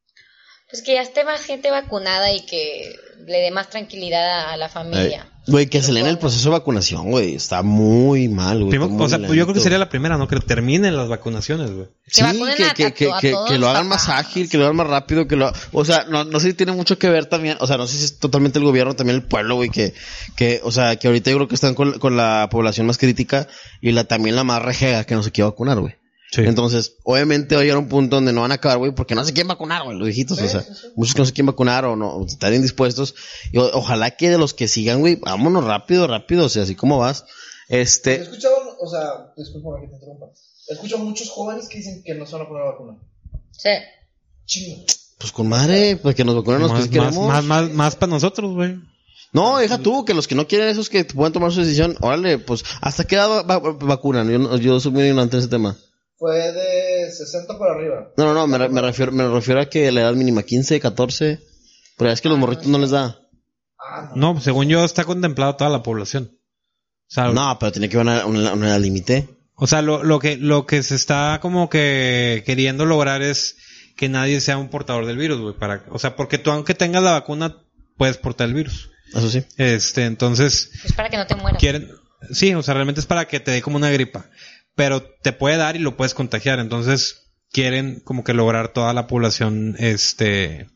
Speaker 2: Pues que ya esté más gente vacunada y que le dé más tranquilidad a, a la familia.
Speaker 1: Ay, Güey, que aceleren el proceso de vacunación, güey. Está muy mal, güey.
Speaker 4: Primero,
Speaker 1: está muy
Speaker 4: o sea, pues yo creo que
Speaker 1: lento.
Speaker 4: sería la primera, ¿no? Que terminen las vacunaciones, güey.
Speaker 1: Sí,
Speaker 2: vacunen
Speaker 1: que,
Speaker 2: a-
Speaker 1: que,
Speaker 2: a
Speaker 1: que,
Speaker 2: to- a
Speaker 1: que,
Speaker 2: todos
Speaker 1: que lo
Speaker 2: los
Speaker 1: hagan más
Speaker 2: papás.
Speaker 1: ágil, que lo hagan más rápido, que lo... O sea, no, no sé si tiene mucho que ver también, o sea, no sé si es totalmente el gobierno, también el pueblo, güey, que, que, o sea, que ahorita yo creo que están con, con la población más crítica y la también la más rejega que no se quiere vacunar, güey.
Speaker 4: Sí.
Speaker 1: Entonces, obviamente va a llegar un punto donde no van a acabar, güey, porque no se quieren vacunar, güey, los viejitos, o sea, muchos que no se quieren vacunar o no, o están indispuestos. Y o- ojalá que de los que sigan, güey, vámonos rápido, rápido, o sea, así como vas.
Speaker 3: He
Speaker 1: Este,
Speaker 3: escuchado, o sea, disculpa que te interrumpa. He escuchado muchos jóvenes que dicen que no se van a poner la vacuna.
Speaker 2: Sí.
Speaker 3: Chingo.
Speaker 1: pues con madre, pues que nos vacunen los que
Speaker 4: Más,
Speaker 1: sí
Speaker 4: más,
Speaker 1: queremos.
Speaker 4: más, más, más para nosotros, güey.
Speaker 1: No, deja tú, que los que no quieren esos que puedan tomar su decisión, órale, pues, ¿hasta qué edad va- va- vacunan? Yo, no- yo soy muy ignorante en ese tema.
Speaker 3: Fue de sesenta para arriba.
Speaker 1: No, no, no, me, re- me refiero, me refiero a que la edad mínima, quince, catorce, pero es que los morritos no les da.
Speaker 3: Ah, no.
Speaker 4: No, según yo está contemplado toda la población. O sea,
Speaker 1: No, pero tiene que haber una, una, una edad límite.
Speaker 4: o sea lo, lo que lo que se está como que queriendo lograr es que nadie sea un portador del virus, güey, para, o sea, porque tú aunque tengas la vacuna puedes portar el virus.
Speaker 1: Eso sí.
Speaker 4: Este, entonces
Speaker 2: Es para que no te mueras.
Speaker 4: quieren, sí, o sea, realmente es para que te dé como una gripa, pero te puede dar y lo puedes contagiar, entonces quieren como que lograr toda la población, este,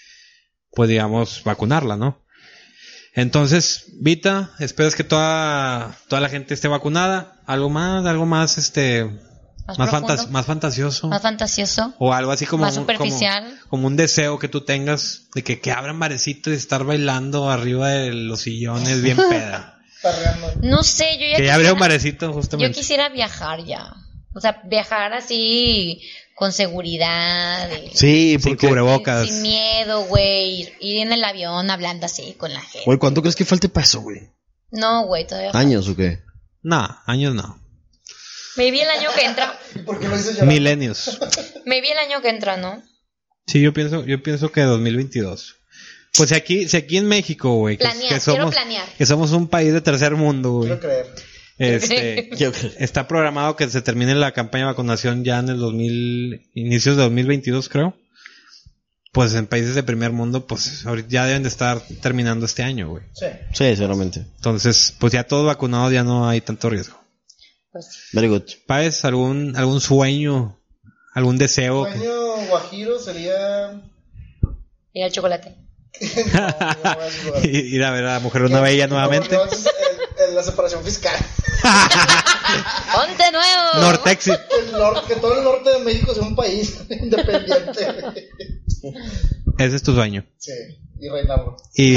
Speaker 4: pues digamos, vacunarla, ¿no? Entonces, Vita, esperas que toda, toda la gente esté vacunada, algo más, algo más, este,
Speaker 2: Más,
Speaker 4: más,
Speaker 2: profundo,
Speaker 4: fantas- más fantasioso,
Speaker 2: más fantasioso.
Speaker 4: o algo así como,
Speaker 2: más
Speaker 4: un-
Speaker 2: superficial.
Speaker 4: como, como un deseo que tú tengas de que, que abran barecito y estar bailando arriba de los sillones bien peda.
Speaker 3: Perreando.
Speaker 2: No sé, yo ya
Speaker 4: Que ya
Speaker 2: quisiera,
Speaker 4: abrió un barecito
Speaker 2: yo
Speaker 4: justamente.
Speaker 2: quisiera viajar ya. O sea, viajar así con seguridad. y-
Speaker 1: Sí,
Speaker 4: Sin
Speaker 1: porque...
Speaker 4: cubrebocas.
Speaker 2: Sin miedo, güey. Ir, ir en el avión hablando así con la gente.
Speaker 1: Güey, ¿cuánto crees que falte para eso, güey?
Speaker 2: No, güey, todavía.
Speaker 1: ¿Años o qué?
Speaker 4: No, años no.
Speaker 2: Maybe el año que entra.
Speaker 3: ¿Y por qué lo dices llorar?
Speaker 4: Milenios.
Speaker 2: Maybe el año que entra, ¿no?
Speaker 4: Sí, yo pienso, yo pienso que dos mil veintidós. Pues si aquí, si aquí en México, güey, que,
Speaker 2: Planear,
Speaker 4: que
Speaker 2: quiero
Speaker 4: somos,
Speaker 2: planear.
Speaker 4: que somos un país de tercer mundo, güey.
Speaker 3: Quiero creer.
Speaker 4: Este,
Speaker 1: Yo creo.
Speaker 4: está programado que se termine la campaña de vacunación ya en el dos mil, inicios de dos mil veintidós, creo. Pues en países de primer mundo, pues ahorita ya deben de estar terminando este año, güey.
Speaker 3: Sí.
Speaker 1: Sí, seguramente.
Speaker 4: Entonces, pues ya todos vacunados, ya no hay tanto riesgo.
Speaker 2: Pues
Speaker 1: Very good.
Speaker 4: ¿Páez algún, algún sueño, algún deseo? que-
Speaker 3: Sueño guajiro sería...
Speaker 2: ir al chocolate.
Speaker 3: No, no voy a jugar.
Speaker 4: Ir a ver a Mujer Una Bella nuevamente.
Speaker 3: No, entonces, el- el- la separación fiscal.
Speaker 2: ¡Ponte nuevo!
Speaker 4: Nortex.
Speaker 3: El norte, que todo el norte de México sea un país independiente.
Speaker 4: Ese es tu sueño.
Speaker 3: Sí, y reinarlo.
Speaker 4: Y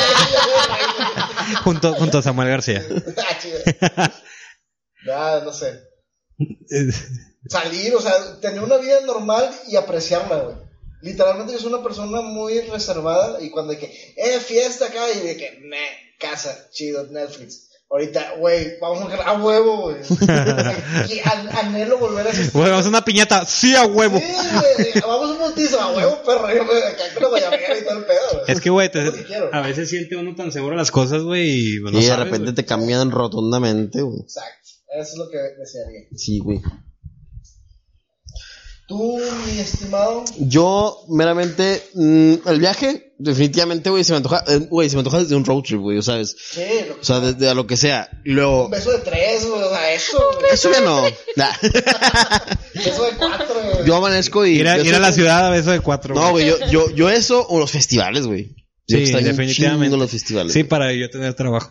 Speaker 4: junto, junto a Samuel García.
Speaker 3: Ah, chido. Ah, no sé.
Speaker 5: salir, o sea, tener una vida normal y apreciarla, güey. Literalmente yo soy una persona muy reservada y cuando de que, eh, fiesta acá y de que, meh, casa, chido, Netflix. Ahorita, güey, vamos a a huevo, güey. An- anhelo volver a ese.
Speaker 4: Güey, vamos a una piñata, sí, a huevo.
Speaker 5: Sí, güey, vamos a un bautizo, a huevo, perro. Yo me acá con la guayabera y todo el pedo, güey.
Speaker 4: Es que, güey, te-
Speaker 5: Es lo que quiero.
Speaker 4: a veces siente uno tan seguro de las cosas, güey, y no
Speaker 1: y de
Speaker 4: sabes,
Speaker 1: repente
Speaker 4: güey.
Speaker 1: te cambian rotundamente, güey.
Speaker 5: Exacto, eso es lo que desearía.
Speaker 1: Sí, güey.
Speaker 5: Tú, mi estimado.
Speaker 1: Yo, meramente, mm, el viaje, definitivamente, güey, se me antoja, eh, güey, se me antoja desde un road trip, güey, ¿sabes?
Speaker 5: Sí, lo que
Speaker 1: O sea, desde a lo que sea. Y luego,
Speaker 5: un beso de tres, güey, o sea, eso, güey.
Speaker 1: eso ya no. Nah.
Speaker 5: Beso de cuatro, güey.
Speaker 1: Yo amanezco y...
Speaker 4: Ir a,
Speaker 1: yo
Speaker 4: ir a
Speaker 1: soy-
Speaker 4: la ciudad a beso de cuatro.
Speaker 1: No, güey, yo, yo, yo eso o los festivales, güey. Yo
Speaker 4: Sí,
Speaker 1: extraño un
Speaker 4: definitivamente.
Speaker 1: chingo los festivales.
Speaker 4: Sí, para yo tener trabajo.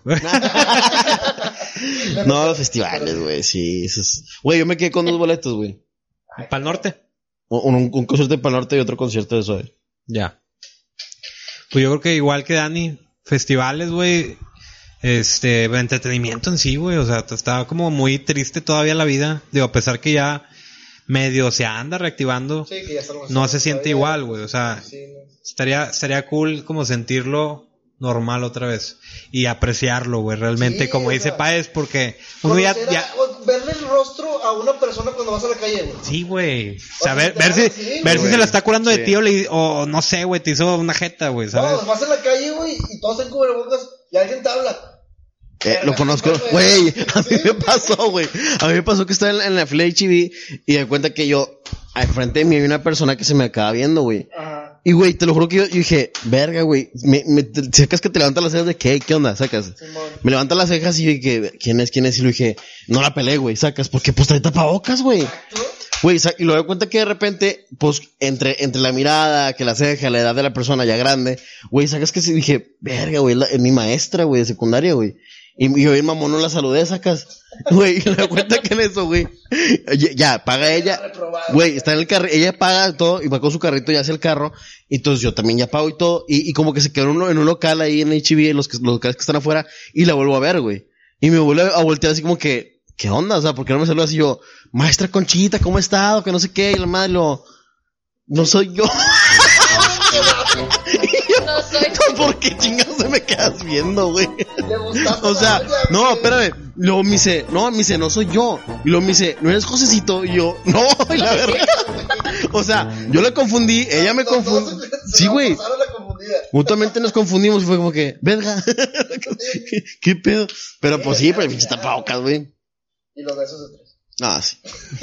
Speaker 1: No, los festivales, güey, sí. Eso es... Güey, yo me quedé con dos boletos, güey.
Speaker 4: ¿Para el norte?
Speaker 1: Un, un, un concierto de Pal Norte y otro concierto de Zoe.
Speaker 4: Ya. Pues yo creo que igual que Dani, festivales, güey, este, entretenimiento en sí, güey, o sea, está como muy triste todavía la vida, digo, a pesar que ya medio se anda reactivando,
Speaker 5: Sí, que ya estamos.
Speaker 4: no se siente
Speaker 5: todavía.
Speaker 4: igual, güey, o sea,
Speaker 5: Sí, no.
Speaker 4: estaría, estaría cool como sentirlo normal otra vez y apreciarlo, güey, realmente,
Speaker 5: Sí,
Speaker 4: como
Speaker 5: o
Speaker 4: dice
Speaker 5: sea,
Speaker 4: Páez, porque uno ya,
Speaker 5: Conocer a-
Speaker 4: ya,
Speaker 5: o verle el rostro a una persona cuando vas a la calle, güey.
Speaker 4: sí, güey, o sea,
Speaker 5: sea,
Speaker 4: ver, ver si,
Speaker 5: literal, sí,
Speaker 4: ver si
Speaker 1: güey.
Speaker 4: se la está curando de
Speaker 1: Sí.
Speaker 4: ti o, le- o no sé, güey, te hizo una jeta, güey, ¿sabes?
Speaker 5: No, vas en la calle, güey, y todos en cubrebocas y alguien te habla.
Speaker 1: Eh, lo conozco, güey, a mí me pasó, güey. A mí me pasó que estaba en, en la fila de H B y me di cuenta que yo, al frente de mí había una persona que se me acaba viendo, güey.
Speaker 5: Ajá.
Speaker 1: Y, güey, te lo juro que yo, yo dije, verga, güey, me, me, te- sacas que te levantas las cejas de qué, ¿qué onda? Sacas.
Speaker 5: Simón.
Speaker 1: Me levanta las cejas y dije, ¿quién es? ¿Quién es? Y le dije, no la peleé, güey, sacas, porque pues trae tapabocas, güey.
Speaker 5: ¿Tú?
Speaker 1: Güey, sa- y luego doy cuenta que de repente, pues, entre, entre la mirada, que la ceja, la edad de la persona ya grande, güey, sacas que sí dije, verga, güey, la- es mi maestra, güey, de secundaria, güey. Y, y yo bien mamón no la saludé, sacas. Güey, y me doy cuenta que en eso, güey. Ya, ya, paga ella.
Speaker 5: Reprobado.
Speaker 1: Güey, está en el carro, ella paga todo y va con su carrito y hace el carro. Y entonces yo también ya pago y todo. Y, y como que se quedó en un, en un local ahí en H B, los, que, los locales que están afuera, y la vuelvo a ver, güey. Y me vuelve a voltear así como que, ¿qué onda? O sea, ¿por qué no me saluda así yo? Maestra Conchita, ¿cómo ha estado? Que no sé qué. Y la madre lo, no soy yo.
Speaker 2: No soy.
Speaker 1: ¿Por qué chingados se me quedas viendo, güey?
Speaker 5: Le gustaste
Speaker 1: O sea,
Speaker 5: la olla,
Speaker 1: no,
Speaker 5: güey.
Speaker 1: espérame. Luego me dice, no, me dice, no soy yo. Y luego me dice, ¿no eres Josecito? Y yo, no, y la verdad. O sea, yo la confundí, ella me
Speaker 5: Los dos
Speaker 1: confundió.
Speaker 5: se- se
Speaker 1: Sí,
Speaker 5: la
Speaker 1: güey.
Speaker 5: pasaron la confundida.
Speaker 1: Mutuamente nos confundimos y fue como que, verga. ¿Qué, qué pedo? Pero pues sí, pero el pinche tapabocas, güey.
Speaker 5: Y los besos de tres.
Speaker 1: Ah, sí.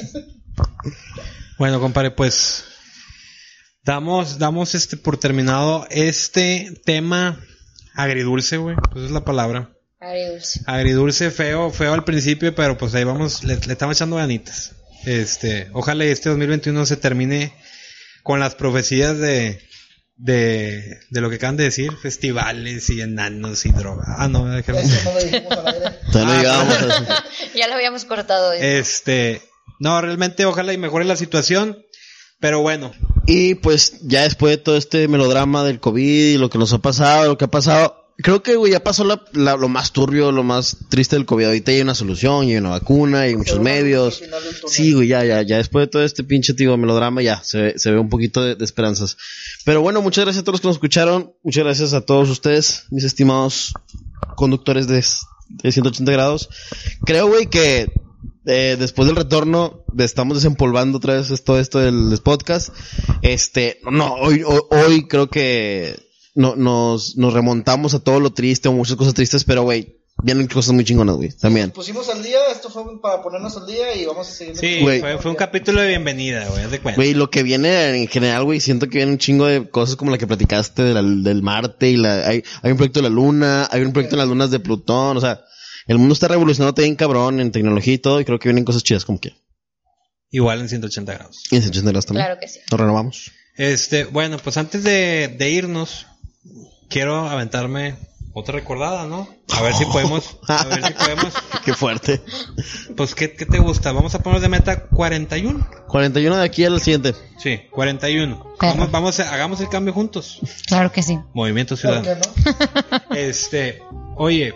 Speaker 4: Bueno, compadre, pues damos, damos este por terminado este tema agridulce, güey. Pues es la palabra.
Speaker 2: Agridulce.
Speaker 4: Agridulce, feo, feo al principio, pero pues ahí vamos, le, le estamos echando ganitas. Este, ojalá este dos mil veintiuno se termine con las profecías de, de, de lo que acaban de decir, festivales y enanos y droga. Ah, no, déjame.
Speaker 5: Eso no lo dijimos al aire.
Speaker 1: Todavía no
Speaker 4: Ah,
Speaker 1: llegábamos a eso.
Speaker 2: Ya lo habíamos cortado.
Speaker 4: Este, no, realmente ojalá y mejore la situación, pero bueno.
Speaker 1: Y pues ya después de todo este melodrama del COVID y lo que nos ha pasado, lo que ha pasado, creo que, güey, ya pasó la, la- lo más turbio, lo más triste del COVID. Ahorita ya hay una solución, ya hay una vacuna, hay muchos
Speaker 5: Pero bueno,
Speaker 1: medios.
Speaker 5: al final del túnel.
Speaker 1: Sí, güey, ya, ya, ya después de todo este pinche, tío, melodrama, ya se ve, se ve un poquito de, de esperanzas. Pero bueno, muchas gracias a todos los que nos escucharon. Muchas gracias a todos ustedes, mis estimados conductores de, de ciento ochenta grados. Creo, güey, que eh, después del retorno de estamos desempolvando otra vez todo esto del, del podcast. Este, no, hoy, hoy, hoy creo que no, nos, nos remontamos a todo lo triste o muchas cosas tristes, pero, güey, vienen cosas muy chingonas, güey, también.
Speaker 5: Nos pusimos al día, esto fue para ponernos al día y vamos a seguir.
Speaker 4: Sí,
Speaker 1: Güey.
Speaker 4: fue, fue un capítulo de bienvenida, güey, haz de cuenta.
Speaker 1: Güey, lo que viene en general, güey, siento que viene un chingo de cosas como la que platicaste de la- del Marte y la, hay, hay un proyecto de la Luna, hay un proyecto en las lunas de Plutón, o sea, el mundo está revolucionando bien cabrón en tecnología y todo, y creo que vienen cosas chidas como que.
Speaker 4: Igual en ciento ochenta grados.
Speaker 1: Y en Senchas Negras también.
Speaker 2: Claro que sí.
Speaker 1: Nos renovamos.
Speaker 4: Este, bueno, pues antes de, de irnos, quiero aventarme otra recordada, ¿no? A ver si podemos, a ver si podemos.
Speaker 1: Qué fuerte.
Speaker 4: Pues, ¿qué, qué te gusta? Vamos a poner de meta cuarenta y uno.
Speaker 1: cuarenta y uno de aquí al siguiente.
Speaker 4: Sí, cuarenta y uno.
Speaker 2: Perro.
Speaker 4: Vamos, vamos a, hagamos el cambio juntos.
Speaker 2: Claro que sí.
Speaker 4: Movimiento
Speaker 5: ¿Por qué
Speaker 4: Ciudadano.
Speaker 5: no?
Speaker 4: Este, oye,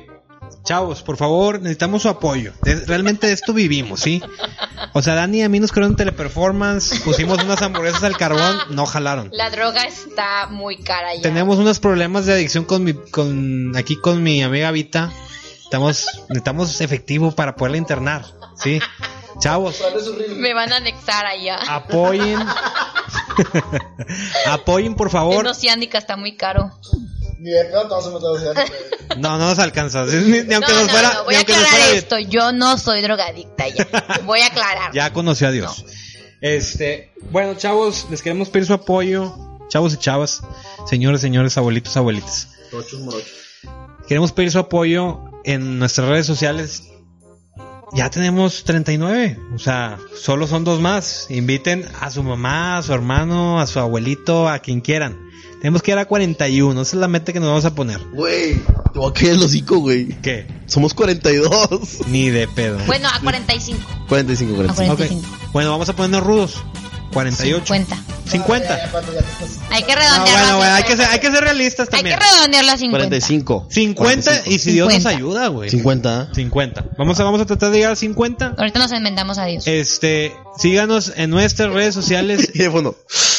Speaker 4: Chavos, por favor, necesitamos su apoyo. De- realmente de esto vivimos, ¿sí? O sea, Dani y a mí nos crearon teleperformance, pusimos unas hamburguesas al carbón, no jalaron.
Speaker 2: La droga está muy cara ya.
Speaker 4: Tenemos unos problemas de adicción con mi, con, aquí con mi amiga Vita. Estamos, necesitamos efectivo para poderla internar, ¿sí? Chavos,
Speaker 5: Es horrible.
Speaker 2: Me van a anexar allá.
Speaker 4: apoyen. Apoyen, por
Speaker 2: El
Speaker 4: favor.
Speaker 2: Oceánica está muy caro.
Speaker 5: Ni de pedo te vas a meter a hacer.
Speaker 4: No, no nos alcanza. Ni, ni aunque
Speaker 2: no,
Speaker 4: nos
Speaker 2: no,
Speaker 4: fuera,
Speaker 2: no, voy
Speaker 4: ni
Speaker 2: a
Speaker 4: aunque nos
Speaker 2: aclarar
Speaker 4: fuera bien.
Speaker 2: esto. Yo no soy drogadicta ya. Voy a aclarar.
Speaker 4: Ya conoció a Dios. Este, bueno, chavos, les queremos pedir su apoyo. Chavos y chavas, señores, señores, abuelitos, abuelitas. Queremos pedir su apoyo en nuestras redes sociales. Ya tenemos treinta y nueve, o sea, solo son dos más. Inviten a su mamá, a su hermano, a su abuelito, a quien quieran. Tenemos que ir a cuarenta y uno, esa es la meta que nos vamos a poner.
Speaker 1: Güey, te voy a caer el hocico, güey.
Speaker 4: ¿Qué?
Speaker 1: Somos cuarenta y dos.
Speaker 4: Ni de pedo.
Speaker 2: Bueno, a cuarenta y cinco.
Speaker 1: cuarenta y cinco,
Speaker 2: A
Speaker 1: cuarenta y cinco.
Speaker 2: cuarenta y
Speaker 4: Ok.
Speaker 2: cinco.
Speaker 4: Bueno, vamos a ponernos rudos. cuarenta y ocho.
Speaker 2: cincuenta.
Speaker 4: cincuenta.
Speaker 5: Ya, ya, cuando ya te estás-
Speaker 2: Hay que
Speaker 4: No,
Speaker 2: redondearlo.
Speaker 4: bueno,
Speaker 2: a
Speaker 4: bueno, hay que
Speaker 2: cincuenta.
Speaker 4: ser, hay que ser realistas
Speaker 2: Hay
Speaker 4: también.
Speaker 2: que redondearlo a cincuenta.
Speaker 1: cuarenta y cinco.
Speaker 4: cincuenta y si Dios nos
Speaker 2: cincuenta.
Speaker 4: ayuda, güey.
Speaker 1: cincuenta.
Speaker 4: cincuenta. Vamos a, vamos a tratar de llegar a cincuenta.
Speaker 2: Ahorita nos enmendamos a Dios.
Speaker 4: Este, síganos en nuestras redes sociales.
Speaker 1: Y de fondo.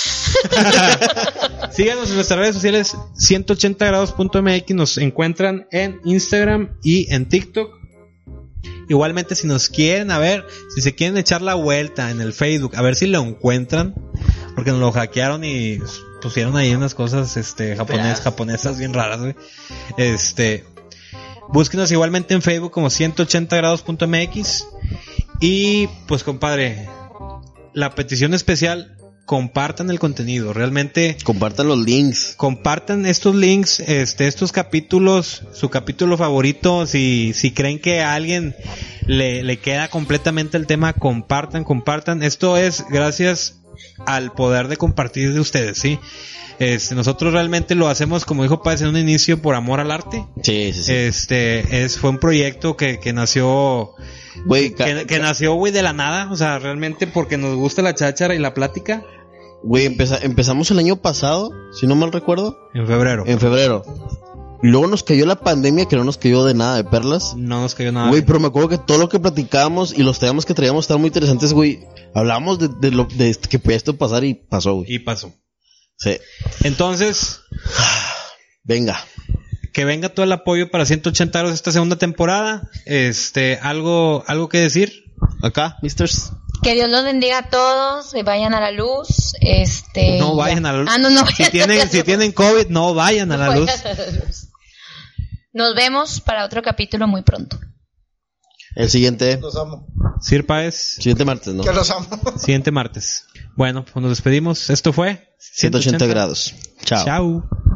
Speaker 4: Síganos en nuestras redes sociales ciento ochenta grados punto m x. Nos encuentran en Instagram y en TikTok. Igualmente, si nos quieren, a ver, si se quieren echar la vuelta en el Facebook, a ver si lo encuentran, porque nos lo hackearon y pusieron ahí unas cosas, este, japonés, japonesas bien raras, güey. Este, búsquenos igualmente en Facebook como ciento ochenta grados punto m x. Y, pues, compadre, la petición especial, compartan el contenido, realmente.
Speaker 1: Compartan los links.
Speaker 4: Compartan estos links, este, estos capítulos, su capítulo favorito. Si, si creen que a alguien le, le queda completamente el tema, compartan, compartan. Esto es gracias al poder de compartir de ustedes, ¿sí? Este, nosotros realmente lo hacemos, como dijo Páez en un inicio, por amor al arte.
Speaker 1: Sí, sí, sí.
Speaker 4: Este, es, fue un proyecto que, que nació,
Speaker 1: Güey, ca-
Speaker 4: que, que nació, güey, de la nada. O sea, realmente porque nos gusta la cháchara y la plática.
Speaker 1: güey, empeza- empezamos el año pasado, si no mal recuerdo,
Speaker 4: En febrero.
Speaker 1: en febrero. Y luego nos cayó la pandemia, que no nos cayó de nada de perlas.
Speaker 4: No nos cayó nada.
Speaker 1: Güey, pero me acuerdo que todo lo que platicábamos y los temas que traíamos estaban muy interesantes, güey. Hablábamos de, de lo de esto- que podía esto pasar y pasó, güey.
Speaker 4: Y pasó.
Speaker 1: Sí.
Speaker 4: Entonces,
Speaker 1: Venga.
Speaker 4: que venga todo el apoyo para ciento ochenta grados esta segunda temporada. Este, algo, algo que decir.
Speaker 1: Acá, misters.
Speaker 2: Que Dios los bendiga a todos, que vayan a la luz, este...
Speaker 4: No
Speaker 2: ya.
Speaker 4: vayan a la luz.
Speaker 2: Ah, no, no
Speaker 4: Si
Speaker 2: vayan a
Speaker 4: tienen,
Speaker 2: la
Speaker 4: si
Speaker 2: luz.
Speaker 4: tienen COVID, no vayan a la
Speaker 2: No
Speaker 4: luz.
Speaker 2: vayan a la luz. Nos vemos para otro capítulo muy pronto.
Speaker 1: El siguiente,
Speaker 5: Los amo.
Speaker 4: Sir Páez,
Speaker 1: siguiente martes, ¿no?
Speaker 5: Que los amo.
Speaker 4: siguiente martes. Bueno, pues nos despedimos. Esto fue
Speaker 1: ciento ochenta grados. Chao.
Speaker 4: Chao.